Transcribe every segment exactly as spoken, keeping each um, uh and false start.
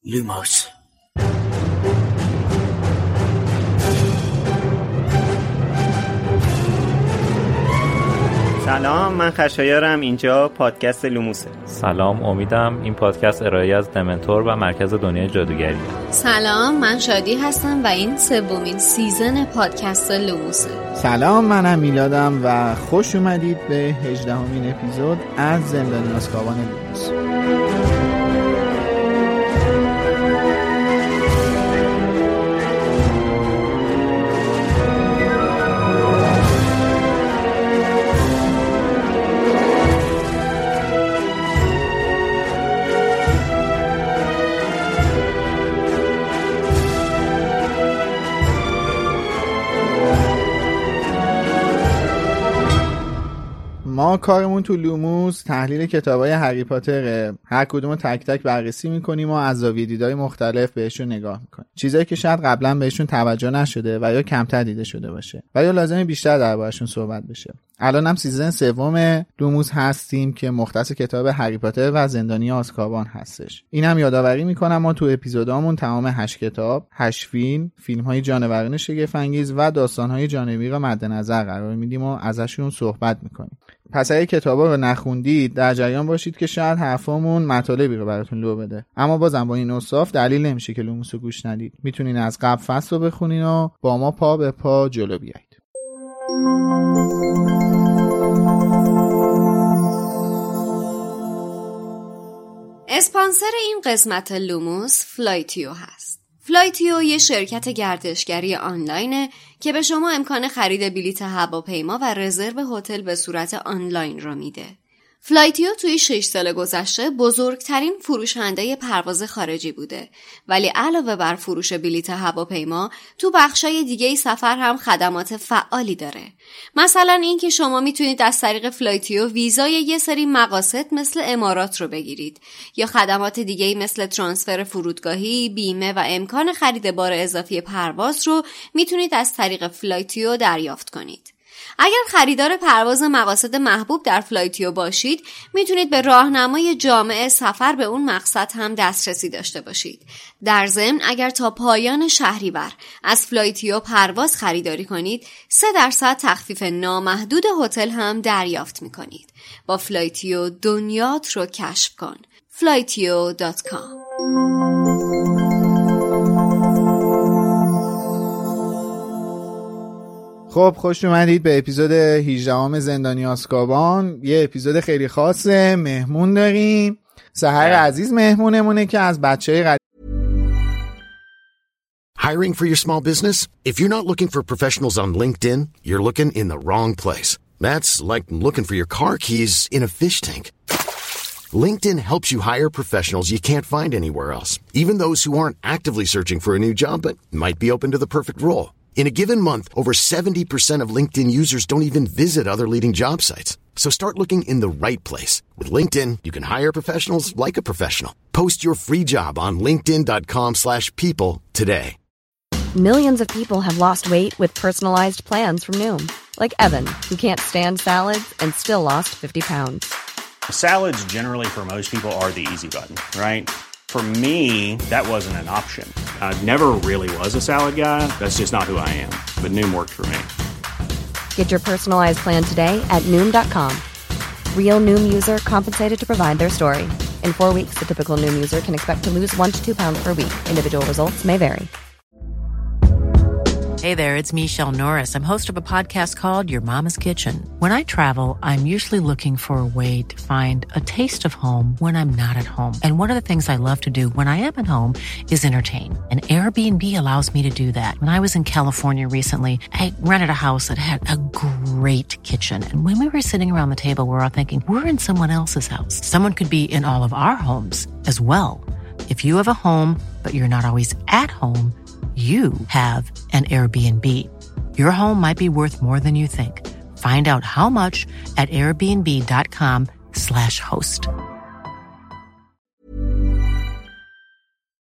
لوموس. سلام، من خشایارم. اینجا پادکست لوموسه. سلام، امیدم. این پادکست ارائه از دمنتور و مرکز دنیای جادوگری. سلام، من شادی هستم و این سومین سیزن پادکست لوموسه. سلام، منم میلادم و خوش اومدید به هجدهمین اپیزود از زندانی آزکابان لوموس. ما کارمون تو لوموس تحلیل کتابای هری پاتره. هر کدومو تک تک بررسی میکنیم و از زاویه دیدهای مختلف بهشون نگاه میکنیم. چیزایی که شاید قبلا بهشون توجه نشده و یا کمتر دیده شده باشه و یا لازمه بیشتر دربارشون صحبت بشه. الان هم سیزن سوم لوموس هستیم که مختص کتاب هری پاتر و زندانی آزکابان هستش. اینم یادآوری میکنم ما تو اپیزودامون تمام هشت کتاب، هشت فیلم، فیلم‌های جانوران شگفت انگیز و داستان‌های جانبی را مد نظر قرار میدیم و ازشون صحبت میکنیم. پس اگه کتابا رو نخوندید در جریان باشید که شاید حرفامون مطالبی رو براتون لو بده، اما بازم با این اوصاف دلیل نمیشه که لوموس رو گوش ندید. میتونین از قبل فصل رو بخونین و با ما پا به پا جلو بیایید. اسپانسر این قسمت لوموس فلایتیو هست. فلایتیو یه شرکت گردشگری آنلاینه که به شما امکان خرید بلیط هواپیما و رزرو هتل به صورت آنلاین رو میده. فلایتیو توی شش سال گذشته بزرگترین فروشنده پرواز خارجی بوده، ولی علاوه بر فروش بلیط هواپیما تو بخشای دیگه سفر هم خدمات فعالی داره. مثلا این که شما میتونید از طریق فلایتیو ویزای یه سری مقاصد مثل امارات رو بگیرید یا خدمات دیگه مثل ترانسفر فرودگاهی، بیمه و امکان خرید بار اضافی پرواز رو میتونید از طریق فلایتیو دریافت کنید. اگر خریدار پرواز مقاصد محبوب در فلایتیو باشید، میتونید به راهنمای جامع سفر به اون مقصد هم دسترسی داشته باشید. در ضمن اگر تا پایان شهریور از فلایتیو پرواز خریداری کنید، سه درصد تخفیف نامحدود هتل هم دریافت میکنید. با فلایتیو دنیات رو کشف کن. فلایتیو دات کام. خب خوش اومدید به اپیزود هجدهم زندانی آزکابان. یه اپیزود خیلی خاصه. مهمون داریم. سحر عزیز مهمونمونه که از بچه‌های قدیم. Hiring for your small business? If you're not looking for professionals on LinkedIn, you're looking in the wrong place. That's like looking for your car keys in a fish tank. LinkedIn helps you hire professionals you can't find anywhere else, even those who aren't actively searching for a new job but might be open to the perfect role. In a given month, over seventy percent of LinkedIn users don't even visit other leading job sites. So start looking in the right place. With LinkedIn, you can hire professionals like a professional. Post your free job on linkedin dot com slash people today. Millions of people have lost weight with personalized plans from Noom. Like Evan, who can't stand salads and still lost fifty pounds. Salads generally for most people are the easy button, right? For me, that wasn't an option. I never really was a salad guy. That's just not who I am. But Noom worked for me. Get your personalized plan today at Noom dot com. Real Noom user compensated to provide their story. In four weeks, the typical Noom user can expect to lose one to two pounds per week. Individual results may vary. Hey there, it's Michelle Norris. I'm host of a podcast called Your Mama's Kitchen. When I travel, I'm usually looking for a way to find a taste of home when I'm not at home. And one of the things I love to do when I am at home is entertain. And Airbnb allows me to do that. When I was in California recently, I rented a house that had a great kitchen. And when we were sitting around the table, we were all thinking, we're in someone else's house. Someone could be in all of our homes as well. If you have a home, but you're not always at home, you have an Airbnb. Your home might be worth more than you think. Find out how much at airbnb dot com slash host.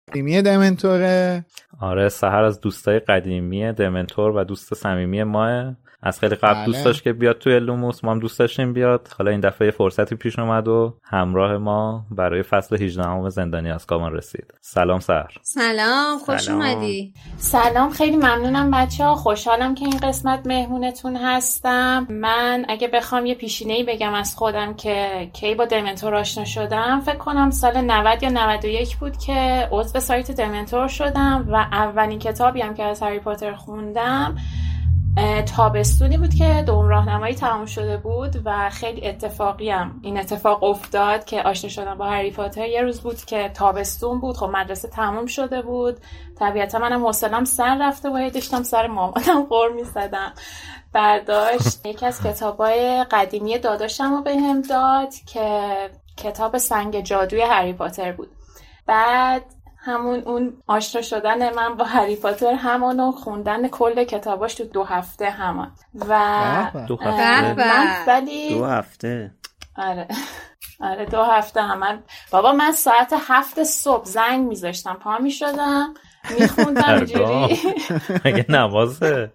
قدیمی دمنتوره. آره سحر از دوستای قدیمی دمنتور و دوست صمیمی ماه. از خیلی قبل دوست داشت که بیاد توی لوموس، ما هم دوست داشتیم بیاد. حالا این دفعه فرصتی پیش اومد و همراه ما برای فصل هجدهم زندانی آزکابان رسید. سلام سحر. سلام، خوش سلام. اومدی. سلام، خیلی ممنونم بچه‌ها، خوشحالم که این قسمت مهمونتون هستم. من اگه بخوام یه پیشینه‌ای بگم از خودم که کی با دمنتور آشنا شدم، فکر کنم سال نود یا نود و یک بود که عضو سایت دمنتور شدم و اولین کتابی هم که از هری پاتر خوندم تابستونی بود که دوم راهنمایی تمام شده بود و خیلی اتفاقی هم این اتفاق افتاد که آشنا شدم با هری پاتر. یه روز بود که تابستون بود، خب مدرسه تمام شده بود، طبیعتا منم حوصله‌ام سر رفته و داشتم سر مامانم غر می‌زدم. برداشت یکی از کتابای قدیمی داداشم رو بهم داد که کتاب سنگ جادوی هری پاتر بود. بعد همون اون آشنا شدن من با هری پاتر همونو خوندن کل کتاباش تو دو هفته همان و دو هفته من ولی دو هفته آره آره دو هفته همون. بابا من ساعت هفت صبح زنگ میذاشتم، پا میشدم میخوندم اینجوری. مگه نمازه؟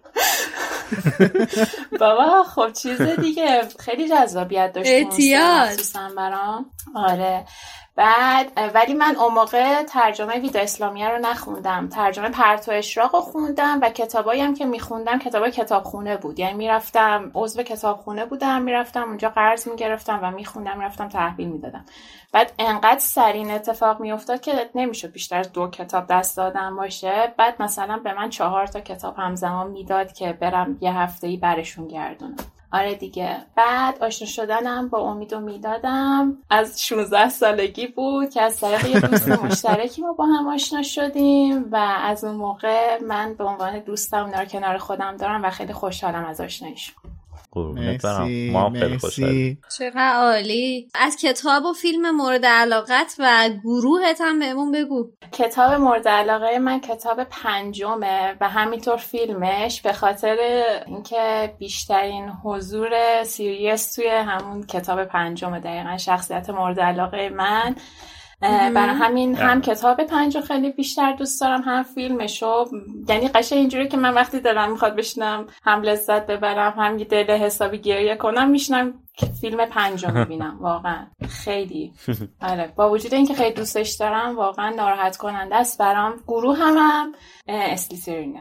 بابا خب چیز دیگه خیلی جذابیت داشت احتیاط برام. آره بعد ولی من اون موقع ترجمه وید اسلامیه رو نخوندم، ترجمه پرتو اشراق رو خوندم و کتابایی هم که میخوندم کتابای کتابخونه بود، یعنی میرفتم عضو کتابخونه بودم، میرفتم اونجا قرض میگرفتم و میخوندم، میرفتم تحویل میدادم. بعد انقدر سریع اتفاق میافتاد که نمیشد بیشتر از دو کتاب دست دادم باشه. بعد مثلا به من چهار تا کتاب همزمان میداد که برم یه هفته‌ای برشون گردونم. آره دیگه. بعد آشنا شدنم با امید و میدادم از شانزده سالگی بود که از طریق یه دوست مشترکی ما با هم آشنا شدیم و از اون موقع من به عنوان دوستم اونا رو کنار خودم دارم و خیلی خوشحالم از آشناییشون. مرسی ما خیلی خوشحالیم. چقدر عالی. از کتاب و فیلم مورد علاقت و گروهت هم بهمون بگو. کتاب مورد علاقه من کتاب پنجمه و همینطور فیلمش، به خاطر اینکه بیشترین حضور سیریس توی همون کتاب پنجمه، دقیقا شخصیت مورد علاقه من. برای همین هم کتاب پنجو خیلی بیشتر دوست دارم هم فیلمشو. یعنی قشنگ اینجوری که من وقتی دلم میخواد بشینم هم لذت ببرم هم یه دل حسابی گریه کنم، میشنم که فیلم پنجو میبینم. واقعا خیلی آره، با وجود اینکه خیلی دوستش دارم واقعا ناراحت کننده است برام. گروه هم هم اسلیترینه.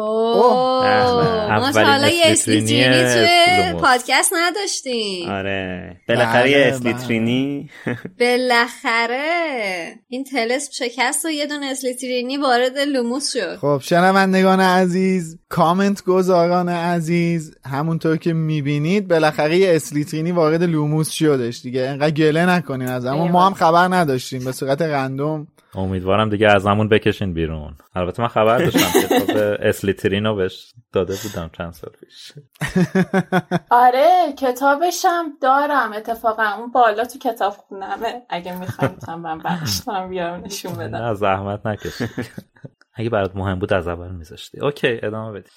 اوه ما تا حالا یه اسلیترینی توی پادکست نداشتیم. آره بالاخره یه اسلیترینی. بالاخره این طلسم شکست و یه دونه اسلیترینی وارد لوموس شد. خب شنوندگان عزیز، کامنت گذاران عزیز، همونطور که میبینید بالاخره یه اسلیترینی وارد لوموس شدش دیگه. انقدر گله نکنین از اما ما هم خبر نداشتیم، به صورت رندوم. امیدوارم دیگه از همون بکشین بیرون. البته من خبر داشتم کتاب اسلیترینو بهش داده بودم چند سال پیش. آره کتابشم دارم اتفاقا، اون بالا تو کتاب خونمه، اگه میخوایم من بخشتم بیارم نشون بدم. نه زحمت نکشید. اگه برات مهم بود از اول میذاشتی. اوکی ادامه بدید.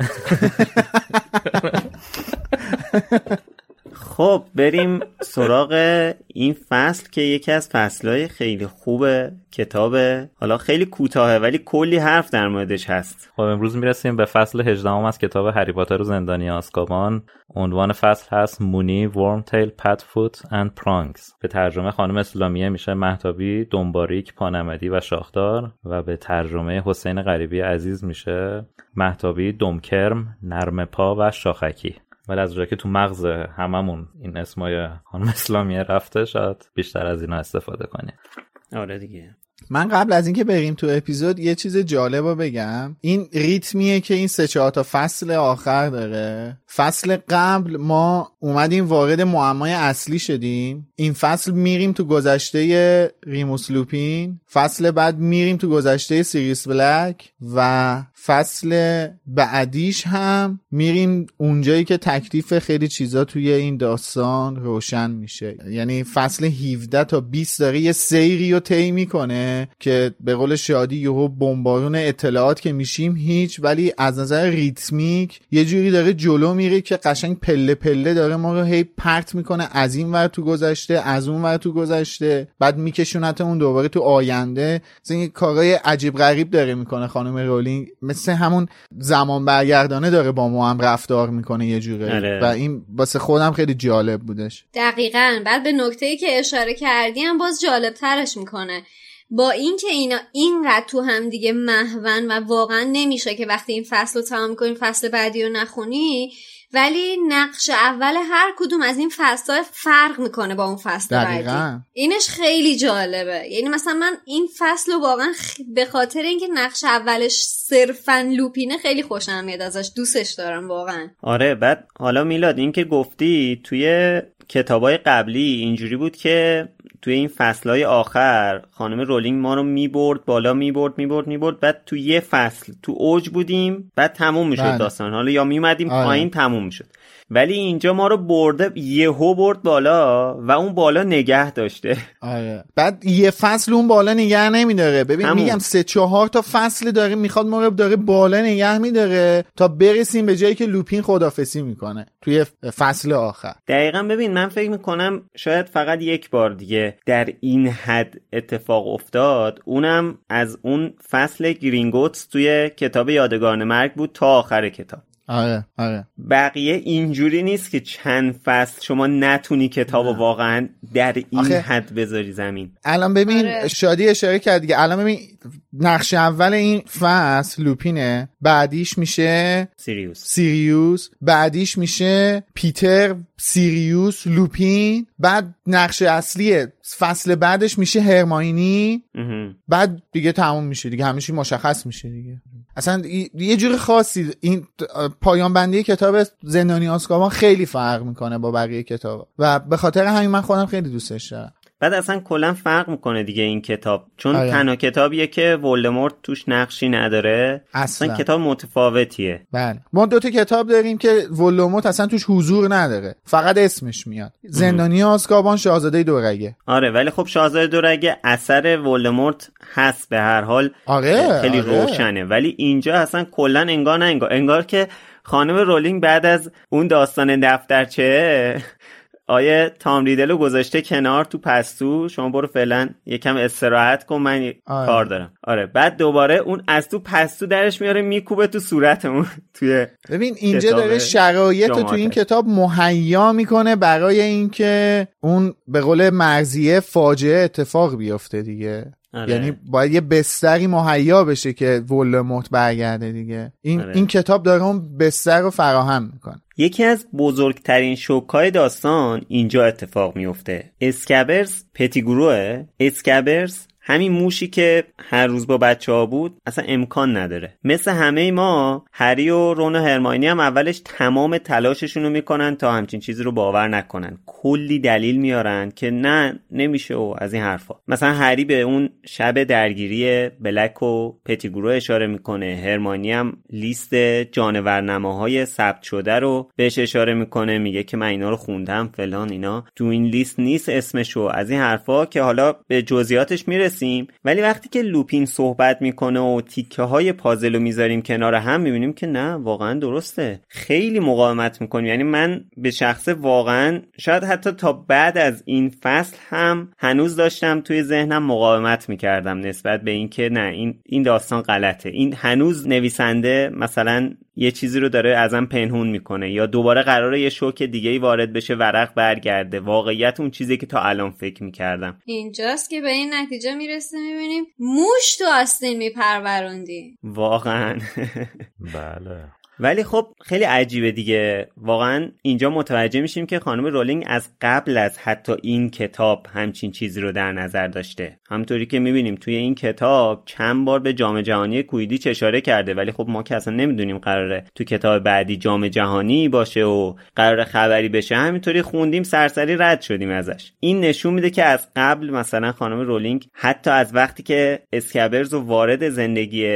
خب بریم سراغ این فصل که یکی از فصلهای خیلی خوبه کتابه. حالا خیلی کوتاهه ولی کلی حرف در موردش هست. خب امروز میرسیم به فصل هجدهم از کتاب هری پاتر و زندانی آزکابان. عنوان فصل هست مونی، ورمتیل، پتفوت اند پرانگز. به ترجمه خانم اسلامیه میشه مهتابی، دنباریک، پانمدی و شاخدار و به ترجمه حسین غریبی عزیز میشه مهتابی، دمکرم، نرم پا و شاخکی. ولی از جایی که تو مغز هممون این اسمای خانم اسلامیه رفته شاید بیشتر از اینا استفاده کنیم. آره دیگه. من قبل از اینکه بریم تو اپیزود یه چیز جالب رو بگم. این ریتمیه که این سه چهار تا فصل آخر داره. فصل قبل ما اومدیم وارد معمای اصلی شدیم، این فصل میریم تو گذشته ریموس لوپین، فصل بعد میریم تو گذشته سیریوس بلک و فصل بعدیش هم میریم اونجایی که تکلیف خیلی چیزا توی این داستان روشن میشه. یعنی فصل هفده تا بیست داره یه سیری رو طی میکنه میکنه که به قول شادی یهو بمبارون اطلاعات که میشیم هیچ، ولی از نظر ریتمیک یه جوری داره جلو میره که قشنگ پله پله داره ما رو هی پرت میکنه از این ور تو گذشته از اون ور تو گذشته، بعد میکشونتمون دوباره تو آینده. مثلا این کارهای عجیب غریب داره میکنه خانم رولینگ، مثل همون زمان برگردانه داره با ما هم رفتار میکنه یه جوری و این واسه خودم خیلی جالب بودش. دقیقاً. بعد به نکته‌ای که اشاره کردیم باز جالب ترش میکنه، با اینکه اینا اینقدر تو هم دیگه محون و واقعا نمیشه که وقتی این فصل رو تمام کنی فصل بعدی رو نخونی، ولی نقش اول هر کدوم از این فصل‌ها فرق میکنه با اون فصل بعدی. اینش خیلی جالبه. یعنی مثلا من این فصل رو واقعا خ... به خاطر اینکه نقش اولش صرفاً لوپینه خیلی خوشم میاد ازش، دوستش دارم واقعا. آره. بعد حالا میلاد این که گفتی توی کتابای قبلی اینجوری بود که توی این فصلهای آخر خانم رولینگ ما رو میبرد بالا، میبرد میبرد میبرد بعد تو یه فصل تو اوج بودیم بعد تموم میشد داستان، حالا یا میومدیم پایین تموم میشد. ولی اینجا ما رو برده یهو برد بالا و اون بالا نگه داشته. آره. بعد یه فصل اون بالا نگه نمیداره. ببین همون. میگم سه چهار تا فصل داره میخواد ما رو داره بالا نگه میداره تا برسیم به جایی که لوپین خدافظی میکنه توی فصل آخر. دقیقاً. ببین من فکر میکنم شاید فقط یک بار دیگه در این حد اتفاق افتاد، اونم از اون فصل گرینگوتس توی کتاب یادگاران مرگ بود تا آخر کتاب. آره آره. بقیه اینجوری نیست که چند فصل شما نتونی کتابو واقعا در این آخه حد بذاری زمین. الان ببین آره. شادی اشاره کرد دیگه. الان ببین نقش اول این فصل لوپینه، بعدیش میشه سیریوس سیریوس بعدیش میشه پیتر سیریوس لوپین، بعد نقش اصلی فصل بعدش میشه هرماینی، بعد دیگه تموم میشه دیگه، همیشه مشخص میشه دیگه. اصلا یه جور خاصی این پایان بندی کتاب زندانی آزکابان خیلی فرق میکنه با بقیه کتابا و به خاطر همین من خودم خیلی دوستش دارم. بعد اصلا کلا فرق میکنه دیگه این کتاب، چون آیا. تنها کتابیه که ولدمورت توش نقشی نداره. اصلا, اصلا کتاب متفاوتیه. بله ما دو تا کتاب داریم که ولدمورت اصلا توش حضور نداره، فقط اسمش میاد. زندانی آزکابان، شاهزاده دورگه. آره ولی خب شاهزاده دورگه اثر ولدمورت هست به هر حال. آره خیلی آره. روشنه. ولی اینجا اصلا کلا انگار نه انگار انگار که خانم رولینگ بعد از اون داستان دفترچه آیه تام ریدلو گذاشته کنار تو پستو، شما برو فعلا یکم استراحت کن من آه. کار دارم. آره بعد دوباره اون از تو پستو درش میاره میکوبه تو صورتمون توی. ببین اینجا داره شرایط رو تو این کتاب مهیا میکنه برای اینکه اون به قول مرضیه فاجعه اتفاق بیفته دیگه. آره. یعنی باید یه بستری مهیا بشه که ولدمورت برگرده دیگه. این آره. این کتاب داره اون بستر رو فراهم میکنه. یکی از بزرگترین شوک‌های داستان اینجا اتفاق میفته. اسکابرز پتیگروه. اسکابرز همین موشی که هر روز با بچه ها بود اصلا امکان نداره. مثل همه ما هری و رون و هرماینی هم اولش تمام تلاششون رو میکنن تا همچین چیزی رو باور نکنن، کلی دلیل میارن که نه نمیشه و از این حرفا. مثلا هری به اون شب درگیری بلک و پتیگرو اشاره میکنه، هرماینی هم لیست جانورنماهای ثبت شده رو بهش اشاره میکنه، میگه که من اینا رو خوندم فلان، اینا تو این لیست نیست اسمشو، از این حرفا که حالا به جزئیاتش میرسه. ولی وقتی که لوپین صحبت میکنه و تیکه های پازل رو میذاریم کنار هم میبینیم که نه واقعا درسته، خیلی مقاومت میکنیم. یعنی من به شخص واقعا شاید حتی تا بعد از این فصل هم هنوز داشتم توی ذهنم مقاومت میکردم نسبت به این که نه این این داستان غلطه، این هنوز نویسنده مثلا یه چیزی رو داره ازم پنهون میکنه یا دوباره قراره یه شوک دیگه‌ای وارد بشه، ورق برگرده، واقعیت اون چیزی که تا الان فکر میکردم. اینجاست که به این نتیجه میرسه میبینیم موش تو آستین میپروروندی واقعا. بله. ولی خب خیلی عجیبه دیگه، واقعا اینجا متوجه میشیم که خانم رولینگ از قبل از حتی این کتاب همچین چیزی رو در نظر داشته. همونطوری که میبینیم توی این کتاب چند بار به جام جهانی کویدیچ اشاره کرده، ولی خب ما که اصلا نمیدونیم قراره تو کتاب بعدی جام جهانی باشه و قراره خبری بشه، همینطوری خوندیم سرسری رد شدیم ازش. این نشون میده که از قبل مثلا خانم رولینگ حتی از وقتی که اسکابرز رو وارد زندگی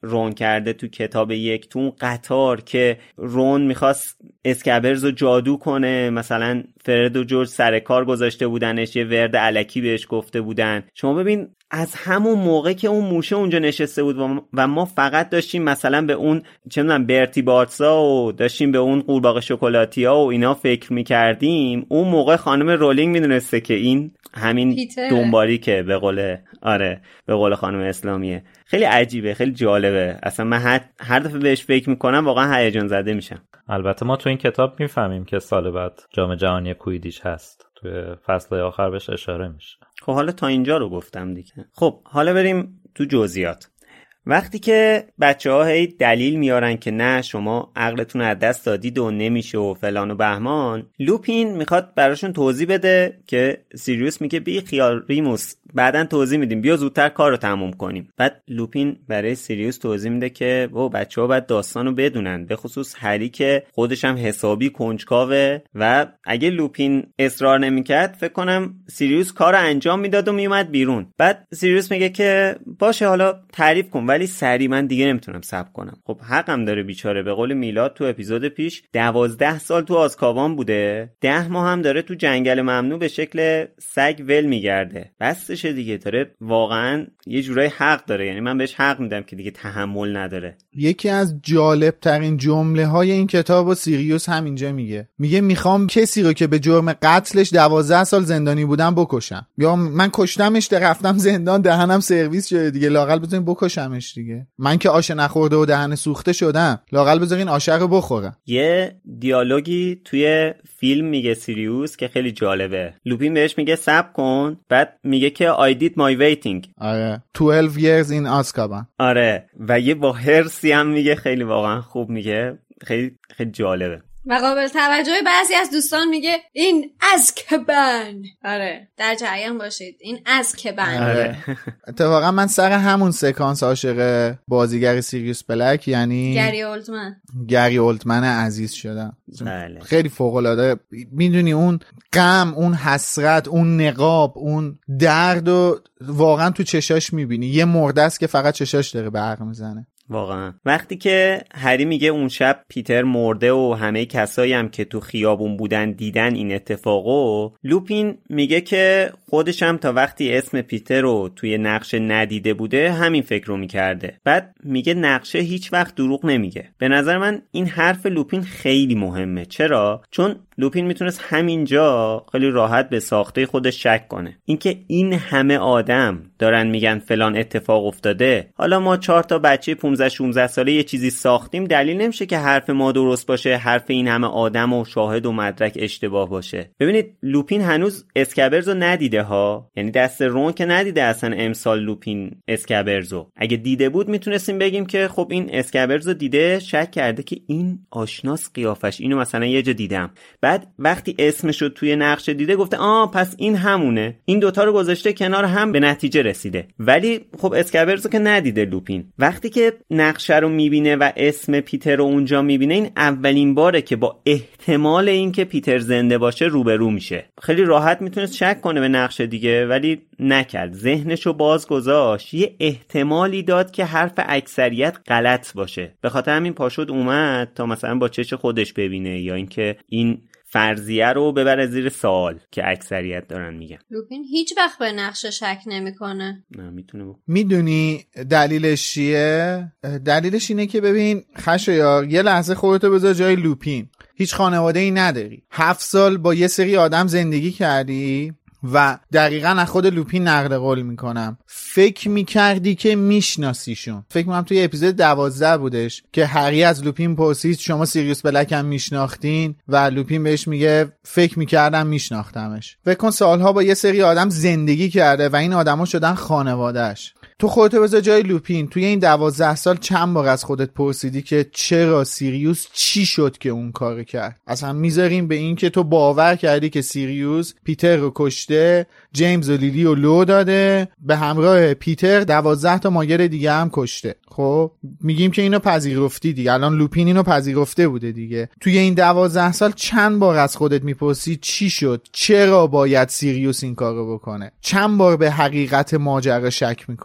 رون کرده تو کتاب یک، تو اون قطار که رون میخواست اسکبرز رو جادو کنه، مثلا فرد و جورج سر کار گذاشته بودنش، یه ورد الکی بهش گفته بودن. شما ببین از همون موقع که اون موشه اونجا نشسته بود و ما فقط داشتیم مثلا به اون چه میدونم برتی بارتسا و داشتیم به اون قورباغه شکلاتی‌ها و اینا فکر میکردیم، اون موقع خانم رولینگ میدونسته که این همین پیتره. دنباری که به قول آره به قول خانم اسلامیه. خیلی عجیبه، خیلی جالبه. اصلا من هر, هر دفعه بهش فکر میکنم واقعا هیجان زده میشم. البته ما تو این کتاب میفهمیم که سال بعد جام جهانی کویدیچ هست، توی فصل آخر بهش اشاره میشه. خب حالا تا اینجا رو گفتم دیگه. خب حالا بریم تو جزئیات. وقتی که بچه ها هی دلیل میارن که نه شما عقلتون از دست دادید و نمیشه و فلان و بهمان، لوپین میخواد براشون توضیح بده که سیریوس میگه بی خیال ریموس، بعدن توضیح میدیم، بیا زودتر کار رو تموم کنیم. بعد لوپین برای سیریوس توضیح میده که او بچه ها باید داستان رو بدونن، به خصوص هری که خودش هم حسابی کنجکاوه و اگه لوپین اصرار نمیکرد فکر کنم سیریوس کار رو انجام میداد و میومد بیرون. بعد سیریوس میگه که باشه حالا تعریف کن، ولی سری من دیگه نمیتونم صبر کنم. خب حقم داره بیچاره، به قول میلاد تو اپیزود پیش دوازده سال تو آزکابان بوده، ده ماه هم داره تو جنگل ممنوع به شکل سگ ول میگرده. بسشه دیگه، داره واقعا یه جورای حق داره، یعنی من بهش حق میدم که دیگه تحمل نداره. یکی از جالب ترین جمله های این کتاب و سیریوس هم اینجا میگه میگه میخوام کسی رو که به جرم قتلش دوازده سال زندانی بودم بکشم، یا من کشتمش ده رفتم زندان دهنم سرویس شده دیگه، لااقل بذارین بکشمش دیگه. من که آش نخورده و دهن سوخته شدم، لااقل بذارین آش رو بخورم. یه دیالوگی توی فیلم میگه سیریوس که خیلی جالبه. لوپین بهش میگه صبر کن، بعد میگه که I did my waiting. آره twelve years in Azkaban. آره و یه با هرسی هم میگه، خیلی واقعا خوب میگه، خیلی خیلی جالبه. و قابل توجه بعضی از دوستان میگه این ازکبان. آره در جریان باشید، این ازکبان. آره. اتفاقا من سر همون سکانس عاشق بازیگر سیریوس بلک یعنی گری اولتمن گری اولتمن عزیز شدم. بله. خیلی فوق العاده. میدونی اون غم، اون حسرت، اون نقاب، اون درد و واقعا تو چشاش میبینی. یه مرده است که فقط چشاش داره برق میزنه. واقعا وقتی که هری میگه اون شب پیتر مرده و همه کسایی هم که تو خیابون بودن دیدن این اتفاقو، لوپین میگه که خودش هم تا وقتی اسم پیتر رو توی نقشه ندیده بوده همین فکر رو میکرده. بعد میگه نقشه هیچ وقت دروغ نمیگه. به نظر من این حرف لوپین خیلی مهمه. چرا؟ چون لوپین میتونست همینجا خیلی راحت به ساخته خودش شک کنه. اینکه این همه آدم دارن میگن فلان اتفاق افتاده، حالا ما چهار تا بچه پانزده شانزده ساله یه چیزی ساختیم، دلیل نمیشه که حرف ما درست باشه، حرف این همه آدم و شاهد و مدرک اشتباه باشه. ببینید لوپین هنوز اسکبرز رو ندیده ها، یعنی دست رون که ندیده اصلا امسال لوپین اسکبرزو. اگه دیده بود میتونستیم بگیم که خب این اسکبرز رو دیده، شک کرده که این آشناس قیافش، اینو مثلا یه جا دیدم. بعد وقتی اسمشو توی نقشه دیده گفته آه پس این همونه، این دوتا رو گذاشته کنار هم به نتیجه رسیده. ولی خب اسکبرزو که ندیده لوپین. وقتی که نقشه رو میبینه و اسم پیتر رو اونجا میبینه، این اولین باره که با احتمال اینکه پیتر زنده باشه روبرو میشه. خیلی راحت میتونست شک کنه به نقشه دیگه، ولی نکرد، ذهنشو باز گذاشت، یه احتمالی داد که حرف اکثریت غلط باشه، به خاطر همین پاشد اومد تا مثلا با چش خودش ببینه، یا اینکه این فرضیه رو ببره زیر سوال که اکثریت دارن میگن. لوپین هیچ وقت به نقشه شک نمیکنه. نه میتونه بکنه. میدونی دلیلش چیه؟ دلیلش اینه که ببین خشایار، یه لحظه خودتو بذار جای لوپین. هیچ خانواده‌ای نداری، هفت سال با یه سری آدم زندگی کردی و دقیقاً از خود لوپین نقل قول میکنم فکر میکردی که میشناسیشون. فکر میکنم توی اپیزود دوازده بودش که هری از لوپین پرسید شما سیریوس بلک هم میشناختین و لوپین بهش میگه فکر میکردم میشناختمش. فکر کن سالها با یه سری آدم زندگی کرده و این آدما شدن خانواده‌اش. تو خودتو بذار جای لوپین. توی این دوازده سال چند بار از خودت پرسیدی که چرا سیریوس چی شد که اون کارو کرد؟ اصلا میذاریم به این که تو باور کردی که سیریوس پیتر رو کشته، جیمز و لیلی رو لو داده، به همراه پیتر دوازده تا ماگر دیگه هم کشته. خب میگیم که اینو پذیرفتی دیگه، الان لوپین اینو پذیرفته بوده دیگه. توی این دوازده سال چند بار از خودت میپرسی چی شد؟ چرا باید سیریوس این کارو بکنه؟ چند بار به حقیقت ماجرا شک میکنی؟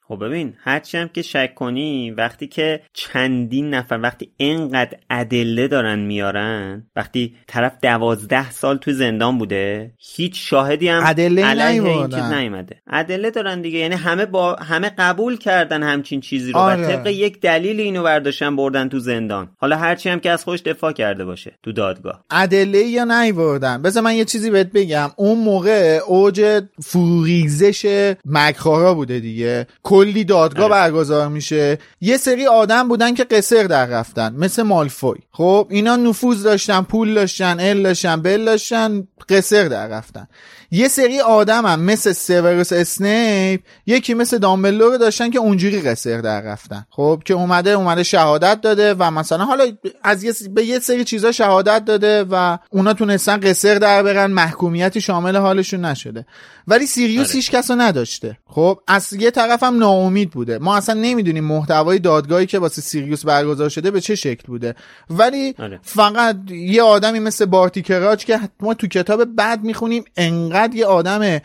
خب ببین هرچی هم که شک کنی، وقتی که چندین نفر، وقتی اینقدر ادله دارن میارن، وقتی طرف دوازده سال توی زندان بوده، هیچ شاهدی هم علیه این چیز نیومده. ادله دارن دیگه، یعنی همه با همه قبول کردن همچین چیزی رو. آره. و طبق یک دلیل اینو برداشتن بردن تو زندان، حالا هرچی هم که از خودش دفاع کرده باشه تو دادگاه. ادله یا نیوردن. بذار من یه چیزی بهت بگم، اون موقع اوج فروریزش مکرارا بوده دیگه، کلی دادگاه برگزار میشه، یه سری آدم بودن که قصر در رفتن مثل مالفوی. خب اینا نفوذ داشتن، پول داشتن، ال داشتن، بل داشتن، قصر در رفتن. یه سری آدم هم مثل سیوروس اسنیپ، یکی مثل دامبلدور داشتن که اونجوری قصر در رفتن. خب که اومده اومده شهادت داده و مثلا حالا از یه به یه سری چیزا شهادت داده و اونا تونستن قصر در برن، محکومیتی شامل حالشون نشده. ولی سیریوس هیچ کسو نداشته. خب از یه طرف هم ناامید بوده. ما اصلا نمیدونیم محتوای دادگاهی که واسه سیریوس برگزار شده به چه شکل بوده، ولی آره. فقط یه آدمی مثل بارتی کراچ که ما تو کتاب بعد میخونیم انقدر یه آدم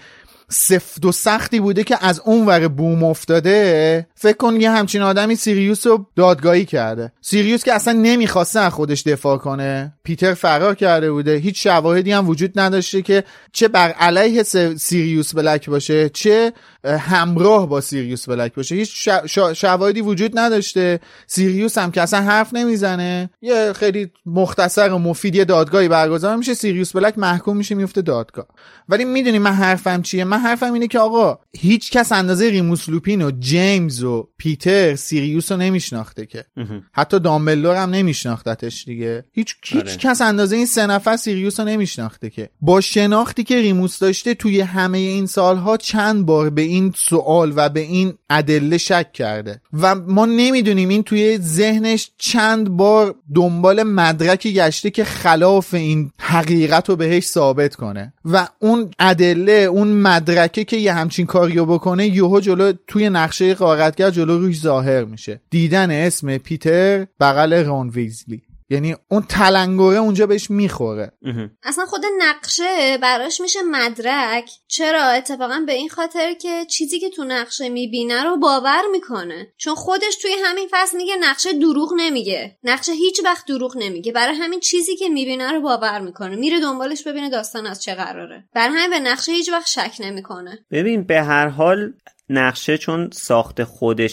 سفت و سختی بوده که از اون ور بوم افتاده، فکر کن یه همچین آدمی سیریوس رو دادگاهی کرده. سیریوس که اصلا نمیخواسته از خودش دفاع کنه، پیتر فرار کرده بوده، هیچ شواهدی هم وجود نداشته که چه بر علیه سیریوس بلک باشه چه همراه با سیریوس بلک باشه، هیچ شواهدی وجود نداشته. سیریوس هم که اصلا حرف نمیزنه، یه خیلی مختصر و مفید یه دادگاهی برگزار میشه، سیریوس بلک محکوم میشه میفته دادگاه. ولی میدونی من حرفم چیه؟ من حرفم اینه که آقا هیچ کس اندازه ریموس لوپین و جیمز و پیتر سیریوس رو نمیشناخته که حتی دامبلدور هم نمیشناختتش دیگه. هیچ هیچ کس اندازه این سه نفر سیریوس رو نمیشناخته که با شناختی که ریموس داشته توی همه این سالها چند بار به این سوال و به این ادله شک کرده و ما نمیدونیم این توی ذهنش چند بار دنبال مدرکی گشته که خلاف این حقیقت رو بهش ثابت کنه و اون ادله، اون مدرکه که یه همچین کاریو بکنه یهو جلو توی نقشه غارتگر جلو روش ظاهر میشه. دیدن اسم پیتر بغل رون ویزلی، یعنی اون تلنگره اونجا بهش میخوره. اصلا خود نقشه براش میشه مدرک. چرا؟ اتفاقا به این خاطر که چیزی که تو نقشه میبینه رو باور میکنه، چون خودش توی همین فصل میگه نقشه دروغ نمیگه، نقشه هیچ وقت دروغ نمیگه، برای همین چیزی که میبینه رو باور میکنه، میره دنبالش ببینه داستان از چه قراره، برای همین به نقشه هیچ وقت شک نمیکنه. ببین به هر حال نقشه چون ساخت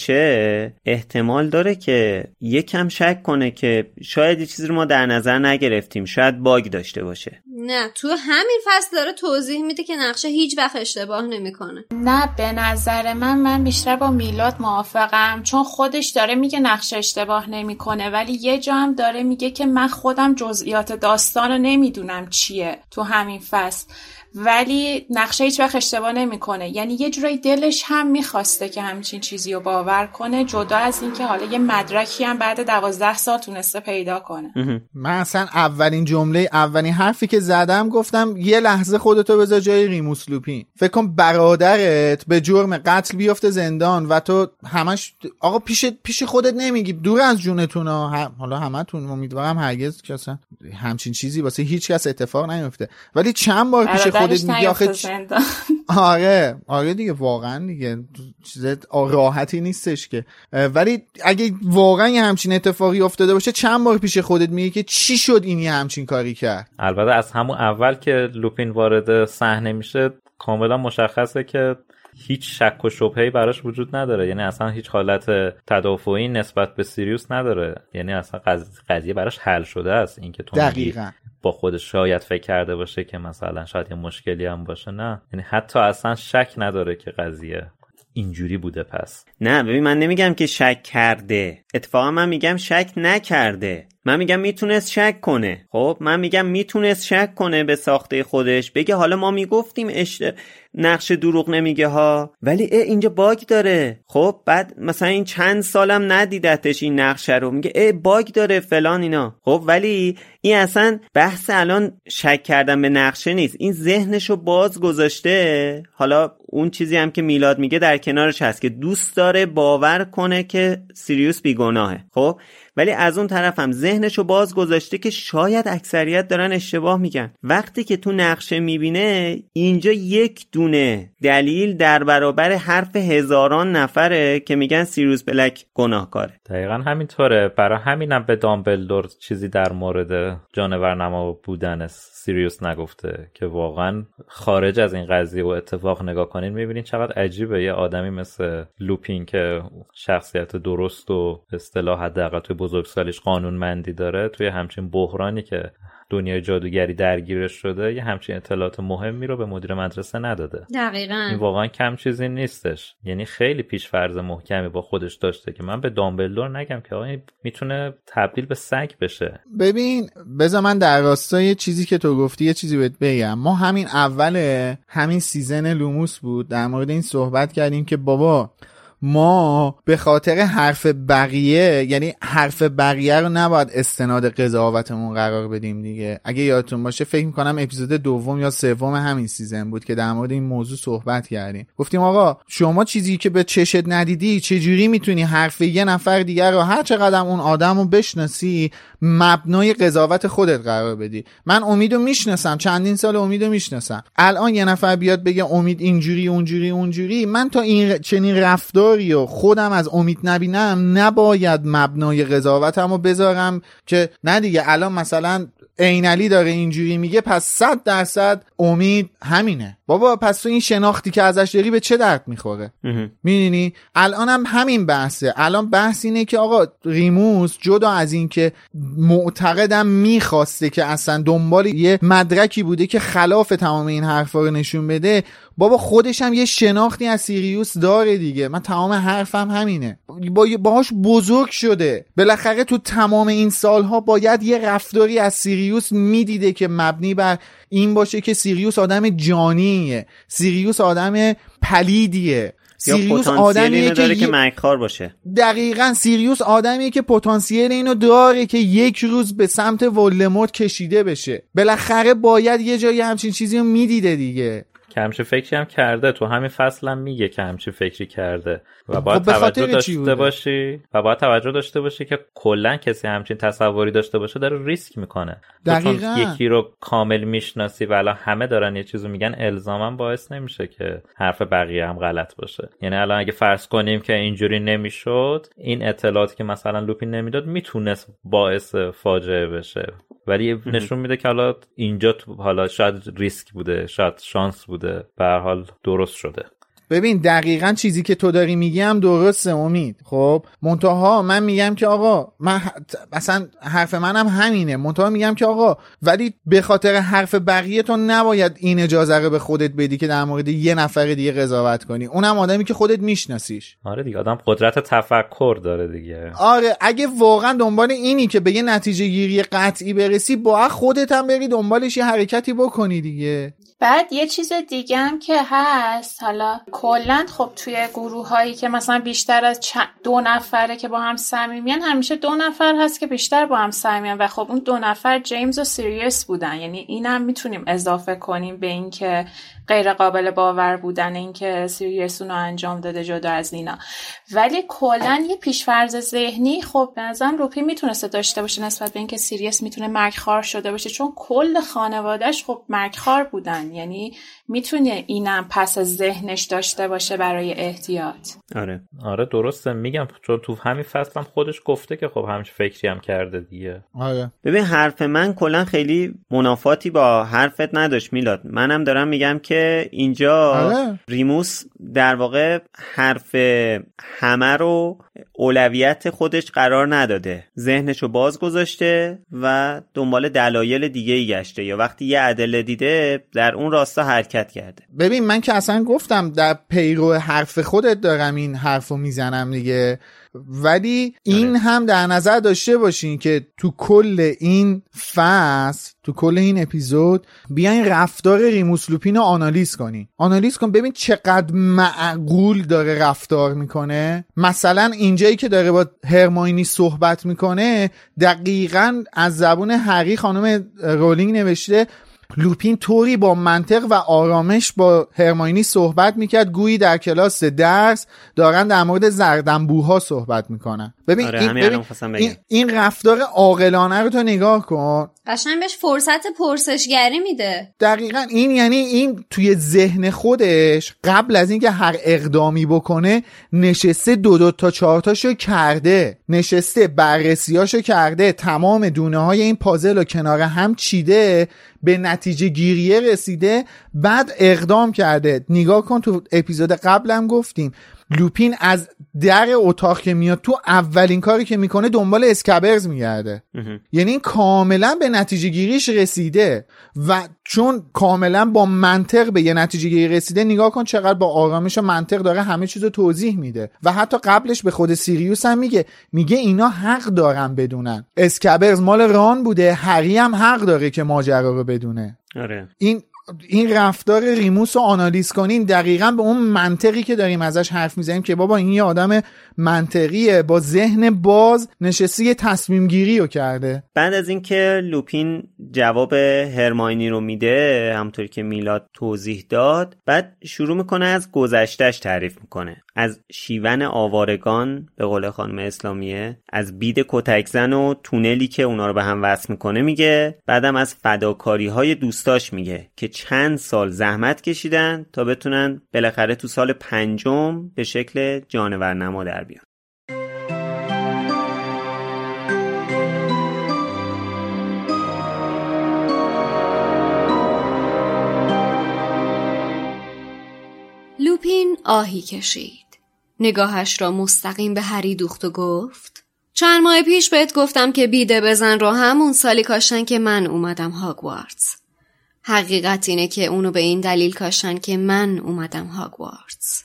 خودشه احتمال داره که یکم شک کنه که شاید یه چیزی رو ما در نظر نگرفتیم، شاید باگ داشته باشه. نه تو همین فصل داره توضیح میده که نقشه هیچ وقت اشتباه نمیکنه. نه به نظر من من بیشتر با میلاد موافقم، چون خودش داره میگه نقشه اشتباه نمیکنه ولی یه جا هم داره میگه که من خودم جزئیات داستان رو نمیدونم چیه تو همین فصل، ولی نقشه هیچ وقت اشتباه نمیکنه. یعنی یه جورایی دلش هم میخواسته که همچین چیزی رو باور کنه، جدا از این که حالا یه مدرکی هم بعد دوازده سال تونسته پیدا کنه. من اصلا اولین جمله اولین حرفی که زدم گفتم یه لحظه خودتو بذار جای ریموس لوپین. فکر کن برادرت به جرم قتل بیفته زندان و تو همش آقا پیش پیش خودت نمیگی، دور از جونتون. حالا همتون امیدوارم هرگز که اصلا همچین چیزی واسه هیچ کس اتفاق نیفته، ولی چند بار پیش خودت میگی آخه آره آره دیگه واقعا دیگه چیز راحتی نیستش که، ولی اگه واقعا یه همچین اتفاقی افتاده باشه چند بار پیش خودت میگی که چی شد این یه همچین کاری کرد. البته از همون اول که لوپین وارد صحنه میشه کاملا مشخصه که هیچ شک و شبهه‌ای براش وجود نداره، یعنی اصلا هیچ حالت تدافعی نسبت به سیریوس نداره، یعنی اصلا قضیه براش حل شده است. اینکه تو دقیقاً با خودش شاید فکر کرده باشه که مثلا شاید یه مشکلی هم باشه، نه، یعنی حتی اصلا شک نداره که قضیه اینجوری بوده. پس نه ببین من نمیگم که شک کرده، اتفاقا من میگم شک نکرده. من میگم میتونست شک کنه. خب من میگم میتونست شک کنه به ساخته خودش، بگه حالا ما میگفتیم اش... نقشه دروغ نمیگه ها، ولی اه اینجا باگ داره. خب بعد مثلا این چند سالم ندیدتش این نقشه رو، میگه اه باگ داره فلان اینا. خب ولی این اصلا بحث الان شک کردن به نقشه نیست، این ذهنشو باز گذاشته. حالا اون چیزی هم که میلاد میگه در کنارش هست که دوست داره باور کنه که سیریوس بیگناهه. خب ولی از اون طرف هم ذهن ذهنشو باز گذاشته که شاید اکثریت دارن اشتباه میگن. وقتی که تو نقشه میبینه اینجا یک دونه دلیل در برابر حرف هزاران نفره که میگن سیریوس بلک گناهکاره. دقیقاً همینطوره. برای همینم به دامبلدور چیزی در مورد جانورنما بودن سیریوس نگفته که واقعا خارج از این قضیه و اتفاق نگاه کنین میبینین چقدر عجیبه یه آدمی مثل لوپین که شخصیت درست و اصطلاح حداقل توی بزرگسالیش قانونمندی داره، توی همچین بحرانی که دنیای جادوگری درگیرش شده یه همچین اطلاعات مهمی رو به مدیر مدرسه نداده. دقیقاً این واقعا کم چیزی نیستش. یعنی خیلی پیش‌فرض محکمی با خودش داشته که من به دامبلدور نگم که آقا میتونه تبدیل به سگ بشه. ببین بذار من در راستای چیزی که تو گفتی یه چیزی بهت بگم. ما همین اول همین سیزن لوموس بود در مورد این صحبت کردیم که بابا ما به خاطر حرف بقیه، یعنی حرف بقیه رو نباید استناد قضاوتمون قرار بدیم دیگه. اگه یادتون باشه فکر میکنم اپیزود دوم یا سوم همین سیزن بود که در مورد این موضوع صحبت کردیم. گفتیم آقا شما چیزی که به چشت ندیدی چجوری میتونی حرف یه نفر دیگر رو هر چقدر اون آدم رو بشناسی مبنای قضاوت خودت قرار بدی؟ من امیدو میشناسم، چندین سال امیدو میشناسم. الان یه نفر بیاد بگه امید اینجوری اونجوری اونجوری، من تا این چنین رفتار و خودم از امید نبینم نباید مبنای قضاوتمو بذارم که نه دیگه الان مثلا عینعلی داره اینجوری میگه پس صد درصد امید همینه. بابا پس تو این شناختی که ازش داری به چه درد میخوره؟ میدونی الان هم همین بحثه. الان بحث اینه که آقا ریموس جدا از این که معتقدم میخواسته که اصلا دنبال یه مدرکی بوده که خلاف تمام این حرفا رو نشون بده، بابا خودش هم یه شناختی از سیریوس داره دیگه. من تمام حرفم همینه. با باهاش بزرگ شده. بالاخره تو تمام این سالها باید یه رفتاری از سیریوس میدیده که مبنی بر این باشه که سیریوس آدم جانیه، سیریوس آدم پلیدیه، سیریوس آدمیه که, که مرگخوار باشه. دقیقاً سیریوس آدمیه که پتانسیل اینو داره که یک روز به سمت ولدمورت کشیده بشه. بالاخره باید یه جایی همچین چیزی رو میدیده دیگه. که همچین فکری هم کرده. تو همین فصل هم میگه که همچین فکری کرده و باید توجه داشته باشی و باید توجه داشته باشی که کلا کسی همچین تصوری داشته باشه داره ریسک میکنه. دقیقاً. چون یکی رو کامل میشناسی و الان همه دارن یه چیزو میگن الزاما باعث نمیشه که حرف بقیه هم غلط باشه. یعنی الان اگه فرض کنیم که اینجوری نمیشد، این اطلاعاتی که مثلا لوپین نمیداد میتونست باعث فاجعه بشه، ولی نشون میده که حالا اینجا تو حالا شاید ریسک بوده، شاید شانس بوده، به هر حال درست شده. ببین دقیقاً چیزی که تو داری میگی هم درسته امید. خب منتها من میگم که آقا من اصلا حرف منم همینه. منتها میگم که آقا ولی به خاطر حرف بقیه تو نباید این اجازه رو به خودت بدی که در مورد یه نفر دیگه قضاوت کنی، اونم آدمی که خودت میشناسیش. آره دیگه، آدم قدرت تفکر داره دیگه. آره اگه واقعا دنبال اینی که به یه نتیجه گیری قطعی برسی، با خودت هم بری دنبالش یه حرکتی بکنی دیگه. بعد یه چیز دیگه هم که هست، حالا کلا خب توی گروه هایی که مثلا بیشتر از دو نفره که با هم صمیمیان، همیشه دو نفر هست که بیشتر با هم صمیمیان و خب اون دو نفر جیمز و سیریوس بودن. یعنی اینم میتونیم اضافه کنیم به این که غیر قابل باور بودن این که سیریوس اونو انجام داده جدا از اینا. ولی کلا یه پیشفرض ذهنی خب به نظرم لوپین میتونسته داشته باشه نسبت به این که سیریوس میتونه مرگخوار شده باشه، چون کل خانواده‌اش خب مرگخوار بودن. یعنی میتونه اینم پس از ذهنش داشته باشه برای احتیاط. آره آره درسته، میگم چون تو همین فصل هم خودش گفته که خب همش فکری هم کرده دیگه. آره ببین حرف من کلا خیلی منافاتی با حرفت نداشت میلاد. منم دارم میگم که اینجا آره. ریموس در واقع حرف همه رو اولویت خودش قرار نداده، ذهنشو باز گذاشته و دنبال دلایل دیگه ای گشته، یا وقتی یه ادله دیده در اون راستا حرکت کرده. ببین من که اصلا گفتم در پیرو حرف خودت دارم این حرفو میزنم دیگه، ولی این آره. هم در نظر داشته باشین که تو کل این فصل، تو کل این اپیزود بیاین رفتار ریموس لوپین رو آنالیز کنین. آنالیز کن ببین چقدر معقول داره رفتار میکنه. مثلا اینجایی که داره با هرماینی صحبت میکنه دقیقاً از زبون هری خانم رولینگ نوشته لوپین طوری با منطق و آرامش با هرماینی صحبت میکرد گویی در کلاس درس دارن در مورد زردنبوها صحبت میکنن. ببین, آره این, ببین این, این رفتار عاقلانه رو تو نگاه کن، قشنگ بهش فرصت پرسشگری میده. دقیقاً این یعنی این توی ذهن خودش قبل از اینکه هر اقدامی بکنه نشسته دو دو تا چهار تاشو کرده، نشسته بررسیاشو کرده، تمام دونه های این پازل رو کنار هم چیده، به نتیجه گیریه رسیده، بعد اقدام کرده. نگاه کن تو اپیزود قبلم گفتیم لوپین از در اتاق که میاد تو اولین کاری که میکنه دنبال اسکبرز میگرده. یعنی این کاملا به نتیجه گیریش رسیده و چون کاملا با منطق به یه نتیجه گیری رسیده، نگاه کن چقدر با آرامش و منطق داره همه چیزو توضیح میده و حتی قبلش به خود سیریوس هم میگه میگه اینا حق دارن بدونن اسکبرز مال ران بوده، هری هم حق داره که ماجرا رو بدونه. آره. این این رفتار ریموس رو آنالیز کنین دقیقاً به اون منطقی که داریم ازش حرف میزنیم که بابا این یه آدم منطقیه با ذهن باز نشسته یه تصمیم گیری رو کرده. بعد از اینکه لوپین جواب هرماینی رو میده همونطوری که میلاد توضیح داد، بعد شروع میکنه از گذشتهش تعریف میکنه، از شیون آوارگان به قول خانم اسلامیه، از بید کتکزن و تونلی که اونا رو به هم وصل میکنه میگه، بعدم از فداکاری های دوستاش میگه که چند سال زحمت کشیدن تا بتونن بالاخره تو سال پنجم به شکل جانورنما در بیان. لوپین آهی کشید. نگاهش را مستقیم به هری دوخت و گفت چند ماه پیش بهت گفتم که بیده بزن رو همون سالی کاشتن که من اومدم هاگوارتس. حقیقت اینه که اونو به این دلیل کاشتن که من اومدم هاگوارتس.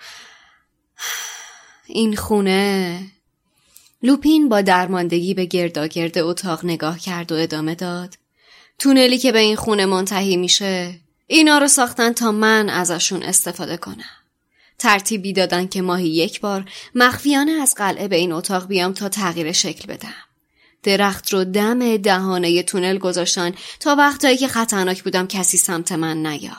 این خونه... لوپین با درماندگی به گرداگرد اتاق نگاه کرد و ادامه داد. تونلی که به این خونه منتهی میشه، اینا رو ساختن تا من ازشون استفاده کنم. ترتیبی دادن که ماهی یک بار مخفیانه از قلعه به این اتاق بیام تا تغییر شکل بدم. درخت رو دم دهانه تونل گذاشتن تا وقتایی که خطرناک بودم کسی سمت من نیاد.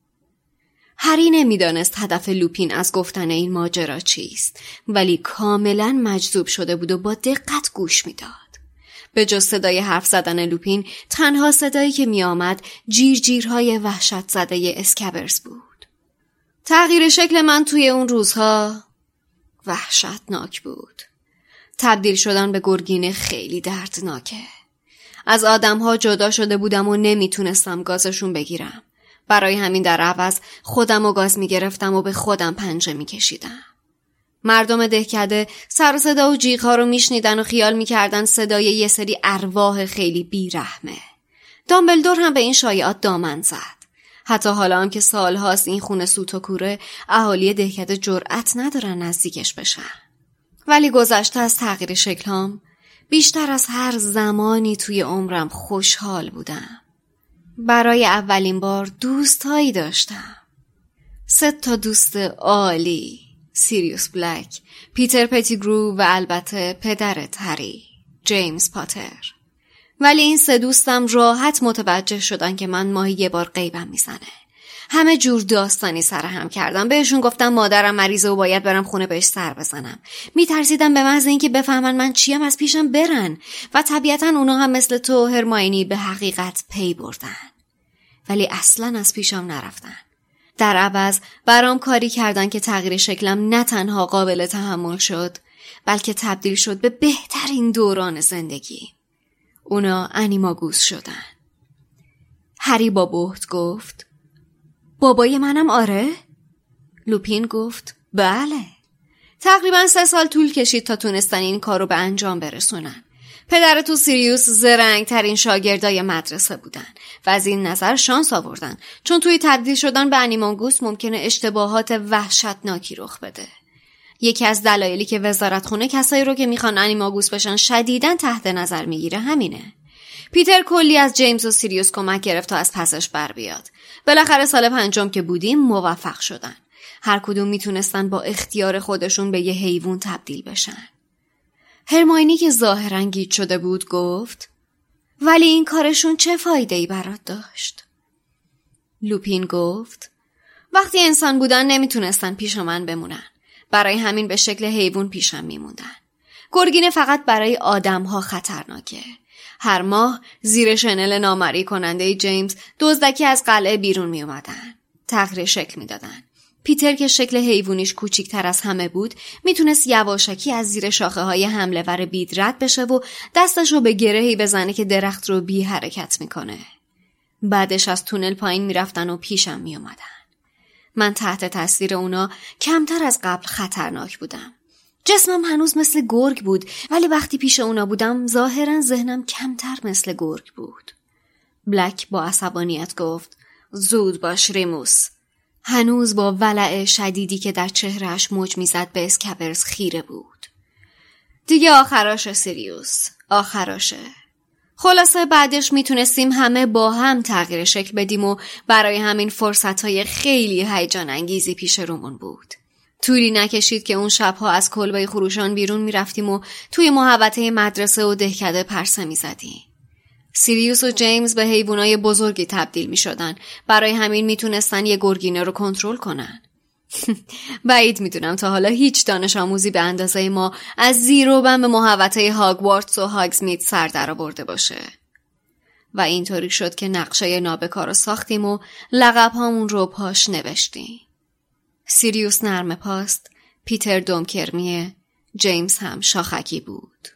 هری نمیدانست هدف لوپین از گفتن این ماجرا چیست، ولی کاملا مجذوب شده بود و با دقت گوش میداد. به جز صدای حرف زدن لوپین، تنها صدایی که می آمد جیر جیرهای وحشت زده اسکبرز بود. تغییر شکل من توی اون روزها وحشتناک بود. تبدیل شدن به گرگین خیلی دردناکه. از آدمها جدا شده بودم و نمیتونستم گازشون بگیرم. برای همین در عوض خودم و گاز میگرفتم و به خودم پنجه میکشیدم. مردم دهکده سر صدا و جیغ‌ها رو میشنیدن و خیال میکردن صدای یه سری ارواح خیلی بیرحمه. دامبلدور هم به این شایعات دامن زد. حتی حالا هم که سالهاست این خونه سوت و کوره، اهالی دهکده جرأت ندارن نزدیکش بشن. ولی گذشته از تغییر شکلام، بیشتر از هر زمانی توی عمرم خوشحال بودم. برای اولین بار دوستایی داشتم. سه تا دوست عالی. سیریوس بلک، پیتر پتیگرو و البته پدرت هری، جیمز پاتر. ولی این سه دوستم راحت متوجه شدن که من ماهی یه بار غیبم میزنه. همه جور داستانی سرهم کردم. بهشون گفتم مادرم مریضه و باید برم خونه بهش سر بزنم. میترسیدم به محض اینکه بفهمن من چیم از پیشم برن و طبیعتا اونا هم مثل تو هرماینی به حقیقت پی بردن. ولی اصلاً از پیشم نرفتن. در عوض برام کاری کردن که تغییر شکلم نه تنها قابل تحمل شد، بلکه تبدیل شد به بهترین دوران زندگی. اونا انیماگوس شدن. هری با بهت گفت بابای منم آره؟ لوپین گفت بله. تقریبا سه سال طول کشید تا تونستن این کارو به انجام برسونن. پدر تو سیریوس زرنگ ترین شاگردای مدرسه بودن و از این نظر شانس آوردن، چون توی تبدیل شدن به انیماگوس ممکنه اشتباهات وحشتناکی رخ بده. یکی از دلایلی که وزارتخونه کسایی رو که میخوان انیماگوس بشن شدیداً تحت نظر میگیره همینه. پیتر کلی از جیمز و سیریوس کمک گرفت تا از پسش بر بیاد. بالاخره سال پنجم که بودیم موفق شدن. هر کدوم میتونستن با اختیار خودشون به یه حیوان تبدیل بشن. هرماینی که ظاهراً گیج شده بود گفت ولی این کارشون چه فایده‌ای برات داشت؟ لوپین گفت وقتی انسان بودن نمیتونستن پیش من بمونن. برای همین به شکل حیوان پیشم میموندن. گرگینه فقط برای آدم‌ها خطرناکه. هر ماه زیر شنل نامری کننده جیمز دزدکی از قلعه بیرون می اومدن. تغییر شکل می دادن. پیتر که شکل حیوانیش کوچیک‌تر از همه بود میتونست یواشکی از زیر شاخه های حمله ور بید رد بشه و دستشو به گرهی بزنه که درخت رو بی حرکت میکنه. بعدش از تونل پایین میرفتن و پیشم می اومدن. من تحت تاثیر اونا کمتر از قبل خطرناک بودم. جسمم هنوز مثل گرگ بود ولی وقتی پیش اونا بودم ظاهرا ذهنم کمتر مثل گرگ بود. بلک با عصبانیت گفت زود باش ریموس. هنوز با ولع شدیدی که در چهرهش موج میزد به اسکبرز خیره بود. دیگه آخراشه سیریوس، آخراشه. خلاصه بعدش میتونستیم همه با هم تغییر شکل بدیم و برای همین فرصتهای خیلی هیجان انگیزی پیش رومون بود. طولی نکشید که اون شبها از کلبه خروشان بیرون میرفتیم و توی محوطه مدرسه و دهکده پرسه میزدیم. سیریوس و جیمز به حیوانای بزرگی تبدیل میشدن. برای همین میتونستن یه گرگینه رو کنترل کنن. بعید میدونم تا حالا هیچ دانش آموزی به اندازه ما از زیرو بم به محوطه هاگوارتس و هاگزمیت سر در آورده باشه. و اینطوری شد که نقشه نابکار رو ساختیم و لقب هامون رو پاش نوشتیم. سیریوس نرم پاست، پیتر دمکرمیه، جیمز هم شاخکی بود.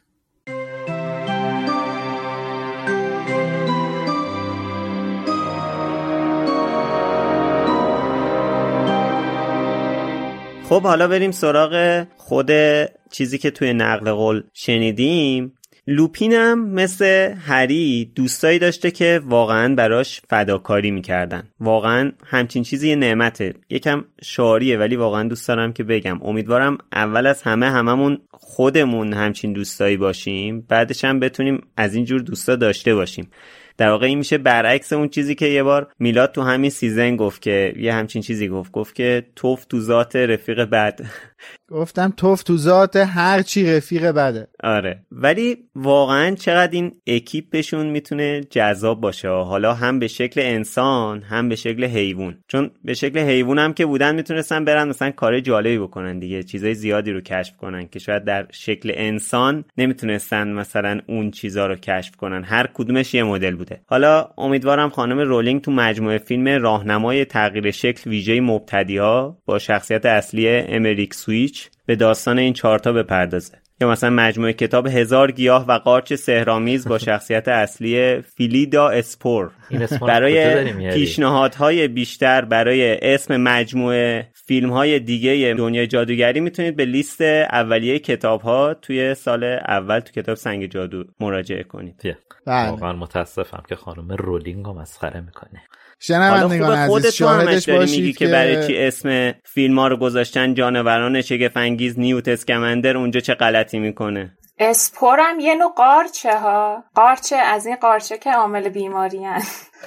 خب حالا بریم سراغ خود چیزی که توی نقل قول شنیدیم. لوپینم مثل هری دوستایی داشته که واقعا براش فداکاری میکردن. واقعا همچین چیزی یه نعمته. یکم شعاریه ولی واقعا دوست دارم که بگم. امیدوارم اول از همه هممون خودمون همچین دوستایی باشیم، بعدش هم بتونیم از اینجور دوستا داشته باشیم. در واقع این میشه برعکس اون چیزی که یه بار میلاد تو همین سیزن گفت که یه همچین چیزی گفت گفت که توف تو ذات رفیق بد. گفتم توف تو ذات هر چی رفیق بده. آره ولی واقعا چقدر این اکیپشون میتونه جذاب باشه، حالا هم به شکل انسان هم به شکل حیوان. چون به شکل حیوان هم که بودن میتونستن برن مثلا کار جالبی بکنن دیگه، چیزای زیادی رو کشف کنن که شاید در شکل انسان نمیتونستن مثلا اون چیزا رو کشف کنن. هر کدومش یه مدل بوده. حالا امیدوارم خانم رولینگ تو مجموعه فیلم راهنمای تغییر شکل ویژه مبتدی‌ها با شخصیت اصلی امریک سویچ به داستان این چهارتا بپردازه. یا مثلا مجموعه کتاب هزار گیاه و قارچ سحرآمیز با شخصیت اصلی فیلیدا اسپور. برای پیشنهادهای بیشتر برای اسم مجموعه فیلم‌های دیگه دنیای جادوگری میتونید به لیست اولیه کتاب‌ها توی سال اول تو کتاب سنگ جادو مراجعه کنید. واقعا متاسفم که خانم رولینگ رو مسخره میکنه. شنوندگان عزیز شاهدش باشید میگی که برای چی اسم فیلم ها رو گذاشتن جانوران شگفت انگیز نیوت اسکمندر اونجا چه غلطی میکنه؟ اسپورم یه نوع قارچه ها، قارچه از این قارچه که عامل بیماری هن.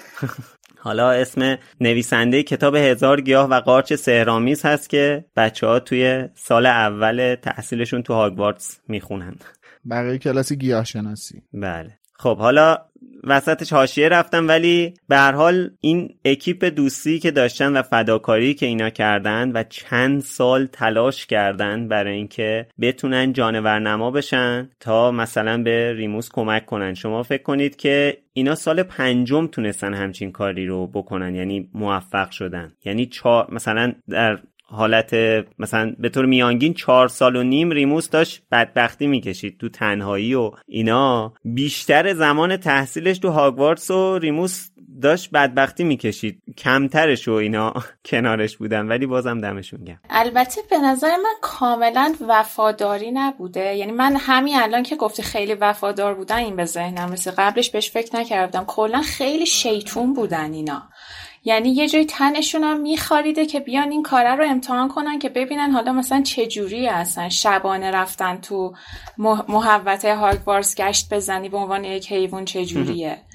حالا اسم نویسنده کتاب هزار گیاه و قارچ سحرآمیز هست که بچه ها توی سال اول تحصیلشون تو هاگوارتس میخونن برای کلاس گیاه شناسی. بله. خب حالا وسطش حاشیه رفتم ولی به هر حال این اکیپ دوستی که داشتن و فداکاری که اینا کردن و چند سال تلاش کردن برای اینکه بتونن جانورنما بشن تا مثلا به ریموس کمک کنن. شما فکر کنید که اینا سال پنجم تونستن همچین کاری رو بکنن، یعنی موفق شدن. یعنی چا مثلا در حالت مثلا به طور میانگین چهار سال و نیم ریموس داشت بدبختی میکشید تو تنهایی و اینا. بیشتر زمان تحصیلش تو هاگوارتس و ریموس داشت بدبختی میکشید، کمترش و اینا کنارش بودن، ولی بازم دمشون گرم. البته به نظر من کاملا وفاداری نبوده. یعنی من همین الان که گفتی خیلی وفادار بودن این به ذهنم رسید، قبلش بهش فکر نکردم. کلا خیلی شیطون بودن اینا. یعنی یه جای تنشون هم میخاریده که بیان این کاره رو امتحان کنن که ببینن حالا مثلا چه جوری هستن. شبانه رفتن تو محوطه هاگوارتس گشت بزنی به عنوان یک حیوان چه جوریه.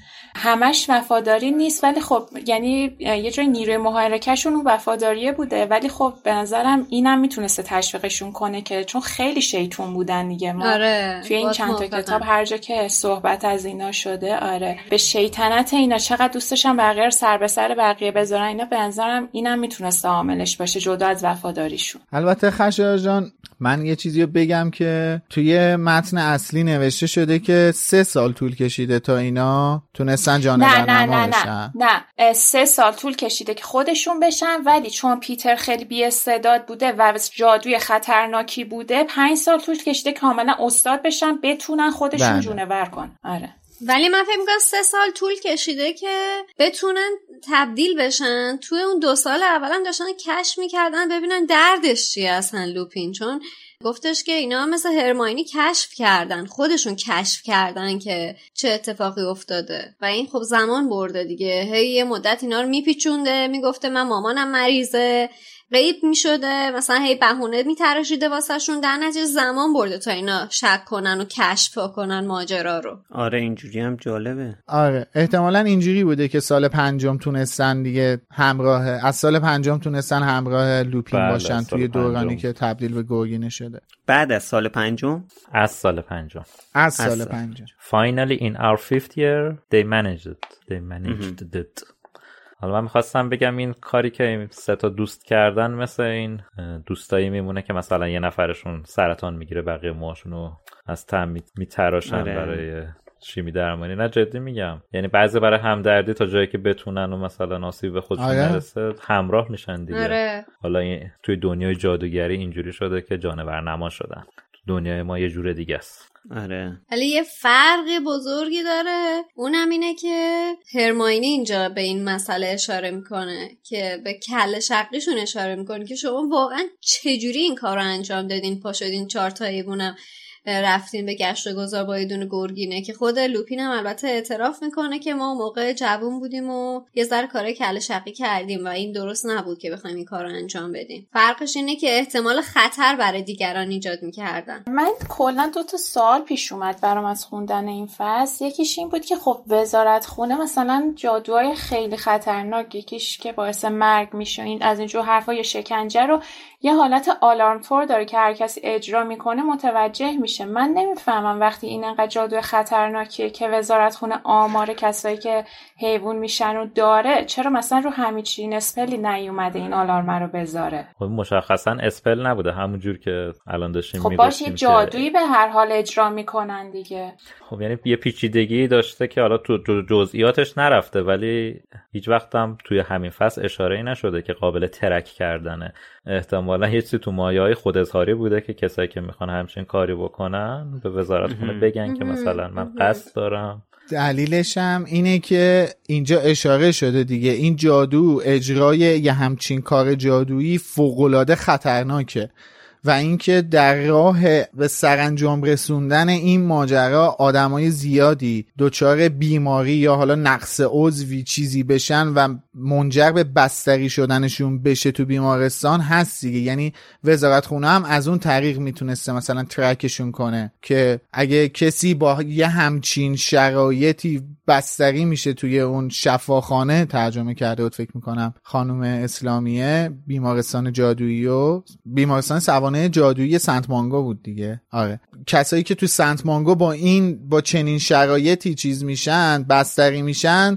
همش وفاداری نیست، ولی خب یعنی یه جای نیروی محرکشون اون وفاداریه بوده، ولی خب به نظرم اینم میتونسته تشویقشون کنه که چون خیلی شیطون بودن دیگه. ما آره، توی این چند تا کتاب هر جا که صحبت از اینا شده، آره به شیطنت اینا چقدر دوست داشتن بقیه رو سر به سر بقیه بذارن، اینا به نظرم اینم میتونسته عاملش باشه جدا از وفاداریشون. البته خشایار جان من یه چیزی رو بگم که توی متن اصلی نوشته شده که سه سال طول کشیده تا اینا تونستن جانورنما بشن. نه نه نه سه سال طول کشیده که خودشون بشن، ولی چون پیتر خیلی بی استعداد بوده و جادوی خطرناکی بوده پنج سال طول کشیده کاملا استاد بشن بتونن خودشون بله. جونور کنن. آره ولی من فکر می‌کنم سه سال طول کشیده که بتونن تبدیل بشن. توی اون دو سال اولم داشتن کشف می‌کردن ببینن دردش چیه اصلا لوپین، چون گفتش که اینا مثل هرماینی کشف کردن، خودشون کشف کردن که چه اتفاقی افتاده و این خب زمان برده دیگه. هی یه مدت اینا رو میپیچونده، میگفته من مامانم مریضه، غیب میشده، مثلا هی بهونه میتراشیده واسه شون، در نتیجه زمان برده تا اینا شک کنن و کشف کنن ماجرا رو. آره اینجوری هم جالبه. آره احتمالاً اینجوری بوده که سال پنجم تونستن دیگه همراه از سال پنجم تونستن همراه لوپین باشن توی دورانی که تبدیل به گرگینه شده. بعد از سال پنجم از سال پنجم از سال پنجم Finally in our fifth year they managed it they managed it. حالا من میخواستم بگم این کاری که سه تا دوست کردن مثل این دوستایی میمونه که مثلا یه نفرشون سرطان میگیره بقیه موهاشونو از تم میتراشن برای شیمی درمانی. نه جدی میگم، یعنی بعضی برای همدردی تا جایی که بتونن و مثلا آسیب به خودشون نرسه همراه میشن دیگه. آره. حالا این توی دنیای جادوگری اینجوری شده که جانورنما شدن، دنیای ما یه جور دیگه است. آره ولی یه فرق بزرگی داره، اونم اینه که هرماینی اینجا به این مسئله اشاره میکنه که به کله شقیشون اشاره میکنه که شما واقعا چجوری این کار رو انجام دادین، پا شدین چهار تا حیوانم رفتین به گشت و گذار با یه دونه گرگینه. که خود لوپین هم البته اعتراف میکنه که ما موقع جوون بودیم و یه ذره کارای کله شقی کردیم و این درست نبود که بخوایم این کار رو انجام بدیم. فرقش اینه که احتمال خطر برای دیگران ایجاد میکردن. من کلا دو تا سوال پیش اومد برام از خوندن این فصل. یکیش این بود که خب وزارت خونه مثلا جادوهای خیلی خطرناک، یکیش که باعث مرگ میشه، این از اینجور حرفا یا شکنجه رو یه حالت آلارم تور داره که هر کسی اجرا میکنه متوجه میشه. من نمیفهمم وقتی این انقدر جادوی خطرناکیه که وزارتخونه آمار کسایی که حیوان میشن رو داره، چرا مثلا رو همیچین اسپلی نیومده این آلارم رو بذاره؟ خب مشخصا اسپل نبوده، همون جور که الان داشتیم خب میگفتیم. خب باشه جادویی به هر حال اجرا میکنن دیگه. خب یعنی یه پیچیدگی داشته که حالا تو جزئیاتش نرفته، ولی هیچ وقت هم توی همین فصل اشاره‌ای نشده که قابل ترک کردنه. احتمالا یه چیزی تو مایه‌های خوداظهاری بوده که کسایی که میخوان همچین کاری بکنن به وزارتخونه بگن که مثلا من قصد دارم. دلیلش هم اینه که اینجا اشاره شده دیگه، این جادو اجرای یه همچین کار جادویی فوق‌العاده خطرناکه و اینکه در راه به سرانجام رسوندن این ماجرا آدمای زیادی دچار بیماری یا حالا نقص عضوی چیزی بشن و منجر به بستری شدنشون بشه تو بیمارستان هست دیگه. یعنی وزارتخونه هم از اون طریق میتونسته مثلا ترکشون کنه که اگه کسی با یه همچین شرایطی بستری میشه توی اون شفاخانه، ترجمه کرده بود فکر میکنم خانم اسلامیه، بیمارستان جادویی و بیمارستان سوانه جادویی سنت مانگو بود دیگه. آره کسایی که تو سنت مانگو با این با چنین شرایطی چیز میشن، بستری میشن،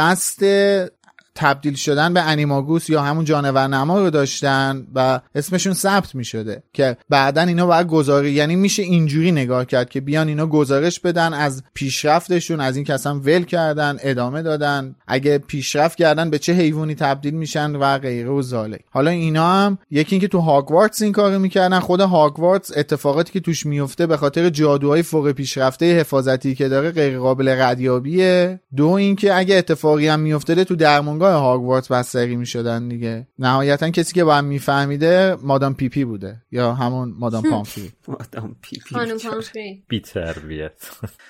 قصد تبدیل شدن به انیماگوس یا همون جانورنما رو داشتن و اسمشون ثبت می شده که بعدن اینا باید گزارش، یعنی میشه اینجوری نگاه کرد که بیان اینا گزارش بدن از پیشرفتشون، از این که اصلا ول کردن ادامه دادن، اگه پیشرفت کردن به چه حیوانی تبدیل میشن و غیره و ذالک. حالا اینا هم یکی این که تو هاگوارتس این کارو میکردن، خود هاگوارتس اتفاقاتی که توش میفته به خاطر جادوهای فوق پیشرفته حفاظتی که داره غیر قابل ردیابیه. دو این که اگه اتفاقی هم میافتاده تو درمانگاه هاگوارتس بستری میشدن دیگه. نهایتا کسی که باید میفهمیده مادام پی پی بوده یا همون مادام پامفری. مادام پی پی خانم پامفری بی تربیت.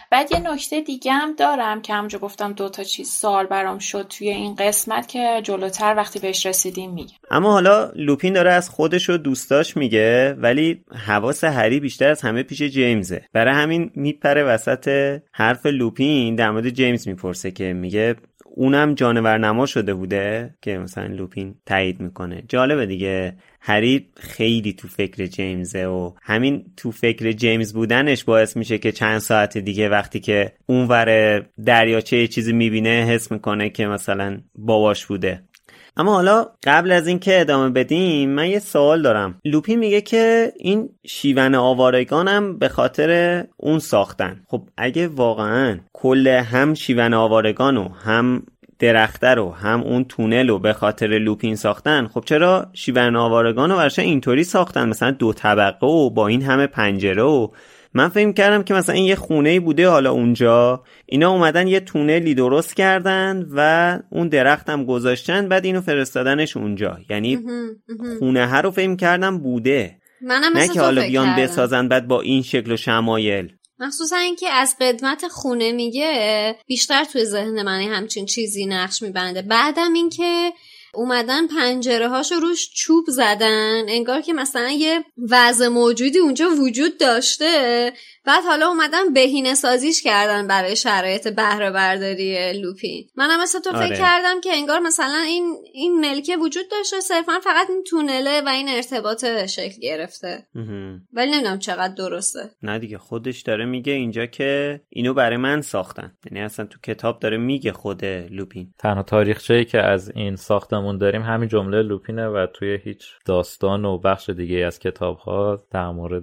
بعد یه نکته دیگه هم دارم که همونجا گفتم دو تا چیز سوال برام شد توی این قسمت که جلوتر وقتی بهش رسیدیم میگم. اما حالا لوپین داره از خودش و دوستاش میگه، ولی حواس هری بیشتر از همه پیش جیمزه. برای همین میپره وسط حرف لوپین در مورد جیمز میپرسه که میگه اونم جانور نما شده بوده، که مثلا لوپین تایید میکنه. جالبه دیگه، هری خیلی تو فکر جیمزه و همین تو فکر جیمز بودنش باعث میشه که چند ساعت دیگه وقتی که اونور دریاچه یه چیزی میبینه حس میکنه که مثلا باباش بوده. اما حالا قبل از این که ادامه بدیم من یه سوال دارم. لوپین میگه که این شیون آوارگانم به خاطر اون ساختن. خب اگه واقعا کل هم شیون آوارگانو هم درخته رو هم اون تونل رو به خاطر لوپین ساختن، خب چرا شیون آوارگانو ورشا اینطوری ساختن مثلا دو طبقه و با این همه پنجره؟ و من فکر کردم که مثلا این یه خونه‌ای بوده حالا اونجا اینا اومدن یه تونلی درست کردن و اون درخت هم گذاشتن بعد اینو فرستادنش اونجا. یعنی خونه ها رو فکر کردم بوده، نه که حالا بیان بسازن بعد با این شکل و شمایل. مخصوصا اینکه از قدمت خونه میگه بیشتر توی ذهن من همچین چیزی نقش میبنده. بعدم اینکه اومدن پنجره هاشو روش چوب زدن، انگار که مثلا یه وضع موجودی اونجا وجود داشته، بعد حالا اومدن بهینه سازیش کردن برای شرایط بهره برداری لوپین. منم مثلا تو آره. فکر کردم که انگار مثلا این این ملکه وجود داشته، صرفا فقط این تونله و این ارتباط شکل گرفته. ولی نمیدونم چقدر درسته. نه دیگه، خودش داره میگه اینجا که اینو برای من ساختن، یعنی اصلا تو کتاب داره میگه خود لوپین. تنها تاریخچه‌ای که از این ساختمون داریم همین جمله لوپینه و توی هیچ داستان و بخش دیگه از کتاب‌ها در مورد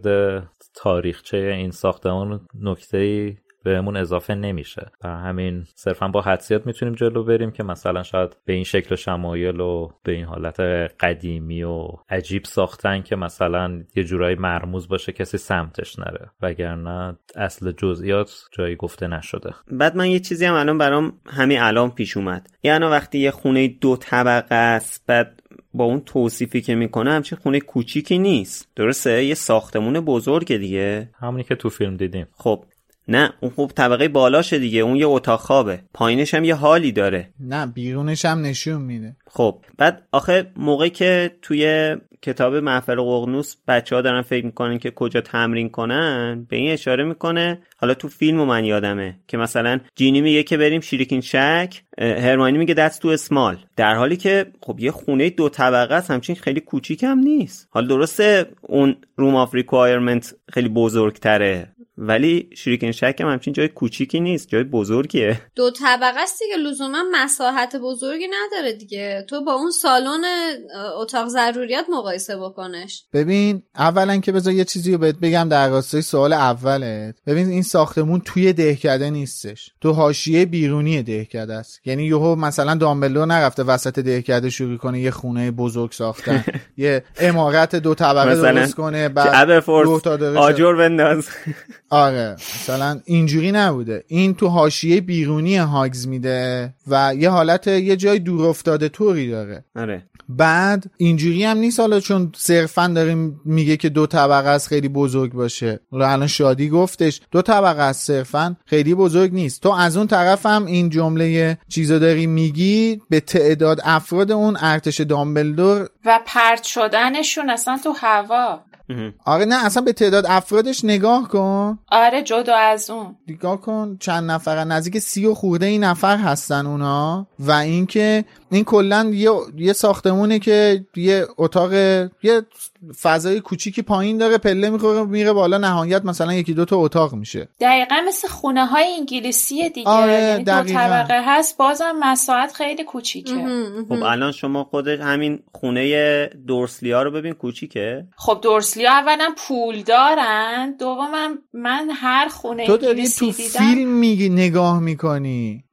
تاریخچه این ساختمون نکته‌ای بهمون اضافه نمیشه. برای همین صرفا با حدسیات میتونیم جلو بریم که مثلا شاید به این شکل و شمایل و به این حالت قدیمی و عجیب ساختن که مثلا یه جورایی مرموز باشه کسی سمتش نره، وگرنه اصل جزئیات جایی گفته نشده. بعد من یه چیزی هم الان برام همین الان پیش اومد، یعنی وقتی یه خونه دو طبقه است بعد با اون توصیفی که میکنه همچین خونه کوچیکی نیست، درسته؟ یه ساختمون بزرگه دیگه، همونی که تو فیلم دیدیم. خب نه اون خوب طبقه بالاشه دیگه، اون یه اتاق خوابه، پایینش هم یه حالی داره. نه بیرونش هم نشون میده. خب بعد آخه موقعی که توی کتاب محفل ققنوس بچه‌ها دارن فکر میکنن که کجا تمرین کنن، به این اشاره میکنه. حالا تو فیلمو من یادمه که مثلا جینی میگه که بریم شریکین شک، هرماینی میگه دتس تو اسمال، در حالی که خب یه خونه دو طبقه است، همچین خیلی کوچیک هم نیست. حالا درسته اون روم آف ریکوایرمنت خیلی بزرگتره، ولی شریکین شک هم همچین جای کوچیکی نیست، جای بزرگیه. دو طبقه است دیگه، لزوما مساحت بزرگی نداره دیگه. تو با اون سالن اتاق ضروریات مقایسه بکنش. ببین اولا که بذار یه چیزی رو بهت بگم در راستای سوال اولت. ببین این ساختمون توی دهکده نیستش، تو حاشیه بیرونی دهکده است. یعنی یهو مثلا دامبلدور نرفته وسط دهکده شروع کنه یه خونه بزرگ ساختن یه عمارت دو طبقه درست کنه بعد دو تا درست آجر بنداز. آره مثلا اینجوری نبوده. این تو حاشیه بیرونی هاگز میده و یه حالت یه جای دور افتاده طوری داره. آره بعد اینجوری هم نیست حالا چون صرفا داریم میگه که دو طبقه است خیلی بزرگ باشه. الان شادی گفتش دو طبقه است صرفا خیلی بزرگ نیست. تو از اون طرف هم این جمله چیزا داری میگی به تعداد افراد اون ارتش دامبلدور و پرت شدنشون اصلا تو هوا. آره نه اصلا به تعداد افرادش نگاه کن. آره جدا از اون نگاه کن چند نفر، نزدیک سی و خورده این نفر هستن اونا. و اینکه این کلن یه یه ساختمونه که یه اتاق یه فضای کوچیکی پایین داره، پله میخوره میره بالا، نهایت مثلا یکی دو تا اتاق میشه. دقیقاً مثل خونه های انگلیسی دیگه. آره یعنی دو طبقه هست بازم مساحت خیلی کوچیکه. خب الان شما خودت همین خونه دورسلیا رو ببین کوچیکه. خب دورسلیا اولا پول دارن، دومم من هر خونه تو داری انگلیسی تو دیدم. فیلم میگی نگاه میکنی.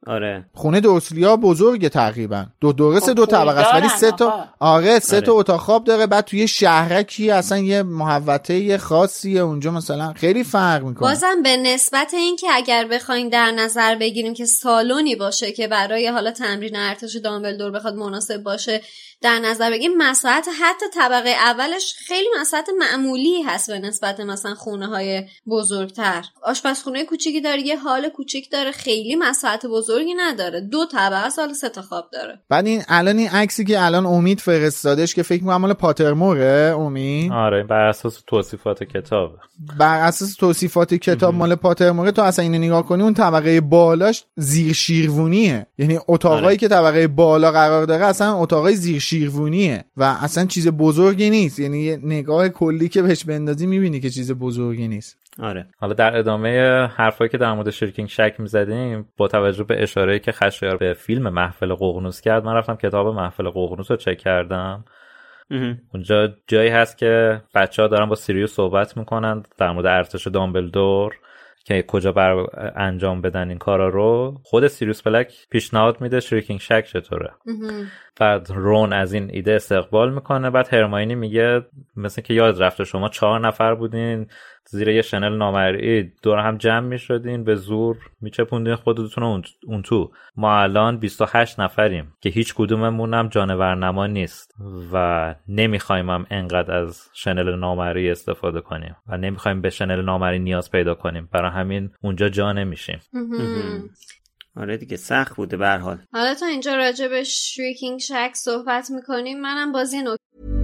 آره خونه دورسلیا بزرگه تقریبا، دو درسته دو طبقه است ولی سه تا آره سه تا اتاق خواب داره. بعد توی شهرکی اصلا یه محوطه خاصیه اونجا، مثلا خیلی فرق میکنه. بازم به نسبت این که اگر بخوایم در نظر بگیریم که سالونی باشه که برای حالا تمرین ارتش دامبلدور بخواد مناسب باشه در نظر بگیریم، مساحت حتی طبقه اولش خیلی مساحت معمولی هست به نسبت مثلا خونه های بزرگتر. آشپزخونه کوچیکی داره، یه هال کوچیک داره، خیلی مساحت بزرگی نداره، دو طبقه سال سه تا خواب داره. بعد این الان این عکسی که الان امید فرستادش که فکر می‌کنم مال پاترموره امید، آره بر اساس توصیفات کتاب، بر اساس توصیفات کتاب مال پاترموره. تو اصلا اینو نگاه کنی اون طبقه بالاش زیر شیروونیه، یعنی اتاقایی آره. که طبقه بالا قرار داره اصلا اتاقای زیر شیروونیه و اصلا چیز بزرگی نیست. یعنی یه نگاه کلی که بهش بندازی میبینی که چیز بزرگی نیست. آره. حالا در ادامه حرفایی که در مورد شریکینگ شک میزدیم، با توجه به اشاره‌ای که خشایار به فیلم محفل ققنوس کرد، من رفتم کتاب محفل ققنوس رو چک کردم. اونجا جایی هست که بچه‌ها دارن با سیریوس صحبت میکنن در مورد ارتش دامبلدور که کجا بر انجام بدن این کارا رو. خود سیریوس بلک پیشنهاد میده شریکینگ شک چطوره. بعد رون از این ایده استقبال میکنه. بعد هرماینی میگه مثلا که یاد رفته شما چهار نفر بودین زیر یه شنل نامرئی دور هم جمع میشدین به زور میچپوندین خودتون اون, اون تو. ما الان بیست و هشت نفریم که هیچ کدوممون هم جانورنما نیست و نمیخوایم هم انقدر از شنل نامرئی استفاده کنیم و نمیخوایم به شنل نامرئی نیاز پیدا کنیم، برای همین اونجا جا نمیشیم. آره دیگه سخت بوده به هر حال. حالا تا اینجا راجع به شریکینگ شک صحبت میکنیم، منم بازی نو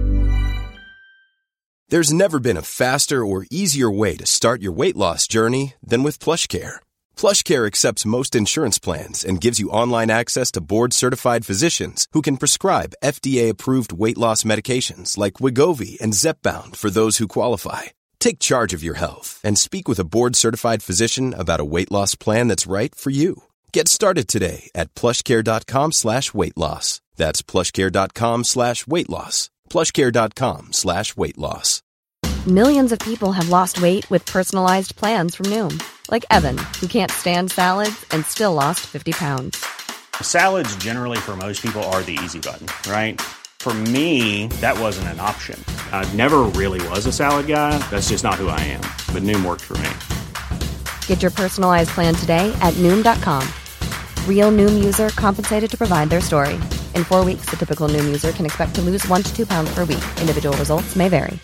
There's never been a faster or easier way to start your weight loss journey than with PlushCare. PlushCare accepts most insurance plans and gives you online access to board-certified physicians who can prescribe F D A-approved weight loss medications like Wegovy and Zepbound for those who qualify. Take charge of your health and speak with a board-certified physician about a weight loss plan that's right for you. Get started today at plushcare.com slash weight loss. That's plushcare.com slash weight loss. plushcare.com slash weight loss. Millions of people have lost weight with personalized plans from Noom. Like Evan, who can't stand salads and still lost fifty pounds. Salads generally for most people are the easy button, right? For me, that wasn't an option. I never really was a salad guy. That's just not who I am. But Noom worked for me. Get your personalized plan today at Noom dot com. Real Noom user compensated to provide their story. In four weeks, the typical Noom user can expect to lose one to two pounds per week. Individual results may vary.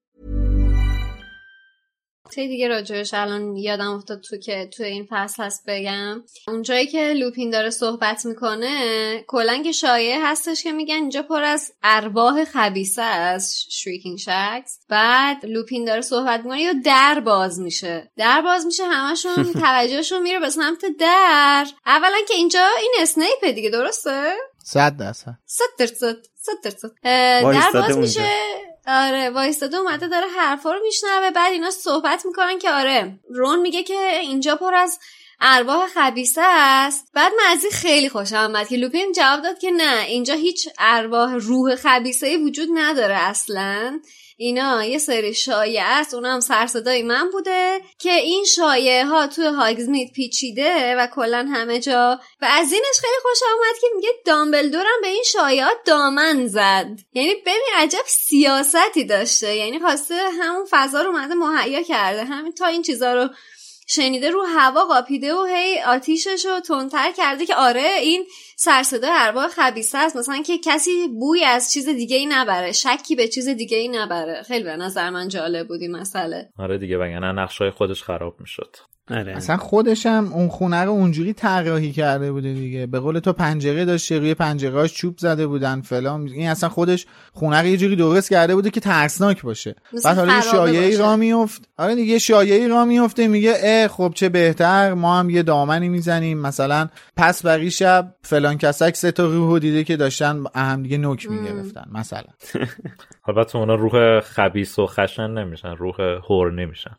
تی دیگه راجعش الان یادم افتاد تو که تو این فصل هست بگم. اونجایی که لوپین داره صحبت میکنه کلاً که شایعه هستش که میگن اینجا پر از ارواح خبیثه از شریکینگ شکس. بعد لوپین داره صحبت میکنه یا در باز میشه در باز میشه همشون توجهشون میره به سمت در. اولا که اینجا این اسنیپه دیگه، درسته؟ صد درصد صد درصد صد درصد در باز میشه. آره وایستاده اومده داره حرفا رو میشنوه. بعد اینا صحبت میکنن که آره رون میگه که اینجا پر از ارواح خبیثه است. بعد من از این خیلی خوشم اومد که لوپین جواب داد که نه، اینجا هیچ ارواح روح خبیثه‌ای وجود نداره اصلاً. اینا یه سری شایعه است، اونم سرصدای من بوده که این شایعه ها توی هاگزمید پیچیده و کلن همه جا. و از اینش خیلی خوشم اومد که میگه دامبلدور هم به این شایعات دامن زد. یعنی ببین عجب سیاستی داشته، یعنی خواسته همون فضا رو اومده مهیا کرده، همین تا این چیزا رو شنیده رو هوا قاپیده و هی آتیشش رو تندتر کرده که آره این سرصدای ارواح خبیثه است، مثلا که کسی بوی از چیز دیگه ای نبره، شکی به چیز دیگه ای نبره. خیلی به نظر من جالب بود این مسئله. آره دیگه وگرنه نقشای خودش خراب میشد. آره. اصلا خودش هم اون خونه رو اونجوری طراحی کرده بوده دیگه، به قول تو پنجره داشته، روی پنجره‌اش چوب زده بودن فلان. این اصلا خودش خونه رو یه جوری درست کرده بوده که ترسناک باشه. بعد حالا شایعه‌ای را میفت. آره دیگه شایعه‌ای را میفته، میگه اه خب چه بهتر ما هم یه دامنی میزنیم، مثلا پس بقی شب فلان کسک سه تا روحو دیده که داشتن هم دیگه نوک میگرفتن مثلا. البته اونا روح خبیث و خشن نمیشن، روح هور نمیشن.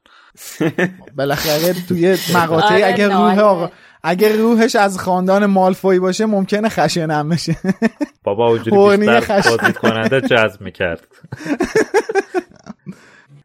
بالاخره توی مقاطعی اگه روح آقا اگه روحش از خاندان مالفوی باشه ممکنه خشن هم بشه. بابا اونجوری بیشتر بازدید کننده جذب میکرد.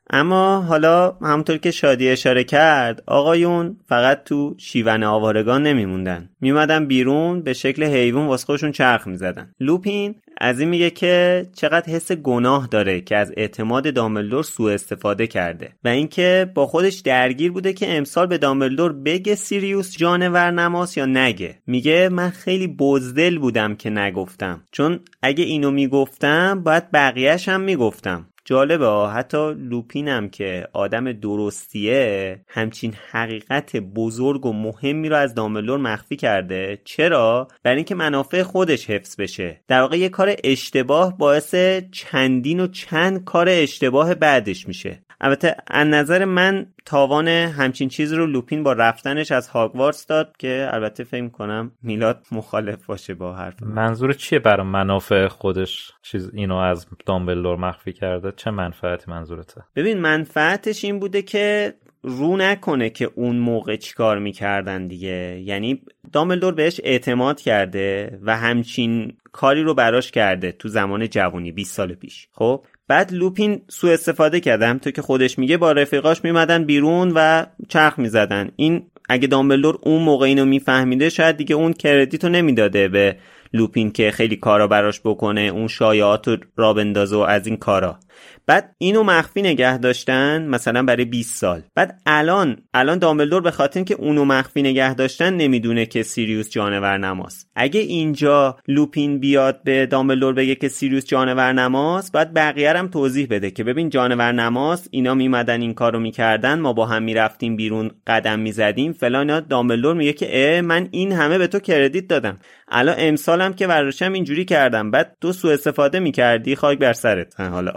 اما حالا همونطور که شادی اشاره کرد آقایون فقط تو شیون آوارگان نمیموندن، میومدن بیرون به شکل حیوان واسه خودشون چرخ میزدن. لوپین از این میگه که چقدر حس گناه داره که از اعتماد دامبلدور سوء استفاده کرده و اینکه با خودش درگیر بوده که امسال به دامبلدور بگه سیریوس جانور نماس یا نگه. میگه من خیلی بزدل بودم که نگفتم، چون اگه اینو میگفتم باید بقیه‌ش هم میگفتم. جالبه ها، حتی لوپینم که آدم درستیه همچین حقیقت بزرگ و مهمی رو از دامبلدور مخفی کرده. چرا؟ برای اینکه منافع خودش حفظ بشه. در واقع یه کار اشتباه باعث چندین و چند کار اشتباه بعدش میشه. البته از نظر من تاوان همچین چیز رو لوپین با رفتنش از هاگوارتس داد که البته فکر کنم میلاد مخالف باشه با حرف من. منظور چیه برای منافع خودش چیز اینو از دامبلدور مخفی کرده؟ چه منفعتی منظورته؟ ببین منفعتش این بوده که رو نکنه که اون موقع چیکار میکردن دیگه. یعنی دامبلدور بهش اعتماد کرده و همچین کاری رو براش کرده تو زمان جوانی بیست سال پیش. خب بعد لوپین سوء استفاده کرده، همونطور که خودش میگه با رفیقاش میمدن بیرون و چرخ میزدن. این اگه دامبلدور اون موقع اینو میفهمیده شاید دیگه اون کردیتو نمیداده به لوپین که خیلی کارا براش بکنه، اون شایعات رو راه بندازه و از این کارا. بعد اینو مخفی نگه داشتن مثلا برای بیست سال. بعد الان الان دامبلدور به خاطر اینکه اونو مخفی نگه داشتن نمیدونه که سیریوس جانور نماست. اگه اینجا لوپین بیاد به دامبلدور بگه که سیریوس جانور نماست، بعد بقیه هم توضیح بده که ببین جانور نماست، اینا میمدن این کارو میکردن، ما با هم میرفتیم بیرون قدم میزدیم فلان. دامبلدور میگه که اه من این همه به تو کردیت دادم، الان امسالم که ورشم اینجوری کردم، بعد تو سوء استفاده میکردی، خاک بر سرت. حالا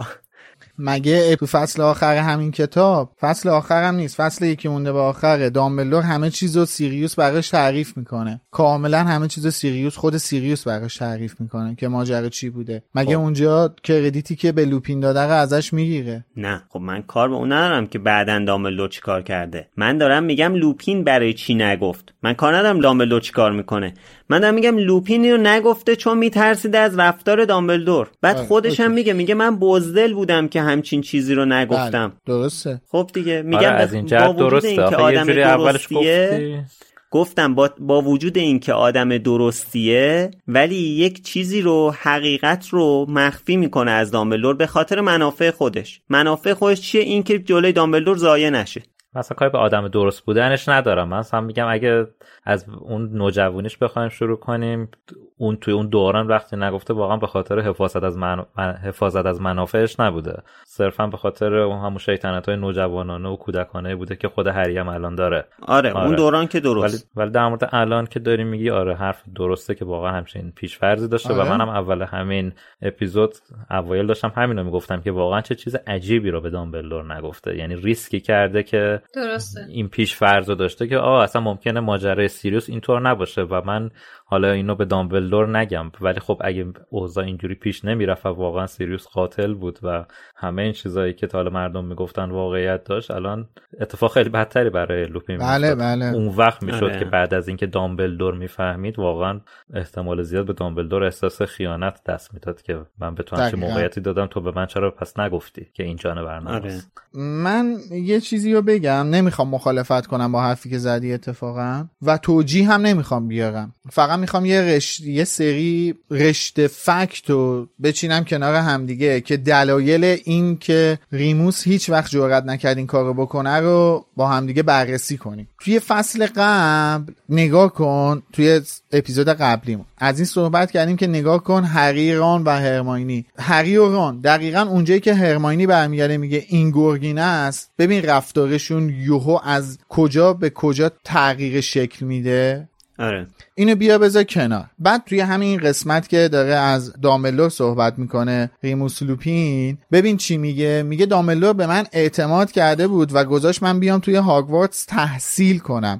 مگه تو فصل آخر همین کتاب، فصل آخر هم نیست، فصل یکی مونده به آخره، دامبلدور همه چیزو سیریوس براش تعریف میکنه، کاملا همه چیزو سیریوس خود سیریوس براش تعریف میکنه که ماجرا چی بوده. مگه خب. اونجا کردیتی که به لوپین داده رو ازش میگیره؟ نه خب من کار به اون ندارم که بعداً دامبلدور چیکار کرده. من دارم میگم لوپین برای چی نگفت. من کار ندارم دامبلدور چیکار میکنه. من دارم میگم لوپین رو نگفته چون میترسیده از رفتار دامبلدور. بعد خودش هم میگه میگه من بزدل بودم که همچین چیزی رو نگفتم. درسته. خب دیگه میگم آره از این جهت درسته. آخه یه جوری اولش گفتی گفتم با, با وجود این که آدم درستیه ولی یک چیزی رو، حقیقت رو مخفی میکنه از دامبلدور به خاطر منافع خودش. منافع خودش چیه؟ این که جلوی دامبلدور ضایع نشه. مثلا کاری به آدم درست بودنش ندارم. من مثلا میگم اگه از اون نوجوانیش بخوایم شروع کنیم، اون توی اون دوران وقتی نگفته واقعا به خاطر حفاظت از من... حفاظت از منافعش نبوده، صرفا به خاطر اون همون شیطنت‌های نوجوانانه و کودکانه بوده که خود هری هم الان داره. آره, آره. اون دوران که درست. ولی, ولی در مورد الان که داری میگی آره حرف درسته که واقعا همچین پیش‌فرضی داشته. آره. و منم اول همین اپیزود اوایل داشتم همینو میگفتم که واقعا چه چیز عجیبی رو به دامبلدور نگفته. یعنی ریسکی کرده که درسته. این پیش‌فرضو داشته که آه اصلا ممکنه ماجرای سیریوس اینطور نباشه و من حالا اینو به دامبلدور نگم، ولی خب اگه اوضاع اینجوری پیش نمیرفت و واقعا سیریوس قاتل بود و همه این چیزایی که تا حالا مردم میگفتن واقعیت داشت، الان اتفاق خیلی بدتری برای لوپین میفته. بله بله. اون وقت میشد آره. که بعد از اینکه دامبلدور میفهمید واقعا احتمال زیاد به دامبلدور احساس خیانت دست میداد که من به تو همچین موقعیتی دادم، تو به من چرا پس نگفتی که این جانور نماست. آره. من یه چیزی رو بگم، نمیخوام مخالفت کنم با حرفی که زدی اتفاقا و توجیه هم نمیخوام بیارم، فقط میخوام یه رشت یه سری رشته فکتو بچینم کنار همدیگه که دلایل این که ریموس هیچ وقت جرئت نکرد این کارو بکنه رو با همدیگه بررسی کنیم. توی فصل قبل نگاه کن، توی اپیزود قبلیمون از این صحبت کردیم که نگاه کن هری، ران و هرماینی. هری و ران دقیقاً اونجایی که هرماینی برمیگرده میگه این گرگینه است، ببین رفتارشون یوهو از کجا به کجا تغییر شکل میده. آره. اینو بیا بذار کنار. بعد توی همین قسمت که داره از دامبلدور صحبت میکنه ریموس لوپین، ببین چی میگه. میگه دامبلدور به من اعتماد کرده بود و گذاشت من بیام توی هاگوارتس تحصیل کنم.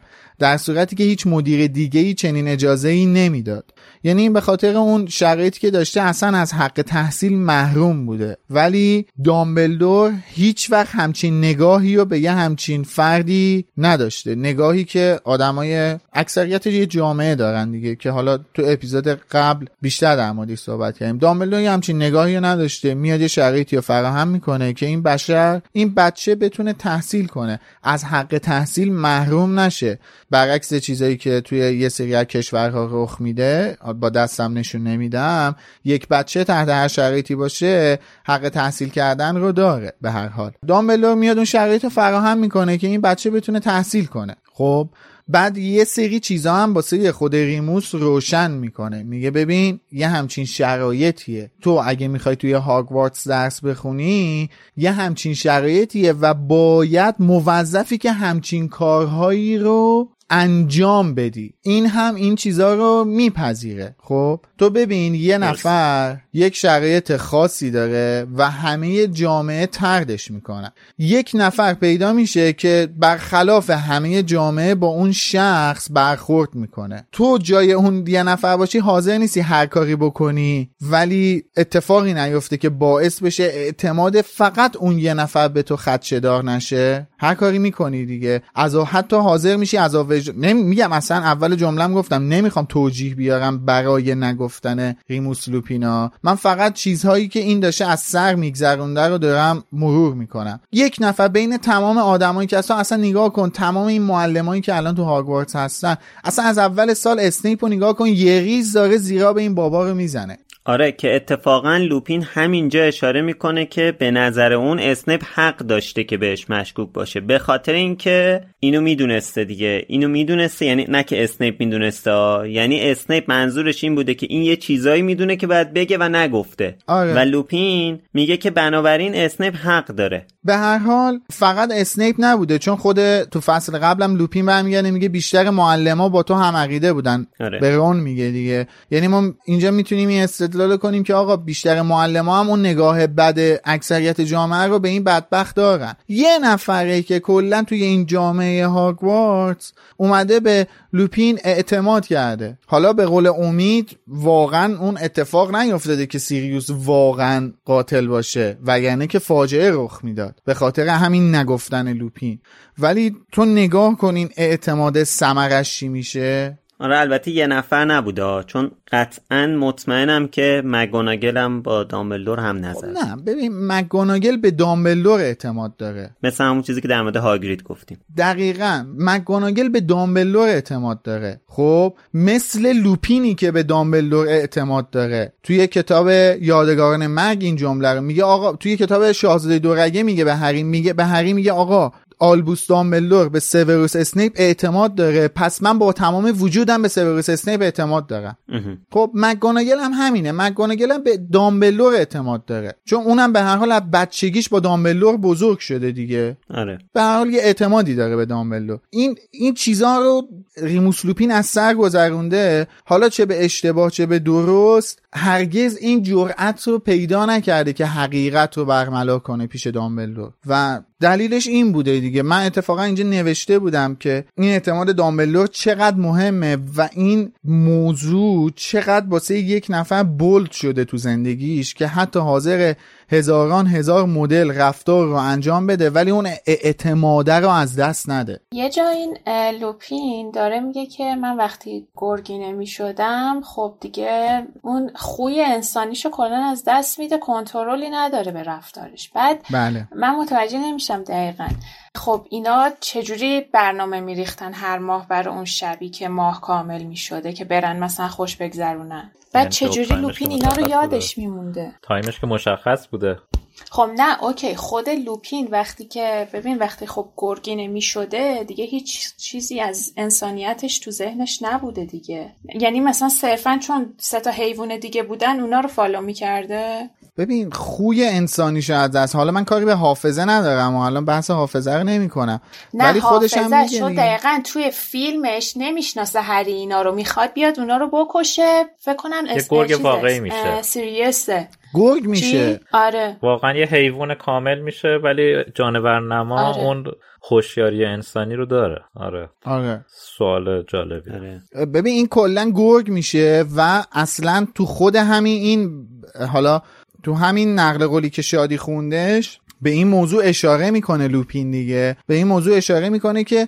در صورتی که هیچ مدیر دیگه‌ای چنین اجازه‌ای نمیداد. یعنی این به خاطر اون شرایطی که داشته اصلا از حق تحصیل محروم بوده. ولی دامبلدور هیچ وقت همچین نگاهی رو به یه همچین فردی نداشته، نگاهی که آدمای اکثریت یه جامعه دارن دیگه، که حالا تو اپیزود قبل بیشتر در موردش صحبت کردیم. دامبلدور همچین نگاهی رو نداشته، میاد یه شرایطی رو فراهم میکنه که این بشر این بچه بتونه تحصیل کنه، از حق تحصیل محروم نشه، برعکس چیزایی که توی یه سری از کشورها رخ میده، با دستم نشون نمیدم، یک بچه تحت هر شرایطی باشه حق تحصیل کردن رو داره. به هر حال دامبلدور میاد اون شرایط رو فراهم میکنه که این بچه بتونه تحصیل کنه. خب بعد یه سری چیزا هم واسه خود ریموس روشن میکنه، میگه ببین یه همچین شرایطیه، تو اگه میخوای توی هاگوارتس درس بخونی یه همچین شرایطیه و باید موظفی که همچین کارهایی رو انجام بدی. این هم این چیزا رو میپذیره. خب تو ببین یه نفر یک شرایط خاصی داره و همه جامعه طردش میکنن، یک نفر پیدا میشه که برخلاف همه جامعه با اون شخص برخورد میکنه. تو جای اون یه نفر باشی حاضر نیستی هر کاری بکنی، ولی اتفاقی نیفته که باعث بشه اعتماد فقط اون یه نفر به تو خدشه‌دار نشه، هر کاری میکنی دیگه. از حتی حاضر میشی از نمیگم اصلا اول جمله‌ام گفتم نمیخوام توجیه بیارم برای نگفتن ریموس لوپینا، من فقط چیزهایی که این داشته از سر میگذرونده رو دارم مرور میکنم. یک نفر بین تمام آدمایی که اصلا اصلا نگاه کن، تمام این معلمایی که الان تو هاگوارتس هستن، اصلا از اول سال اسنیپ رو نگاه کن، یه ریز داره زیرا به این بابا رو میزنه. آره که اتفاقا لوپین همینجا اشاره میکنه که به نظر اون اسنیپ حق داشته که بهش مشکوک باشه، به خاطر اینکه اینو میدونسته دیگه، اینو میدونسته، یعنی نه که اسنیپ میدونسته، یعنی اسنیپ منظورش این بوده که این یه چیزایی میدونه که باید بگه و نگفته. آره. و لوپین میگه که بنابراین اسنیپ حق داره. به هر حال فقط اسنیپ نبوده، چون خود تو فصل قبلم لوپین برمیگرده میگه بیشتر معلما با تو هم عقیده بودن. آره. به رون میگه دیگه، یعنی ما اینجا میتونیم این استدلال کنیم که آقا بیشتر معلما هم اون نگاه بد اکثریت جامعه رو به این بدبخت دارن. یه نفره که کلا توی این جامعه هاگوارتس اومده به لوپین اعتماد کرده. حالا به قول امید واقعا اون اتفاق نیفتاده که سیریوس واقعا قاتل باشه، وگرنه که فاجعه رخ میداد به خاطر همین نگفتن لوپین. ولی تو نگاه کنین اعتماد ثمرش چی میشه. آره البته یه نفر نبوده، چون قطعا مطمئنم که مگوناگل هم با دامبلدور هم نظر. نه ببین مگوناگل به دامبلدور اعتماد داره، مثل همون چیزی که در مورد هاگرید گفتیم. دقیقاً مگوناگل به دامبلدور اعتماد داره. خب مثل لوپینی که به دامبلدور اعتماد داره. توی کتاب یادگاران مرگ این جمله رو میگه آقا، توی کتاب شاهزاده دورگه میگه به هری، میگه به هری میگه آقا آلبوس دامبلدور به سیوروس اسنیپ اعتماد داره، پس من با تمام وجودم به سیوروس اسنیپ اعتماد دارم. خب مگوناگل هم همینه، مگوناگل هم به دامبلدور اعتماد داره، چون اونم به هر حال از بچگیش با دامبلدور بزرگ شده دیگه. آره. به هر حال یه اعتمادی داره به دامبلدور. این این چیزا رو ریموس لوپین از سر گذرونده، حالا چه به اشتباه چه به درست، هرگز این جرأت رو پیدا نکرده که حقیقت رو برملا کنه پیش دامبلدور و دلیلش این بوده دیگه. من اتفاقا اینجا نوشته بودم که این اعتماد دامبلدور چقدر مهمه و این موضوع چقدر واسه یک نفر بولد شده تو زندگیش که حتی حاضر هزاران هزار مدل رفتار رو انجام بده ولی اون اعتماده رو از دست نده. یه جا این لوپین داره میگه که من وقتی گرگینه میشدم خب دیگه اون خوی انسانیشو کلا از دست میده، کنترلی نداره به رفتارش. بعد بله. من متوجه نمیشم دقیقاً خب اینا چجوری برنامه میریختن هر ماه برای اون شبی که ماه کامل میشده که برن مثلا خوش بگذرونن؟ بعد چجوری لوپین اینا رو یادش میمونده؟ تایمش که مشخص بوده. خب نه اوکی، خود لوپین وقتی که ببین وقتی خب گرگینه میشده دیگه هیچ چیزی از انسانیتش تو ذهنش نبوده دیگه، یعنی مثلا صرفا چون سه تا حیوان دیگه بودن اونا رو فالو میکرده. ببین خوی انسانی شاید از، حالا من کاری به حافظه ندارم و الان بحث حافظه رو نمی کنم، ولی خودش هم میگه شو دقیقاً توی فیلمش نمیشناسه هری اینا رو، میخواد بیاد اونا رو بکشه، فکر کنم اسم گرگ واقعی میشه سیریوسه. گرگ میشه. آره واقعا یه حیوان کامل میشه ولی جانور نما آره. اون هوشیاری انسانی رو داره. آره آره سوال جالبی. آره. ببین این کلا گرگ میشه و اصلا تو خود همین این حالا تو همین نقل قولی که شادی خوندش به این موضوع اشاره میکنه لوپین دیگه، به این موضوع اشاره میکنه که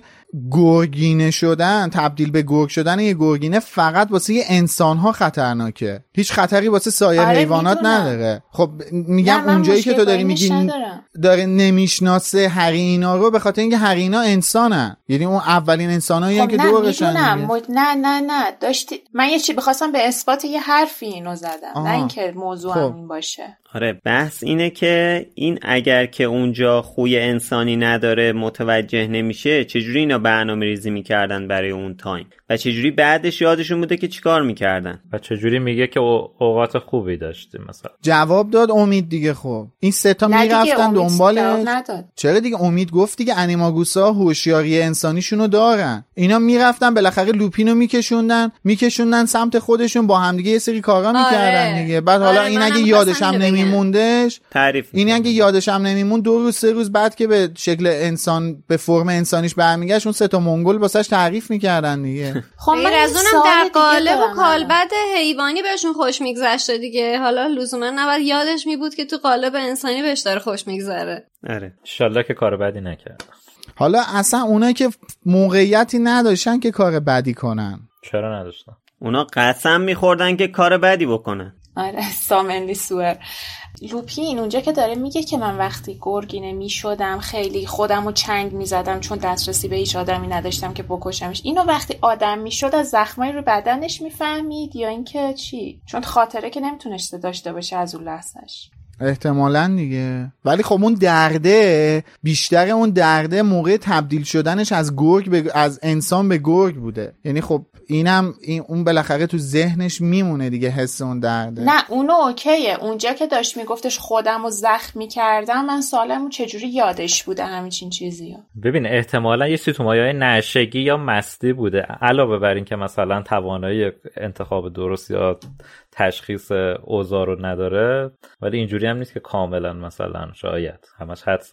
گرگینه شدن، تبدیل به گرگ شدن یه گرگینه فقط واسه یه انسان‌ها خطرناکه، هیچ خطری واسه سایر آره حیوانات میدونم. نداره. خب میگم اونجایی که تو داری میگی داره نمیشناسه هرینا رو به خاطر اینکه هرینا انسانن، یعنی اون اولین انسانایی خب که دورشن. مد... نه نه نه داشتی من یه چی بخواستم به اثبات یه حرفی اینو زدم آه. نه اینکه موضوع خب. این باشه. آره بحث اینه که این اگر که اونجا خوی انسانی نداره متوجه نمیشه چجوری اینا برنامه ریزی میکردن برای اون تایم و چجوری بعدش یادشون بوده که چیکار میکردن و چجوری میگه که اوقات خوبی داشتیم مثلا. جواب داد امید دیگه. خب این سه تا میرفتن دنبال چرا دیگه امید گفت دیگه انیماگوسا هوشیاری انسانیشونو دارن، اینا میرفتن بالاخره لوپینو میکشوندن میکشوندن سمت خودشون با همدیگه یه سری کارا میکردن آره. دیگه بعد حالا آره این اگه یادش هم نمیموندش تعریف این اگه یادش هم نمیموند دو روز سه روز بعد که به شکل انسان به فرم انسانیش برمیگشت اون سه تا منگول واسش تعریف میکردن دیگه. خب من از اونم در قالب و کالبد حیوانی بهشون خوش میگذشته دیگه، حالا لزوما نباید یادش میبود که تو قالب انسانی بهش داره خوش میگذره. آره ان شاءالله که کار بدی نکرد. حالا اصلا اونایی که موقعیتی نداشتن که کار بدی کنن. چرا نداشتن؟ اونا قسم میخوردن که کار بدی بکنن. آره سامنلی سوئر. لوپین اونجا که داره میگه که من وقتی گرگینه میشدم خیلی خودمو چنگ میزدم چون دسترسی به هیچ آدمی نداشتم که بکشمش، اینو وقتی آدم میشد از زخمای رو بدنش میفهمید یا اینکه چی؟ چون خاطره که نمیتونسته داشته باشه از اون لحظهش احتمالاً دیگه. ولی خب اون درده بیشتر اون درده موقع تبدیل شدنش از گرگ به از انسان به گرگ بوده، یعنی خب اینم این اون بالاخره تو ذهنش میمونه دیگه حس اون درده. نه اونو اوکیه، اونجا که داشت میگفتش خودمو زخم میکردم من سوالمو چجوری یادش بوده همین چیزیو. ببین احتمالاً یه سیتومایای نشگی یا مستی بوده علاوه بر این که مثلا توانایی انتخاب درست یا تشخیص اوضاع رو نداره، ولی اینجوری هم نیست که کاملا مثلا شاید همش حدس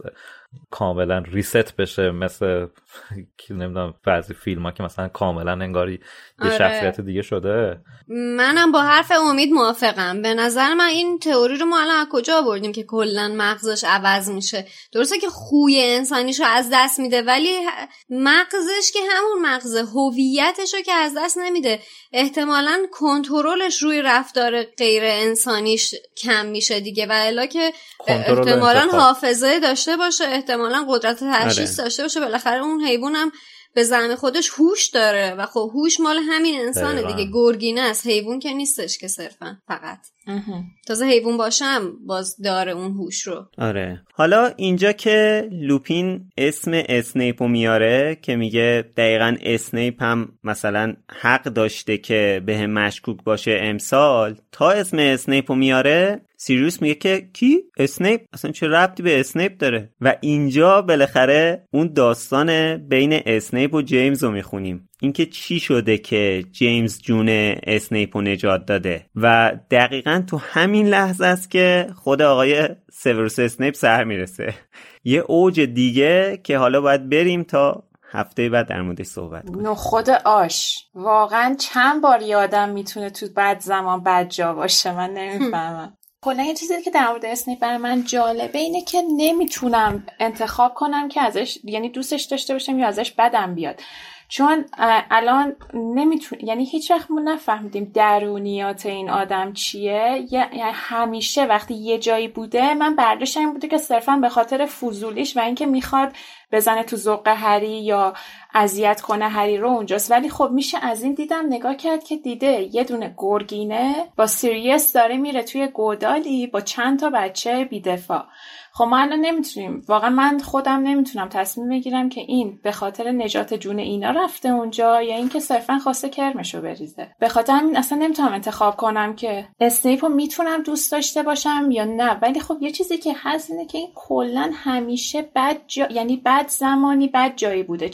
کاملا ریست بشه مثل نمیدونم بعضی فیلم ها که مثلا کاملا انگاری یه آره. شخصیت دیگه شده. منم با حرف امید موافقم. به نظر من این تئوری رو ما الان از کجا آوردیم که کلا مغزش عوض میشه؟ درسته که خوی انسانیشو از دست میده ولی مغزش که همون مغز هویتشو که از دست نمیده، احتمالاً کنترلش روی رفتار غیر انسانیش کم میشه دیگه و الا که احتمالاً حافظه داشته باشه، احتمالاً قدرت تشخیص آره. داشته باشه. بالاخره اون حیوانم به زعم خودش هوش داره و خب هوش مال همین انسانه دیگه، گرگینه است، حیوان که نیستش که صرفا فقط تازه حیوان باشم باز داره اون هوش رو. آره حالا اینجا که لوپین اسم اسنیپو میاره که میگه دقیقاً اسنیپ هم مثلا حق داشته که به هم مشکوک باشه امسال، تا اسم اسنیپو میاره سیریوس میگه که کی؟ اسنیپ؟ اصلا چه ربطی به اسنیپ داره؟ و اینجا بالاخره اون داستان بین اسنیپ و جیمز رو میخونیم، اینکه چی شده که جیمز جون اسنیپ رو نجات داده و دقیقاً تو همین لحظه است که خود آقای سیوروس اسنیپ سر میرسه. یه اوج دیگه که حالا باید بریم تا هفته بعد در موردش صحبت کنیم. نو خود آش واقعاً چند بار یادم میتونه تو بد زمان بد جا باشه، من نمیفهمم. کلا یه چیزی که در مورد اسنیپ برای من جالبه اینه که نمیتونم انتخاب کنم که ازش یعنی دوستش داشته باشم یا ازش بدم بیاد، چون الان نمیتون یعنی هیچ وقت ما نفهمیدیم درونیات این آدم چیه. یعنی همیشه وقتی یه جایی بوده من برداشتم این بوده که صرفا به خاطر فضولیش و اینکه میخواد بزنه تو ذوق هری یا اذیت کنه هری رو اونجاست، ولی خب میشه از این دیدم نگاه کرد که دیده یه دونه گرگینه با سیریس داره میره توی گودالی با چند تا بچه بیدفاع. خب ما الان نمیتونیم، واقعا من خودم نمیتونم تصمیم بگیرم که این به خاطر نجات جون اینا رفته اونجا یا اینکه صرفا خواسته کرمشو بریزه. به خاطر همین اصلا نمیتونم انتخاب کنم که اسنیپو میتونم دوست داشته باشم یا نه. ولی خب یه چیزی که هست اینه که این کلا همیشه بد جا... یعنی بد زمانی بد جایی بوده، چه اونجا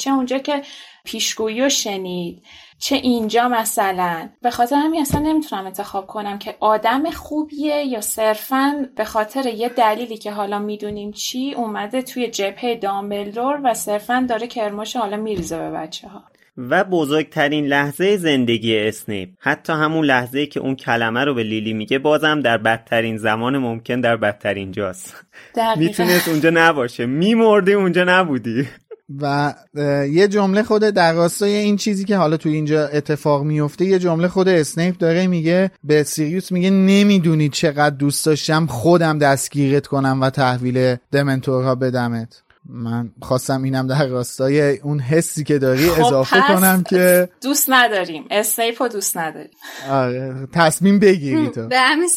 که پیشگویی رو شنید، چه اینجا مثلا. به خاطر همین اصلا نمیتونم انتخاب کنم که آدم خوبیه یا صرفاً به خاطر یه دلیلی که حالا میدونیم چی اومده توی جبهه دامبلدور و صرفاً داره کرماش حالا میریزه به بچه ها. و بزرگترین لحظه زندگی اسنیپ، حتی همون لحظه‌ای که اون کلمه رو به لیلی میگه، بازم در بدترین زمان ممکن در بدترین جاست. میتونست اونجا نباشه، میمردی اونجا نبودی. و یه جمله خود در راستای این چیزی که حالا توی اینجا اتفاق میفته، یه جمله خود اسنیپ داره میگه به سیریوس، میگه نمیدونی چقدر دوست داشتم خودم دستگیرت کنم و تحویل دمنتورها بدمت. من خواستم اینم در راستای اون حسی که داری خب اضافه کنم که دوست نداریم اسنیپ رو دوست نداریم. آره تصمیم بگیری تو به همین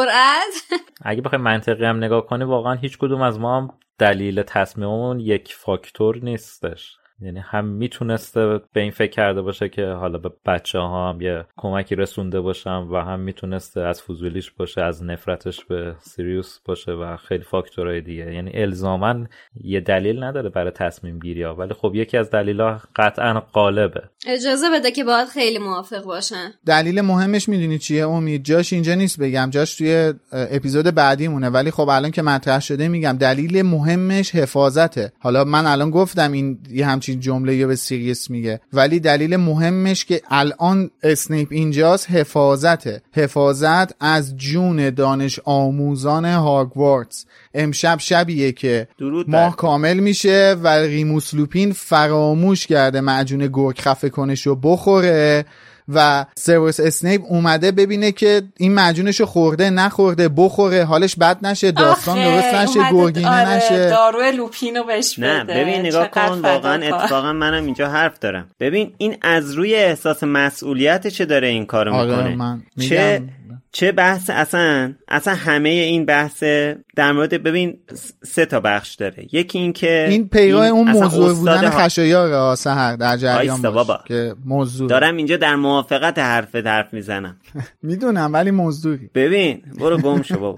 سرعت. اگه بخوای منطقی هم نگاه کنی، واقعا هیچ کدوم از ما هم دلیل تصمیممون یک فاکتور نیستش. یعنی هم میتونسته به این فکر کرده باشه که حالا به بچه ها هم یه کمکی رسونده باشم و هم میتونسته از فضولیش باشه، از نفرتش به سیریوس باشه و خیلی فاکتورهای دیگه. یعنی الزاماً یه دلیل نداره برای تصمیم گیری ها، ولی خب یکی از دلیل‌ها قطعاً غالبه. اجازه بده که باید خیلی موافق باشن. دلیل مهمش میدونی چیه امید؟ جاش اینجا نیست بگم، جاش توی اپیزود بعدی مونه، ولی خب الان که مطرح شده میگم دلیل مهمش حفاظته. حالا من الان گفتم این یه همچین جمله یا به سیریوس میگه، ولی دلیل مهمش که الان اسنیپ اینجاست حفاظته. حفاظت از جون دانش آموزان هاگوارتس. امشب شبیه که ماه کامل میشه و ریموس لوپین فراموش کرده معجون گرگ خفه کنشو بخوره و سیریوس اسنیپ اومده ببینه که این معجونشو خورده نخورده، بخوره حالش بد نشه، داستان درست نشه، گرگینه آره نشه، داروی لوپینو بهش بده. نه ببین نگاه کن، واقعا اتفاقا منم اینجا حرف دارم. ببین این از روی احساس مسئولیتشه داره این کارو آره میکنه. من چه چه بحث اصلا اصلا همه این بحث در مورد، ببین سه تا بخش داره. یکی این که این پیرای اون موضوع بودن ها... خشایار سحر در جریان باش که موضوع دارم اینجا در موافقت حرف حرف میزنم. میدونم ولی موضوعی. ببین برو گم شو بابا.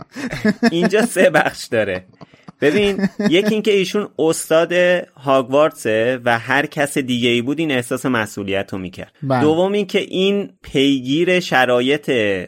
اینجا سه بخش داره. ببین یکی این که ایشون استاد هاگوارتسه و هر کس دیگه ای بود این احساس مسئولیت رو میکرد. دوم این که این پیگیر شرایط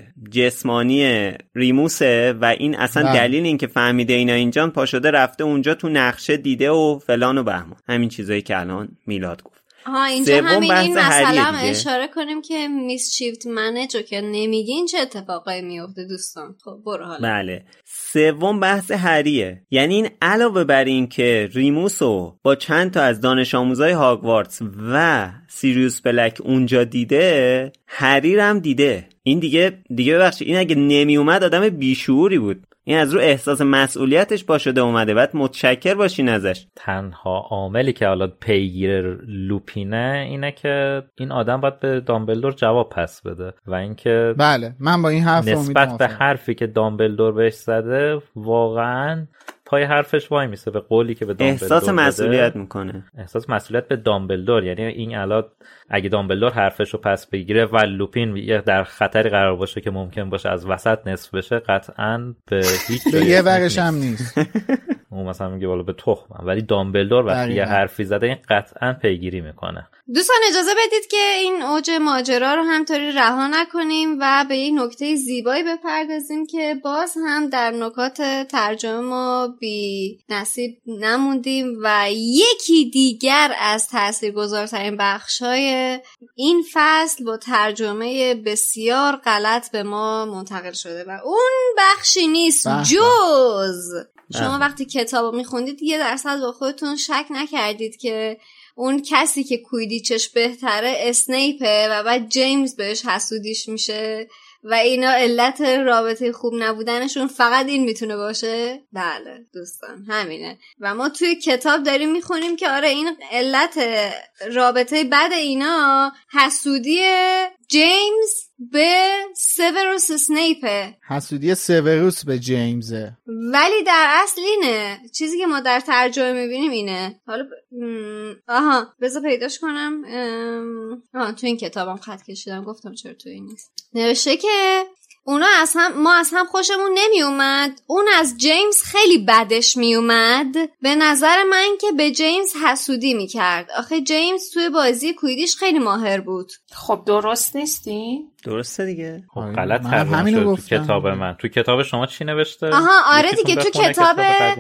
جسمانی ریموسه و این اصلا بله. دلیل این که فهمیده اینا اینجان پا شده رفته اونجا تو نقشه دیده و فلان و بهمان، همین چیزایی که الان میلاد گفت. ها اینجا همین این مسئله هم اشاره کنیم که میس شیفت منیجو که نمیگین چه اتفاقایی میفته دوستان. خب برو حالا. بله. سوم بحث هریه، یعنی این علاوه بر این که ریموسو با چند تا از دانش آموزای هاگوارتس و سیریوس بلک اونجا دیده، هری هم دیده. این دیگه دیگه ببخشید این اگه نمی اومد آدم بیشعوری بود. این از رو احساس مسئولیتش با شده اومده، باید متشکر باشین ازش. تنها عاملی که حالا پیگیر لوپینه اینه که این آدم باید به دامبلدور جواب پس بده و اینکه بله من با این حرف نسبت به حرفی که دامبلدور بهش زده واقعاً پای حرفش وای میسه، به قولی که به دامبلدور احساس مسئولیت میکنه، احساس مسئولیت به دامبلدور. یعنی این الان اگه دامبلدور حرفشو پس بگیره و لوپین در خطری قرار باشه که ممکن باشه از وسط نصف بشه، قطعاً به هیچ به یه ورش هم نیست. اون مثلا میگه والا به تخمم، ولی دامبلدور وقتی یه حرفی زده این قطعاً پیگیری میکنه. دوستان اجازه بدید که این اوج ماجرا رو همطوری رها نکنیم و به یک نکته زیبایی بپردازیم که باز هم در نکات ترجمه ما بی نصیب نموندیم و یکی دیگر از تاثیرگذارترین بخش‌های این فصل با ترجمه بسیار غلط به ما منتقل شده و اون بخشی نیست جز شما وقتی کتابو میخوندید یه درصد با خودتون شک نکردید که اون کسی که کویدیچش بهتره اسنیپه و بعد جیمز بهش حسودیش میشه و اینا علت رابطه خوب نبودنشون فقط این میتونه باشه؟ بله دوستان همینه و ما توی کتاب داریم میخونیم که آره این علت رابطه بد اینا حسودی جیمز به سیوروس اسنیپه، حسودی سیوروس به جیمزه، ولی در اصل اینه چیزی که ما در ترجمه میبینیم اینه. حالا ب... آها بذار پیداش کنم. آها تو این کتابم خط کشیدم گفتم چرا تو این نیست. نوشته که اونا از هم ما از هم خوشمون نمی اومد، اون از جیمز خیلی بدش می اومد. به نظر من که به جیمز حسودی می کرد. آخه جیمز توی بازی کویدیش خیلی ماهر بود. خب درست نیستی؟ درسته دیگه. خب غلط ترجمه شده تو کتاب من. تو کتاب شما چی نوشته؟ آها آره دیگه، تو کتاب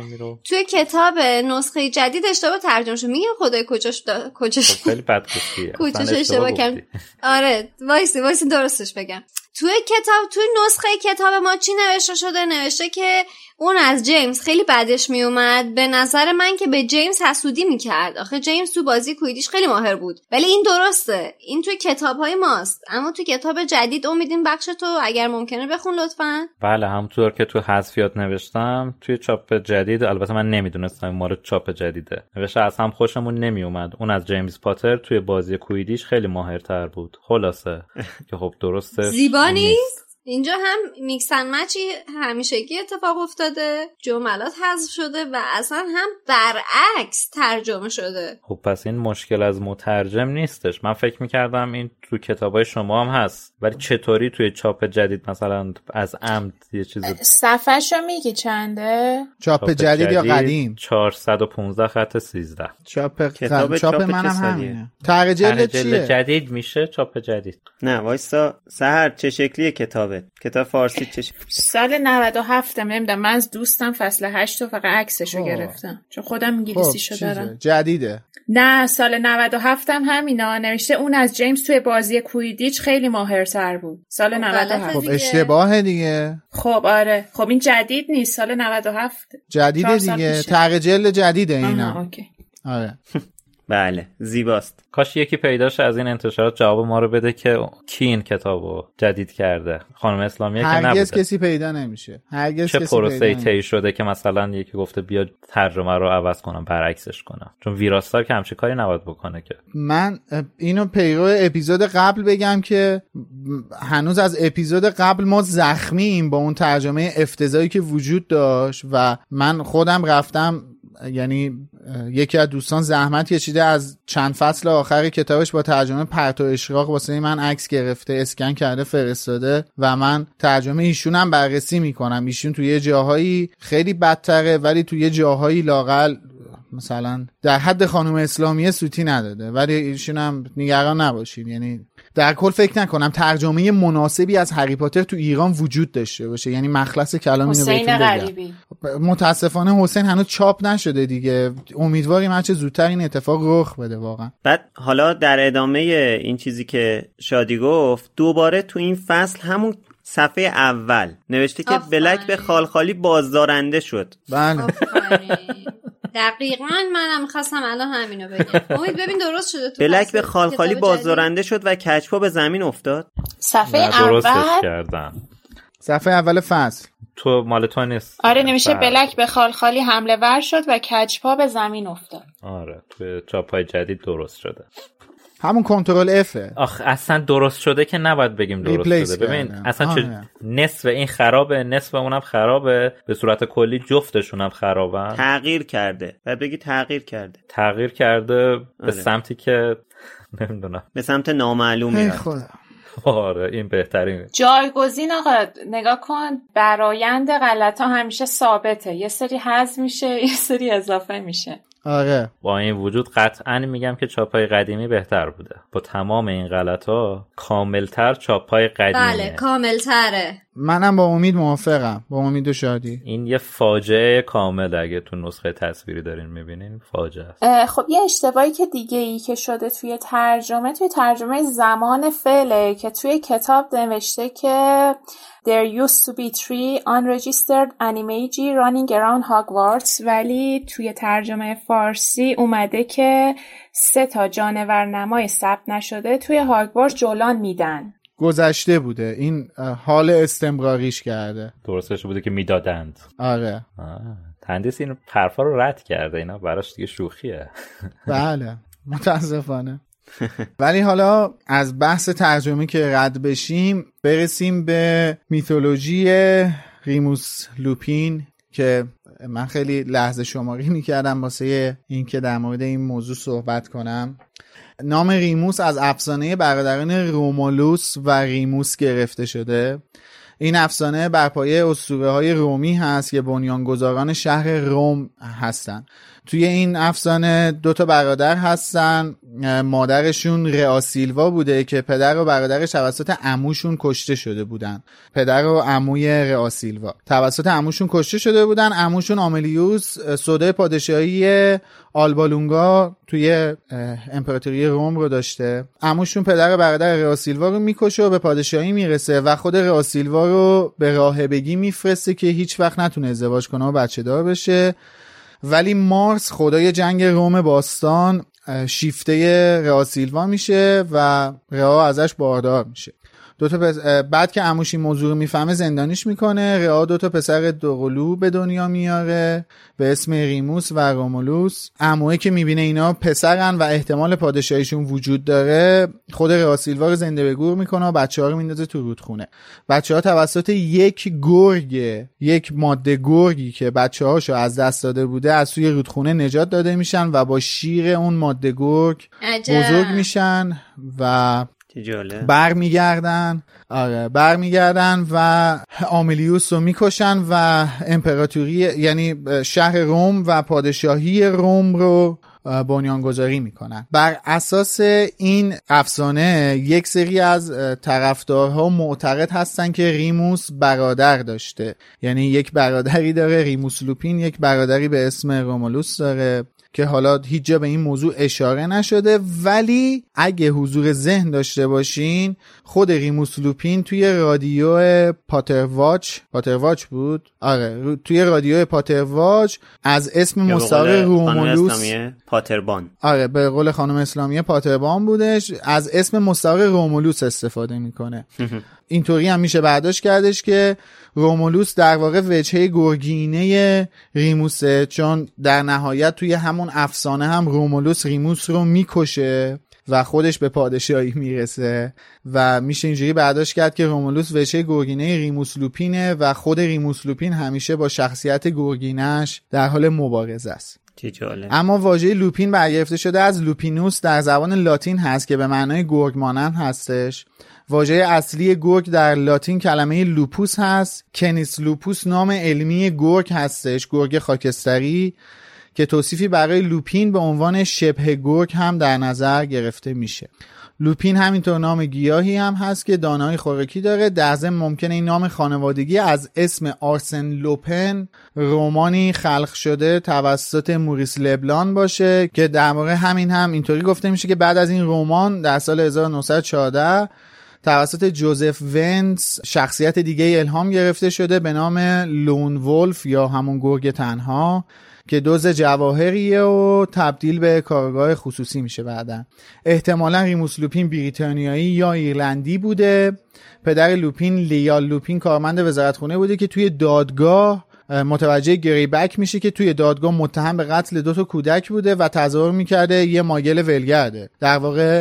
توی کتاب نسخه جدید اشتباه ترجمه شده. میگم خدای کجاش دا... کجاش خب خیلی بدگفتیه. کجاش اشتباه کردم. آره وایسی وایسی درستش بگم. توی کتاب توی نسخه کتاب ما چی نوشته شده؟ نوشته که اون از جیمز خیلی بدش می اومد. به نظر من که به جیمز حسودی میکرد. آخه جیمز تو بازی کویدیش خیلی ماهر بود. ولی این درسته، این توی کتاب‌های ماست. اما توی کتاب جدید امیدین بخش تو اگر ممکنه بخون لطفاً. بله همونطور که تو حذفیات نوشتم توی چاپ جدید، البته من نمیدونستم مورد چاپ جدیده، نوشته از هم خوشمون نمی اومد. اون از جیمز پاتر توی بازی کویدیش خیلی ماهرتر بود. خلاصه که خب درسته زیبا نیست؟ اینجا هم میکس اند مچی همیشگی اتفاق افتاده، جملات حذف شده و اصلا هم برعکس ترجمه شده. خب پس این مشکل از مترجم نیستش. من فکر میکردم این تو کتابای شما هم هست، ولی چطوری توی چاپ جدید مثلا از عمد یه چیز صفحه‌شو میگی چنده؟ چاپ, چاپ جدید, جدید یا قدیم؟ چهارصد و پانزده خط سیزده. چاپ کتاب چاپ منم همینه. تغییر جلد چیه؟ جدید میشه چاپ جدید. نه وایسا سحر، چه شکلیه کتابه؟ کتاب فارسی چه شکلی؟ سال نود و هفت نمیدونم. من از دوستم فصل هشت و فقط عکسشو گرفتم چون خودم انگلیسیشو دارم. جدیده؟ نه سال نود و هفت هم همینا نوشته اون از جیمز توی بازی کویدیچ خیلی ماهرتر بود. سال نود و هفت. خب اشتباهه دیگه. خب آره خب این جدید نیست، سال نود و هفت جدیده دیگه، تغییر جلد جدیده اینا. اوکی. آره بله زیباست. کاش یکی پیداش از این انتشارات جواب ما رو بده که کی این کتابو جدید کرده. خانم اسلامیه که نبوده. هرگز کسی پیدا نمیشه. هرگز چه کسی پروسه‌ای طی شده که مثلا یکی گفته بیا ترجمه رو عوض کنم برعکسش کنم؟ چون ویراستار که همچین کاری نباید بکنه که. من اینو پیرو اپیزود قبل بگم که هنوز از اپیزود قبل ما زخمیم با اون ترجمه افتضاحی که وجود داشت و من خودم رفتم، یعنی یکی از دوستان زحمت کشیده از چند فصل آخر کتابش با ترجمه پرت و اشراق واسه من عکس گرفته، اسکن کرده فرستاده و من ترجمه ایشون هم بررسی میکنم. ایشون توی یه جاهایی خیلی بدتره ولی توی یه جاهایی لااقل مثلا در حد خانم اسلامیه سوتی نداده، ولی ایشون هم نگران نباشید. یعنی در کل فکر نکنم ترجمه مناسبی از هری پاتر تو ایران وجود داشته باشه. یعنی مخلص کلام اینو بهتون بگم. متاسفانه حسین هنوز چاپ نشده دیگه. امیدواریم هر چه زودتر این اتفاق رخ بده واقعا. بعد حالا در ادامه این چیزی که شادی گفت، دوباره تو این فصل همون صفحه اول نوشته که بلک به خالخالی بازدارنده شد. بله دقیقاً منم می‌خواستم الان همینو بگم. امید ببین درست شده تو بلک به خالخالی بازدارنده شد و کچپا به زمین افتاد. صفحه اول کردم. صفحه اول فصل تو مال تو نیست. آره نمیشه بلک به خالخالی حمله ور شد و کچپا به زمین افتاد. آره تو چاپای جدید درست شده. همون کنترل افه. آخ اصلا درست شده که نباید بگیم درست شده. ببین اصلا چه نصف این خرابه، نصف اونم خرابه، به صورت کلی جفتشون هم خرابن. تغییر کرده. بعد بگی تغییر کرده. تغییر کرده به سمتی که نمیدونم، به سمت نامعلومی رفت. آره این بهترین جایگزین. آقا نگاه کن، برآیند غلطا همیشه ثابته، یه سری حذف میشه یه سری اضافه میشه. آره با این وجود قطعا میگم که چاپای قدیمی بهتر بوده. با تمام این غلطا کاملتر چاپای قدیمیه. بله کاملتره. منم با امید موافقم، با امید و شادی. این یه فاجعه کامل اگه تو نسخه تصویری دارین میبینین فاجعه است. خب یه اشتباهی که دیگه ای که شده توی ترجمه، توی ترجمه زمان فعله که توی کتاب نوشته که There used to be three unregistered animagi running around Hogwarts، ولی توی ترجمه فارسی اومده که سه تا جانور نمای ثبت نشده توی هاگوارتس جولان میدن. گذشته بوده، این حال استمراریش کرده. درستش بوده که میدادند. آره تندیس این حرفا رو رد کرده، اینا براش دیگه شوخیه. بله متاسفانه. ولی حالا از بحث ترجمه که رد بشیم برسیم به میتولوژی ریموس لوپین که من خیلی لحظه شماری میکردم واسه این که در مورد این موضوع صحبت کنم. نام ریموس از افسانه برادران رومولوس و ریموس گرفته شده این افسانه بر پایه اسطوره‌های رومی هست که بنیانگذاران شهر روم هستن. توی این افسانه دو تا برادر هستن، مادرشون رئاسیلوا بوده که پدر و برادرش توسط عموشون کشته شده بودن. پدر و عموی رئاسیلوا توسط عموشون کشته شده بودن. عموشون آملیوس سودای پادشاهی آلبالونگا توی امپراتوری روم رو داشته. عموشون پدر و برادر رئاسیلوا رو میکشه و به پادشاهی میرسه و خود رئاسیلوا رو به راهبگی میفرسته که هیچ وقت نتونه ازدواج کنه و بچه دار بشه. ولی مارس خدای جنگ روم باستان شیفته رئاسیلوا میشه و رئا ازش باردار میشه. دو تا پس... بعد که عموش این موضوع رو میفهمه زندانیش میکنه. رئا دو تا پسر دوقلو به دنیا میاره به اسم ریموس و رومولوس. عموه که میبینه اینا پسرن و احتمال پادشاهیشون وجود داره، خود رئاسیلوا رو زنده به گور میکنه و بچه‌ها رو میندازه تو رودخونه. بچه‌ها توسط یک گرگ، یک ماده گرگی که بچه‌هاشو از دست داده بوده، از توی رودخونه نجات داده میشن و با شیر اون ماده گرگ بزرگ میشن و بر میگردن آره بر میگردن و آملیوس رو میکشن و امپراتوری یعنی شهر روم و پادشاهی روم رو بنیانگذاری میکنن. بر اساس این افسانه یک سری از طرفدارها معتقد هستن که ریموس برادر داشته، یعنی یک برادری داره ریموس لوپین، یک برادری به اسم رومولوس داره که حالا هیچ جا به این موضوع اشاره نشده. ولی اگه حضور ذهن داشته باشین، خود ریموس لوپین توی رادیو پاترواچ پاترواچ بود آره توی رادیو پاترواچ از اسم مستعار رومولوس پاتربان آره به قول خانم اسلامیه پاتربان بودش، از اسم مستعار رومولوس استفاده میکنه. اینطوری هم میشه برداشت کردش که رومولوس در واقع وجهه گرگینه ریموسه، چون در نهایت توی همون افسانه هم رومولوس ریموس رو میکشه و خودش به پادشاهی میرسه و میشه اینجوری برداشت کرد که رومولوس وجهه گرگینه ریموس لوپینه و خود ریموس لوپین همیشه با شخصیت گرگینش در حال مبارزه است. اما واژه لوپین برگرفته شده از لوپینوس، در زبان لاتین هست که به معنای گرگ مانند هستش. واژه اصلی گرگ در لاتین کلمه لوپوس هست. کنیس لوپوس نام علمی گرگ هستش، گرگ خاکستری، که توصیفی برای لوپین به عنوان شبه گرگ هم در نظر گرفته میشه. لوپین همینطور نام گیاهی هم هست که دانه‌های خوراکی داره. در ضمن ممکنه این نام خانوادگی از اسم آرسن لوپن، رمانی خلق شده توسط موریس لبلان باشه که در واقع همین هم اینطوری گفته میشه که بعد از این رمان در سال هزار و نهصد و چهارده توسط جوزف ونس شخصیت دیگه الهام گرفته شده به نام لون ولف یا همون گرگ تنها که دوز جواهریه و تبدیل به کارگاه خصوصی میشه بعدن. احتمالاً ریموس لوپین بریتانیایی یا ایرلندی بوده. پدر لوپین لیال لوپین کارمند وزارتخونه بوده که توی دادگاه متوجه گری بک میشه که توی دادگاه متهم به قتل دو تا کودک بوده و تظاهر میکرده یه ماگل ولگرده. در واقع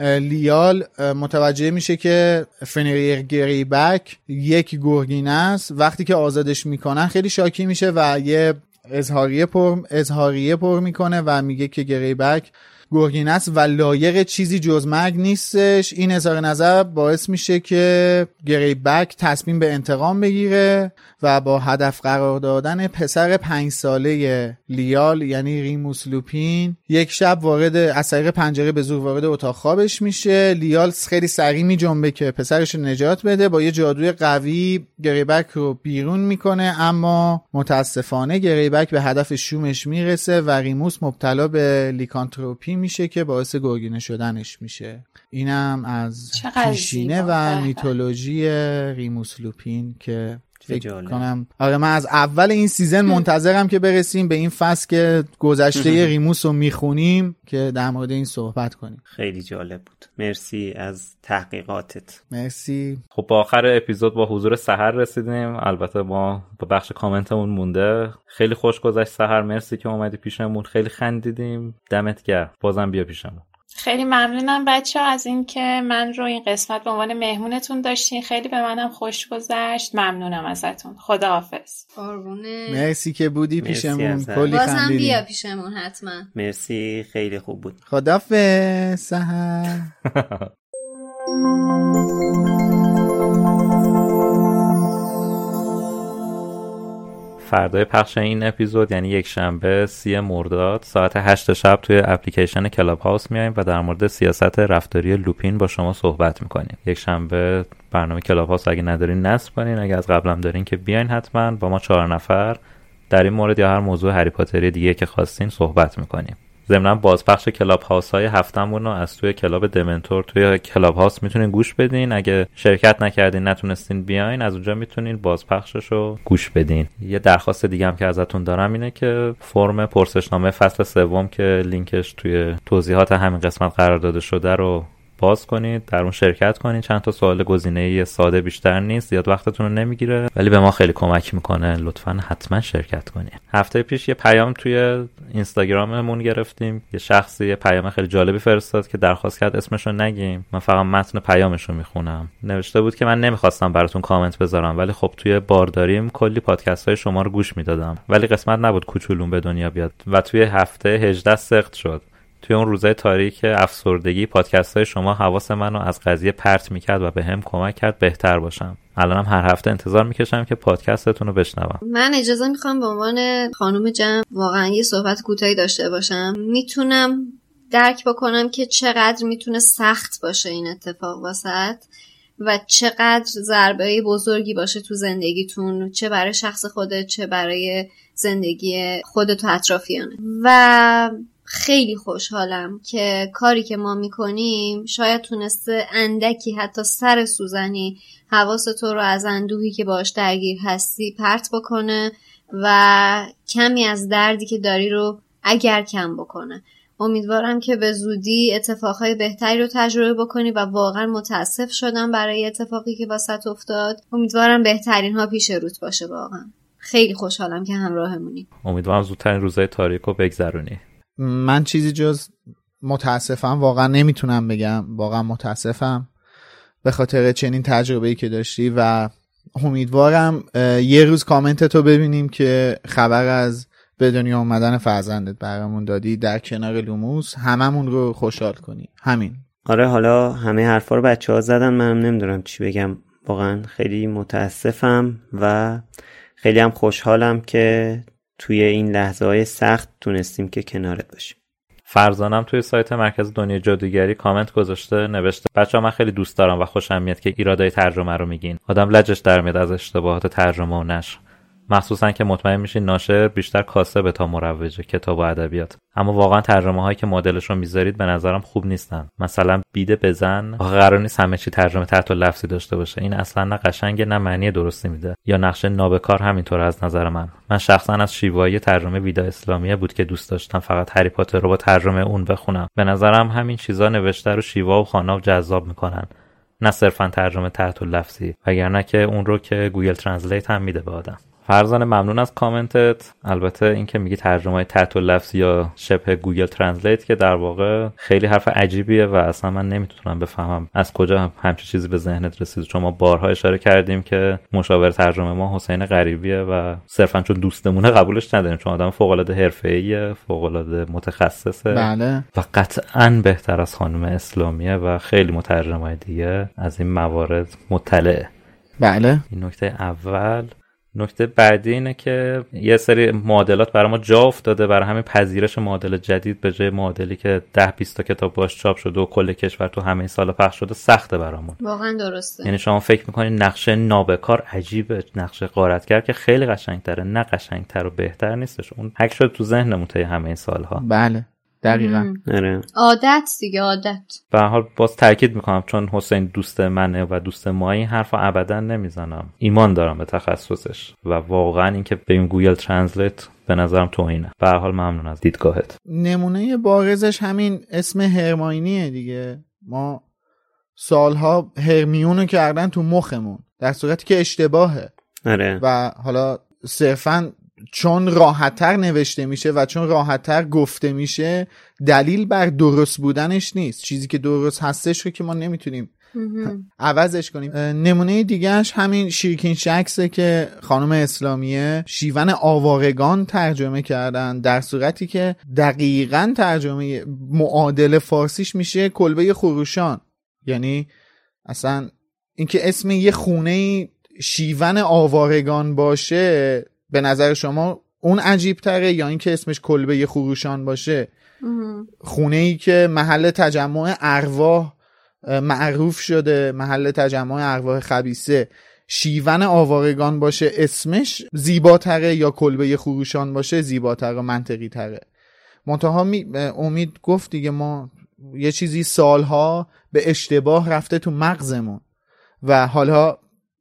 لیال متوجه میشه که فنریر گری بک یک گرگینه است. وقتی که آزادش میکنن خیلی شاکی میشه و یه اظهاریه پر اظهاریه پر میکنه و میگه که گری بک گرگینه است و لایق چیزی جز مرگ نیستش. این اظهار نظر باعث میشه که گری بک تصمیم به انتقام بگیره و با هدف قرار دادن پسر پنج ساله لیال یعنی ریموس لوپین یک شب وارد از طریق پنجره به زور وارد اتاق خوابش میشه. لیال خیلی سریع میجنبه که پسرش رو نجات بده، با یه جادوی قوی گری بک رو بیرون میکنه، اما متاسفانه گری بک به هدف شومش میرسه و ریموس مبتلا به لیکانتروپی میشه که باعث گرگینه شدنش میشه. اینم از پیشینه و میتولوژی ریموس لوپین که فکر کنم آره من از اول این سیزن منتظرم که برسیم به این فصل که گذشته ریموس رو میخونیم که در مورد این صحبت کنیم. خیلی جالب بود. مرسی از تحقیقاتت. مرسی. خب با آخر اپیزود با حضور سحر رسیدیم. البته ما با بخش کامنتمون مونده. خیلی خوش گذشت سحر، مرسی که اومدی پیشمون، خیلی خندیدیم. دمت گرم، بازم بیا پیشمون. خیلی ممنونم بچه ها از این که من رو این قسمت به عنوان مهمونتون داشتین. خیلی به منم خوش گذشت. ممنونم ازتون. خداحافظ. قربونه. مرسی که بودی پیشمون. کلی خندیدیم. بازم بیا پیشمون حتما. مرسی، خیلی خوب بود. خداحافظ سحر. فردای پخش این اپیزود یعنی یک شنبه سی مرداد ساعت هشت شب توی اپلیکیشن کلاب هاوس میایم و در مورد سیاست رفتاری لوپین با شما صحبت میکنیم. یک شنبه برنامه کلاب هاوس اگه ندارین نصب کنین، اگه از قبلم دارین که بیاین حتما. با ما چهار نفر در این مورد یا هر موضوع هری پاتری دیگه که خواستین صحبت میکنیم. ضمن بازپخش کلاب هاوس های هفتمون رو از توی کلاب دمنتور توی کلاب هاوس میتونین گوش بدین. اگه شرکت نکردین نتونستین بیاین، از اونجا میتونین بازپخشش رو گوش بدین. یه درخواست دیگه هم که ازتون دارم اینه که فرم پرسشنامه فصل سوم که لینکش توی توضیحات همین قسمت قرار داده شده رو باز کنید، در اون شرکت کنید. چند تا سوال گزینه‌ای ساده، بیشتر نیست، زیاد وقتتون رو نمیگیره ولی به ما خیلی کمک میکنه. لطفاً حتما شرکت کنید. هفته پیش یه پیام توی اینستاگراممون گرفتیم. یه شخصی یه پیام خیلی جالبی فرستاد که درخواست کرد اسمش رو نگیم. من فقط متن پیامش رو میخونم. نوشته بود که من نمیخواستم براتون کامنت بذارم ولی خب توی بارداریم کلی پادکست های شما رو گوش میدادم ولی قسمت نبود کوچولون به دنیا بیاد و توی هفته هجده سقط شد. توی اون روزای تاریک افسردگی پادکست های شما حواس منو از قضیه پرت میکرد و به هم کمک کرد بهتر باشم. الانم هر هفته انتظار میکشم که پادکستتون رو بشنوم. من اجازه میخوام به عنوان خانم جمع واقعا یه صحبت کوتاهی داشته باشم. میتونم درک بکنم که چقدر میتونه سخت باشه این اتفاق واسط و چقدر ضربه بزرگی باشه تو زندگیتون، چه برای شخص خودت چه برای زندگی خودت و اطرافیانه. و خیلی خوشحالم که کاری که ما میکنیم شاید تونسته اندکی حتی سر سوزنی حواس تو رو از اندوهی که باش درگیر هستی پرت بکنه و کمی از دردی که داری رو اگر کم بکنه. امیدوارم که به زودی اتفاقهای بهتری رو تجربه بکنی و واقعا متاسف شدم برای اتفاقی که واسط افتاد. امیدوارم بهترین ها پیش روت باشه. واقعا خیلی خوشحالم که همراهمونی. امیدوارم زودترین روزهای تاریک رو بگذرونی. من چیزی جز متاسفم واقعا نمیتونم بگم. واقعا متاسفم به خاطر چنین تجربه‌ای که داشتی و امیدوارم یه روز کامنت تو ببینیم که خبر از به دنیا آمدن فرزندت برامون دادی در کنار لوموس، هممون رو خوشحال کنی. همین. آره، حالا همه حرفا رو بچه‌ها زدن، منم نمیدونم چی بگم. واقعا خیلی متاسفم و خیلی هم خوشحالم که توی این لحظه های سخت تونستیم که کنارت باشیم. فرزانم توی سایت مرکز دنیای جادوگری کامنت گذاشته، نوشته بچه‌ها من خیلی دوست دارم و خوشم میاد که ایرادای ترجمه رو میگین. آدم لجش در میاد از اشتباهات ترجمه و نشر، مخصوصا که مطمئن میشین ناشر بیشتر کاسبه تا مروجه کتاب و ادبیات. اما واقعا ترجمه هایی که مدلش رو میذارید به نظرم خوب نیستن. مثلا بیده بزن، آخه قرار نیست همه چی ترجمه تحت لفظی داشته باشه. این اصلا نه قشنگه نه معنی درستی میده. یا نقش نابکار همینطور از نظر من. من شخصا از شیوایی ترجمه ویدا اسلامیه بود که دوست داشتم فقط هری پاتر رو با ترجمه اون بخونم. به نظرم همین چیزا نوشته رو شیوا و خوانا جذاب میکنن، نه صرفا ترجمه تحت لفظی، وگرنه که اون رو که گوگل ترنسلیت هم میده به آدم. فرزان ممنون از کامنتت. البته این که میگی ترجمه تحت لفظی یا شبه گوگل ترنسلیت که در واقع خیلی حرف عجیبیه و اصلا من نمیتونم بفهمم از کجا همچین چیزی به ذهنت رسید، چون ما بارها اشاره کردیم که مشاور ترجمه ما حسین غریبیه و صرفا چون دوستمونه قبولش نداریم، چون آدم فوق العاده حرفه‌ایه، فوق العاده متخصصه. بله. و قطعاً بهتر از خانم اسلامیه و خیلی مترجمای دیگه از این موارد مطلعه. بله. این نکته اول. نکته بعدی اینه که یه سری معادلات برای ما جا افتاده، برای همین پذیرش معادل جدید به جای معادلی که ده بیست تا کتاب باش چاپ شده و کل کشور تو همه سال پخش شده سخته برامون. واقعا درسته. یعنی شما فکر میکنین نقشه نابکار عجیبه، نقشه غارتگر که خیلی قشنگتره، نه قشنگتر و بهتر نیستش، اون حک شده تو ذهنمون طی همه این سالها. بله دقیقاً. آره. عادت دیگه، عادت. به هر حال باز تاکید میکنم چون حسین دوست منه و دوست ما، این حرفو ابدا نمیزنم. ایمان دارم به تخصصش و واقعا اینکه به این گوگل ترنسلیت به نظرم توهینه. به هر حال ممنون از دیدگاهت. نمونه بارزش همین اسم هرماینیه دیگه. ما سالها هرمیونو کردن تو مخمون در صورتی که اشتباهه. آره. و حالا صرفاً چون راحت‌تر نوشته میشه و چون راحت‌تر گفته میشه دلیل بر درست بودنش نیست. چیزی که درست هستش رو که ما نمیتونیم عوضش کنیم. نمونه دیگهش همین شیرکین شکسه که خانم اسلامیه شیون آوارگان ترجمه کردن، در صورتی که دقیقاً ترجمه معادل فارسیش میشه کلبه خروشان. یعنی اصلا اینکه اسم یه خونه شیون آوارگان باشه به نظر شما اون عجیب تره یا این که اسمش کلبه خروشان باشه؟ خونه ای که محل تجمع ارواح معروف شده، محل تجمع ارواح خبیثه، شیون آوارگان باشه اسمش زیباتره یا کلبه خروشان باشه زیباتره و منطقی تره؟ منتها می... امید گفت دیگه ما یه چیزی سالها به اشتباه رفته تو مغزمون و حالا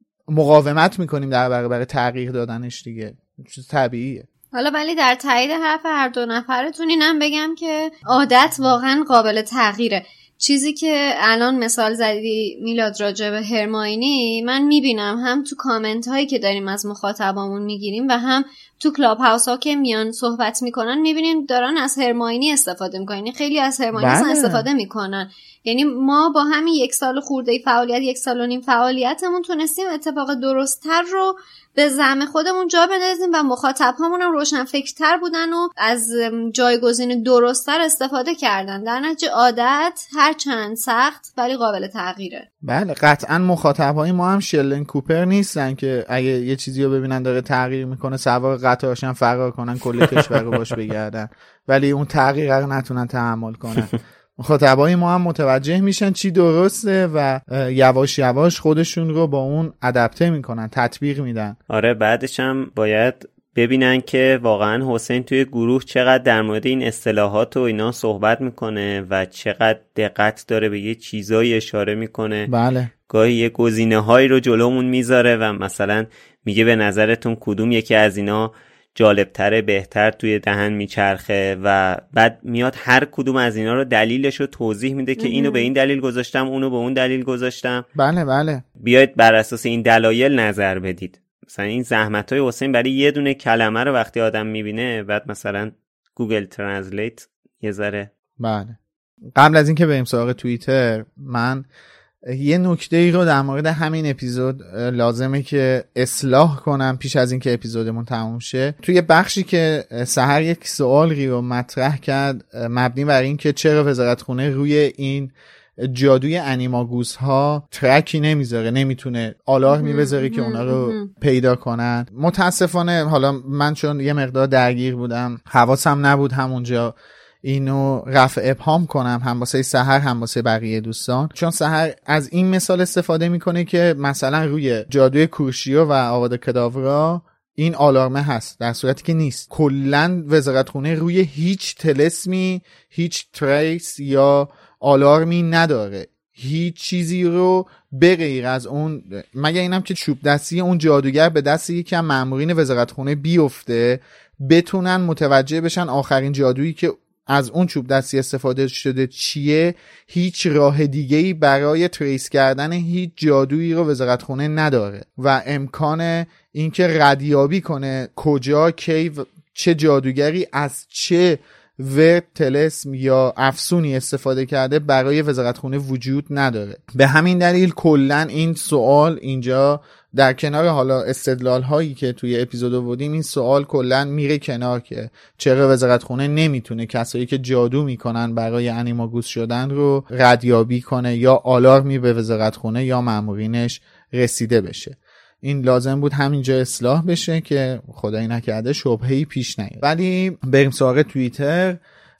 مقاومت میکنیم در برابر تغییر دادنش دیگه، چیز طبیعیه. حالا ولی در تایید حرف هر دو نفرتون اینم بگم که عادت واقعا قابل تغییره. چیزی که الان مثال زدی میلاد راجع به هرماینی، من میبینم هم تو کامنت هایی که داریم از مخاطبامون میگیریم و هم تو کلاب هاوس ها که میان صحبت میکنن میبینیم دارن از هرماینی استفاده میکنن. خیلی از هرماینی بله. استفاده میکنن. یعنی ما با همین یک سال خورده فعالیت، یک سال و نیم فعالیتمون تونستیم اتفاق درست‌تر رو به زعم خودمون جا بندازیم و مخاطب‌هامون هم روشنفکرتر بودن و از جایگزین درست‌تر استفاده کردن. در نتیجه عادت هر چند سخت ولی قابل تغییره. بله قطعاً مخاطب‌های ما هم شلن کوپر نیستن که اگه یه چیزی رو ببینن داره تغییر میکنه سوار قطارشن فرار کنن کل کشور رو باش بگردن، ولی اون تغییر رو نتونن تحمل کنن. مخاطبای ما هم متوجه میشن چی درسته و یواش یواش خودشون رو با اون ادپته میکنن، تطبیق میدن. آره بعدش هم باید ببینن که واقعا حسین توی گروه چقدر در مورد این اصطلاحات و اینا صحبت میکنه و چقدر دقت داره به یه چیزایی اشاره میکنه. بله. گاهی یه گزینه‌هایی رو جلومون میذاره و مثلا میگه به نظرتون کدوم یکی از اینا جالبتره، بهتر توی دهن میچرخه و بعد میاد هر کدوم از اینا رو دلیلش رو توضیح میده که اینو به این دلیل گذاشتم، اونو به اون دلیل گذاشتم. بله بله. بیاید بر اساس این دلایل نظر بدید. مثلا این زحمت‌های حسین برای یه دونه کلمه رو وقتی آدم میبینه بعد مثلا گوگل ترنسلیت یه ذره. بله. قبل از اینکه بریم سراغ توییتر، من یه نکته ای رو در مورد همین اپیزود لازمه که اصلاح کنم پیش از اینکه اپیزودمون تموم شه. توی بخشی که سحر یک سوالی رو مطرح کرد مبنی بر این که چرا وزارتخونه روی این جادوی انیماگوس ها ترکی نمیذاره، نمیتونه آلارمی بذاره که اونا رو پیدا کنن. متاسفانه حالا من چون یه مقدار درگیر بودم حواسم نبود همونجا اینو رفع ابهام کنم، هم واسه سحر هم واسه بقیه دوستان، چون سحر از این مثال استفاده میکنه که مثلا روی جادوی کورشیو و آواد کداورا این آلارمه هست، در صورتی که نیست. کلن وزارتخونه روی هیچ تلسمی هیچ تریس یا آلارمی نداره، هیچ چیزی رو به غیر از اون، مگه اینم که چوب دستی اون جادوگر به دست یکی از مامورین وزارتخونه بیفته بتونن متوجه بشن آخرین جادویی که از اون چوب دستی استفاده شده چیه. هیچ راه دیگه‌ای برای تریس کردن هیچ جادویی رو وزارتخونه نداره و امکان اینکه ردیابی کنه کجا کی چه جادوگری از چه ورد تلسم یا افسونی استفاده کرده برای وزارتخونه وجود نداره. به همین دلیل کلن این سوال اینجا در کنار حالا استدلال هایی که توی اپیزود بودیم، این سوال کلن میره کنار که چرا وزارتخونه نمیتونه کسایی که جادو میکنن برای انیماگوس شدن رو ردیابی کنه یا آلارمی به وزارتخونه یا مامورینش رسیده بشه. این لازم بود همینجا اصلاح بشه که خدایی نکرده شبهه‌ای پیش نیاد. ولی بریم سراغ توییتر.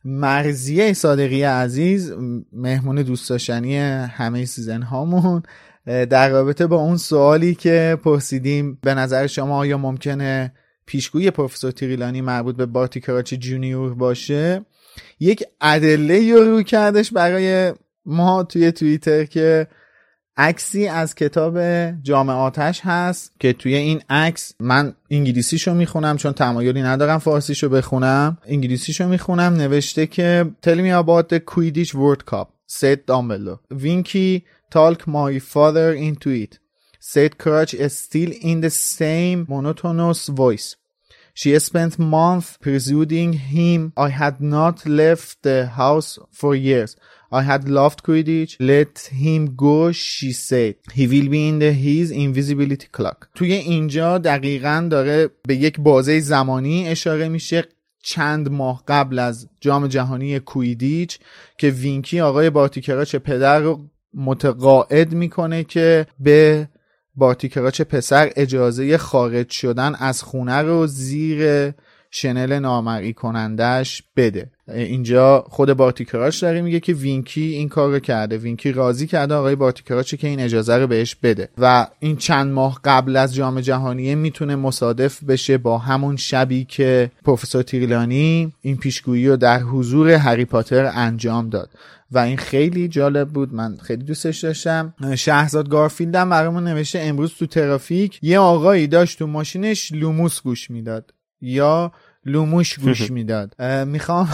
مرضیه صادقی عزیز، مهمون دوست داشتنی همه سیزن هامون، در رابطه با اون سوالی که پرسیدیم به نظر شما آیا ممکنه پیشگویی پروفسور تیریلانی مربوط به بارتی کراچی جونیور باشه، یک ادله رو رو کردش برای ما توی توییتر که عکسی از کتاب جام آتش هست که توی این عکس، من انگلیسیشو میخونم چون تمایلی ندارم فارسیشو بخونم، انگلیسیشو میخونم، نوشته که Tell me about the Quidditch World Cup, said Dumbledore. Winky talk my father into it, said Crouch still in the same monotonous voice. She spent months persuading him I had not left the house for years. I had loved Quidditch. Let him go, she said. He will be in the his invisibility clock. توی اینجا دقیقاً داره به یک بازه زمانی اشاره میشه چند ماه قبل از جام جهانی کویدیچ که وینکی آقای بارتی کراچ پدر رو متقاعد میکنه که به بارتی کراچ پسر اجازه خارج شدن از خونه رو زیر شنل نامرئی کنندش بده. اینجا خود بارتی کراچ داره میگه که وینکی این کار رو کرده، وینکی راضی کرده آقای بارتی کراچ که این اجازه رو بهش بده و این چند ماه قبل از جام جهانی میتونه مصادف بشه با همون شبی که پروفسور تیرلانی این پیشگویی رو در حضور هری پاتر انجام داد و این خیلی جالب بود، من خیلی دوستش داشتم. شهرزاد گارفیلد هم برامون نوشته امروز تو ترافیک یه آقایی داشت تو ماشینش لوموس گوش میداد یا لوموش گوش میداد. میخوام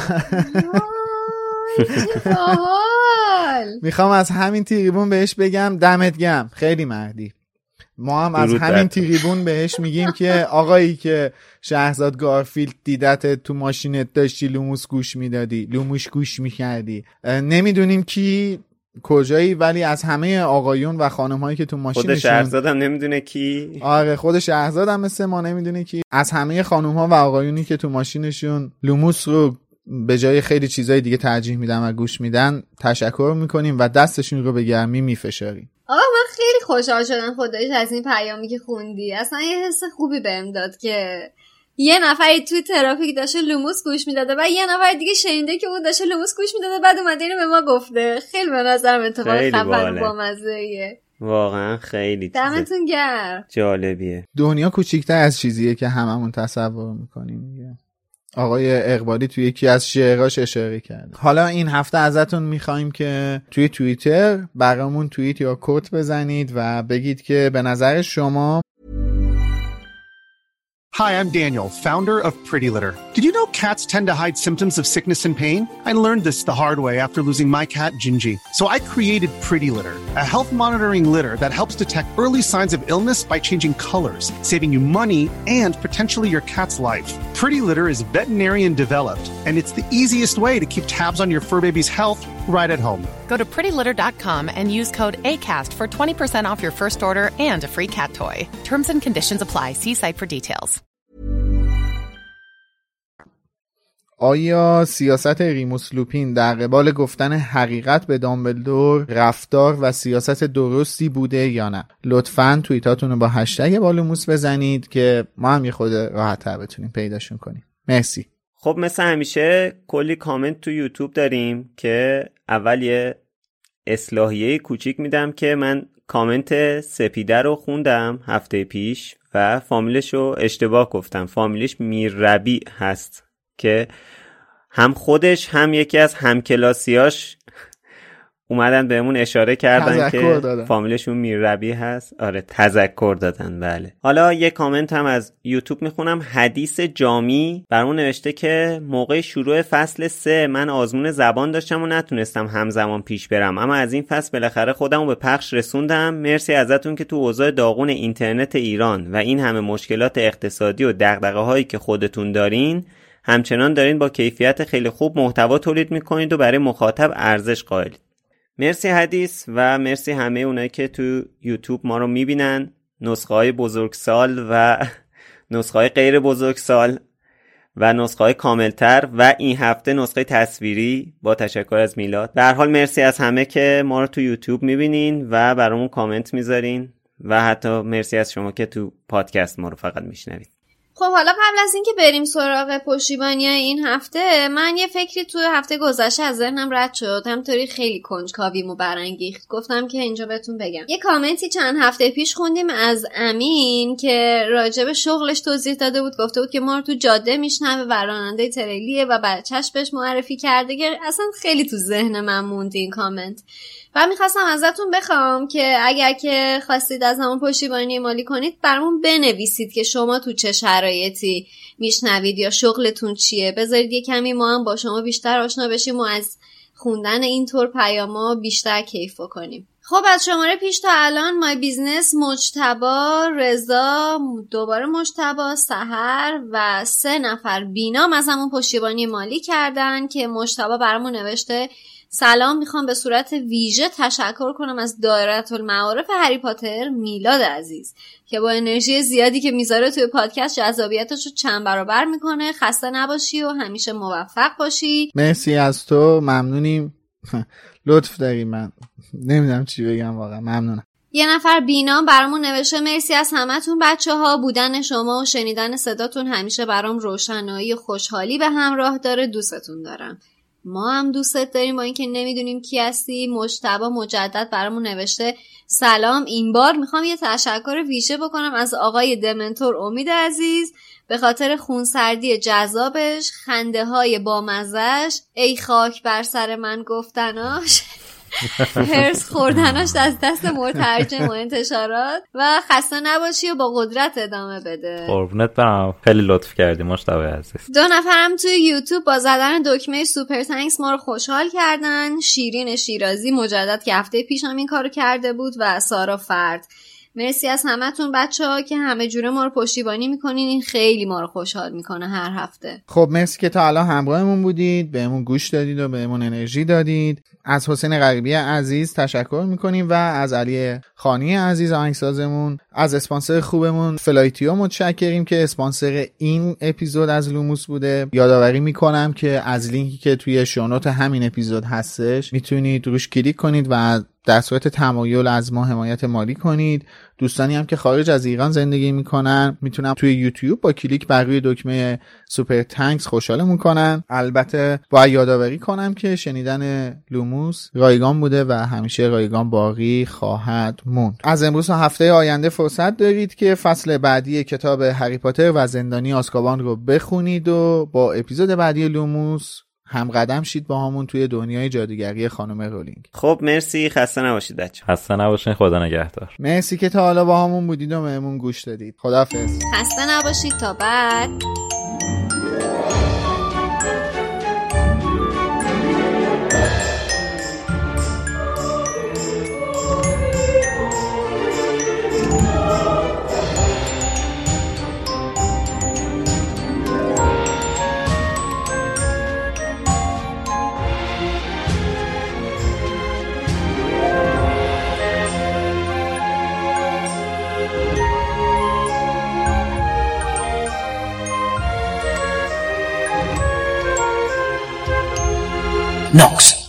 میخوام از همین تریبون بهش بگم دمت گرم، خیلی مردی. ما هم از همین تریبون بهش میگیم که آقایی که شهرزاد گارفیلد دیدت تو ماشینت داشتی لوموس گوش میدادی، لوموش گوش میکردی، نمیدونیم کی کجایی، ولی از همه آقایون و خانم‌هایی که تو ماشینشون، خود شهرزاد هم نمیدونه کی، آره خود شهرزاد هم مثل ما نمیدونه کی، از همه خانم‌ها و آقایونی که تو ماشینشون لوموس رو به جای خیلی چیزای دیگه ترجیح میدن و گوش میدن تشکر میکنیم و دستشون رو به گرمی میفشاریم. آقا من خیلی خوشحال شدم خداییش از این پیامی که خوندی، اصلا یه حس خوبی بهم داد که یه نفری توی ترافیک داشته لوموس گوش میداده و یه نفر دیگه شنیده که اون داشته لوموس گوش میداده بعد اومده اینو به ما گفته. خیلی به نظرم اتفاق خفن با مزه‌ایه، واقعا خیلی دمتون گرم، جالبیه. دنیا کوچیک‌تر از چیزیه که هممون تصور میکنیم دیگه. آقای اقبالی توی یکی از شعراش اشاره کرده. حالا این هفته ازتون میخوایم که توی توییتر برامون توییت یا کوت بزنید و بگید که به نظر شما. Hi, I'm Daniel, founder of Pretty Litter. Did you know cats tend to hide symptoms of sickness and pain? I learned this the hard way after losing my cat, Gingy. So I created Pretty Litter, a health monitoring litter that helps detect early signs of illness by changing colors, saving you money and potentially your cat's life. Pretty Litter is veterinarian developed, and it's the easiest way to keep tabs on your fur baby's health right at home. Go to pretty litter dot com and use code ACAST for twenty percent off your first order and a free cat toy. Terms and conditions apply. See site for details. آیا سیاست ریموس لوپین در قبال گفتن حقیقت به دامبلدور رفتار و سیاست درستی بوده یا نه؟ لطفاً توییتاتون رو با هشتگ بالوموس بزنید که ما هم یه خود راحت تر بتونیم پیداشون کنیم. مرسی. خب مثل همیشه کلی کامنت تو یوتیوب داریم که اول یه اصلاحیه کوچیک میدم که من کامنت سپیده رو خوندم هفته پیش و فامیلش رو اشتباه گفتم. فامیلش میرربیع هست که هم خودش هم یکی از همکلاسیاش اومدن بهمون اشاره کردن که دادن. فامیلشون میرربیع هست. آره تذکر دادن. بله. حالا یه کامنت هم از یوتیوب میخونم. حدیث جامی برامون نوشته که موقع شروع فصل سه من آزمون زبان داشتم و نتونستم همزمان پیش برم، اما از این فصل بالاخره خودمو به پخش رسوندم. مرسی ازتون که تو اوضاع داغون اینترنت ایران و این همه مشکلات اقتصادی و دغدغه‌هایی که خودتون دارین همچنان دارین با کیفیت خیلی خوب محتوا تولید میکنید و برای مخاطب ارزش قائلید. مرسی حدیث و مرسی همه اونایی که تو یوتیوب ما رو میبینن، نسخه های بزرگسال و نسخه های غیر بزرگسال و نسخه های کاملتر و این هفته نسخه تصویری. با تشکر از میلاد. به هر حال مرسی از همه که ما رو تو یوتیوب میبینین و برامون کامنت میذارین و حتی مرسی از شما که تو پادکست ما رو فقط میشنوید. خب حالا قبل از اینکه بریم سراغ پشتیبانی این هفته، من یه فکری تو هفته گذشته از ذهنم رد شد، همطوری خیلی کنجکاویمو برانگیخت، گفتم که اینجا بهتون بگم. یه کامنتی چند هفته پیش خوندیم از امین که راجب شغلش توضیح داده بود، گفته بود که ما رو تو جاده میشنوه و راننده تریلیه و بچه‌ش بهش معرفی کرده که اصلا خیلی تو ذهن من موند این کامنت و میخواستم ازتون بخوام که اگر که خواستید از همون پشتیبانی مالی کنید برامون بنویسید که شما تو چه شرایطی میشنوید یا شغلتون چیه. بذارید یه کمی ما هم با شما بیشتر آشنا بشیم و از خوندن اینطور پیاما بیشتر کیف کنیم. خب از شماره پیش تا الان مای بیزنس، مجتبی، رضا، دوباره مجتبی، سحر و سه نفر بینام از همون پشتیبانی مالی کردن که مجتبی برامون نوشته سلام، میخوام به صورت ویژه تشکر کنم از دایره المعارف هری پاتر میلاد عزیز که با انرژی زیادی که میذاره توی پادکست جذابیتش رو چند برابر میکنه. خسته نباشی و همیشه موفق باشی. مرسی از تو، ممنونیم. لطف داری، من نمیدونم چی بگم، واقعا ممنونم. یه نفر بینام برامون نوشته مرسی از همتون بچه ها، بودن شما و شنیدن صداتون همیشه برام روشنایی و خوشحالی به همراه داره، دوستتون دارم. ما هم دوستت داریم با اینکه نمیدونیم کی هستی. مجتبی مجدد برامون نوشته سلام، این بار میخوام یه تشکر ویژه بکنم از آقای دمنتور امید عزیز به خاطر خونسردی جذابش، خنده های بامزش، ای خاک بر سر من گفتناش، هرس خوردناش از دست مترجم و انتشارات و خسته نباشی و با قدرت ادامه بده. قربونت برم، خیلی لطف کردی مجتبی عزیز. دو نفرم توی یوتیوب با زدن دکمه سوپر تانکس ما رو خوشحال کردن. شیرین شیرازی مجدد که هفته پیش هم این کارو کرده بود و سارا فرد. مرسی از همتون بچه‌ها که همه جوره ما رو پشتیبانی میکنین، این خیلی ما رو خوشحال میکنه هر هفته. خب مرسی که تا الان همراهمون بودید، بهمون گوش دادید و بهمون انرژی دادید. از حسین غریبی عزیز تشکر میکنیم و از علی خانی عزیز آهنگسازمون. از اسپانسر خوبمون فلایتیو متشکریم که اسپانسر این اپیزود از لوموس بوده. یادآوری میکنم که از لینکی که توی شونوت همین اپیزود هستش میتونید روش کلیک کنید و در صورت تمایل از ما حمایت مالی کنید. دوستانی هم که خارج از ایران زندگی میکنن میتونن توی یوتیوب با کلیک بر روی دکمه سوپر تانکس خوشحالمون کنن. البته باید یادآوری کنم که شنیدن لوموس رایگان بوده و همیشه رایگان باقی خواهد موند. از امروز تا هفته آینده فرصت دارید که فصل بعدی کتاب هری پاتر و زندانی آزکابان رو بخونید و با اپیزود بعدی لوموس هم قدم شید با همون توی دنیای جادوگری خانم رولینگ. خب مرسی، خسته نباشید بچه. خسته نباشین، خدا نگهدار. مرسی که تا حالا با همون بودید و بهمون گوش دادید. خداحافظ. خسته نباشید تا بعد. Nox.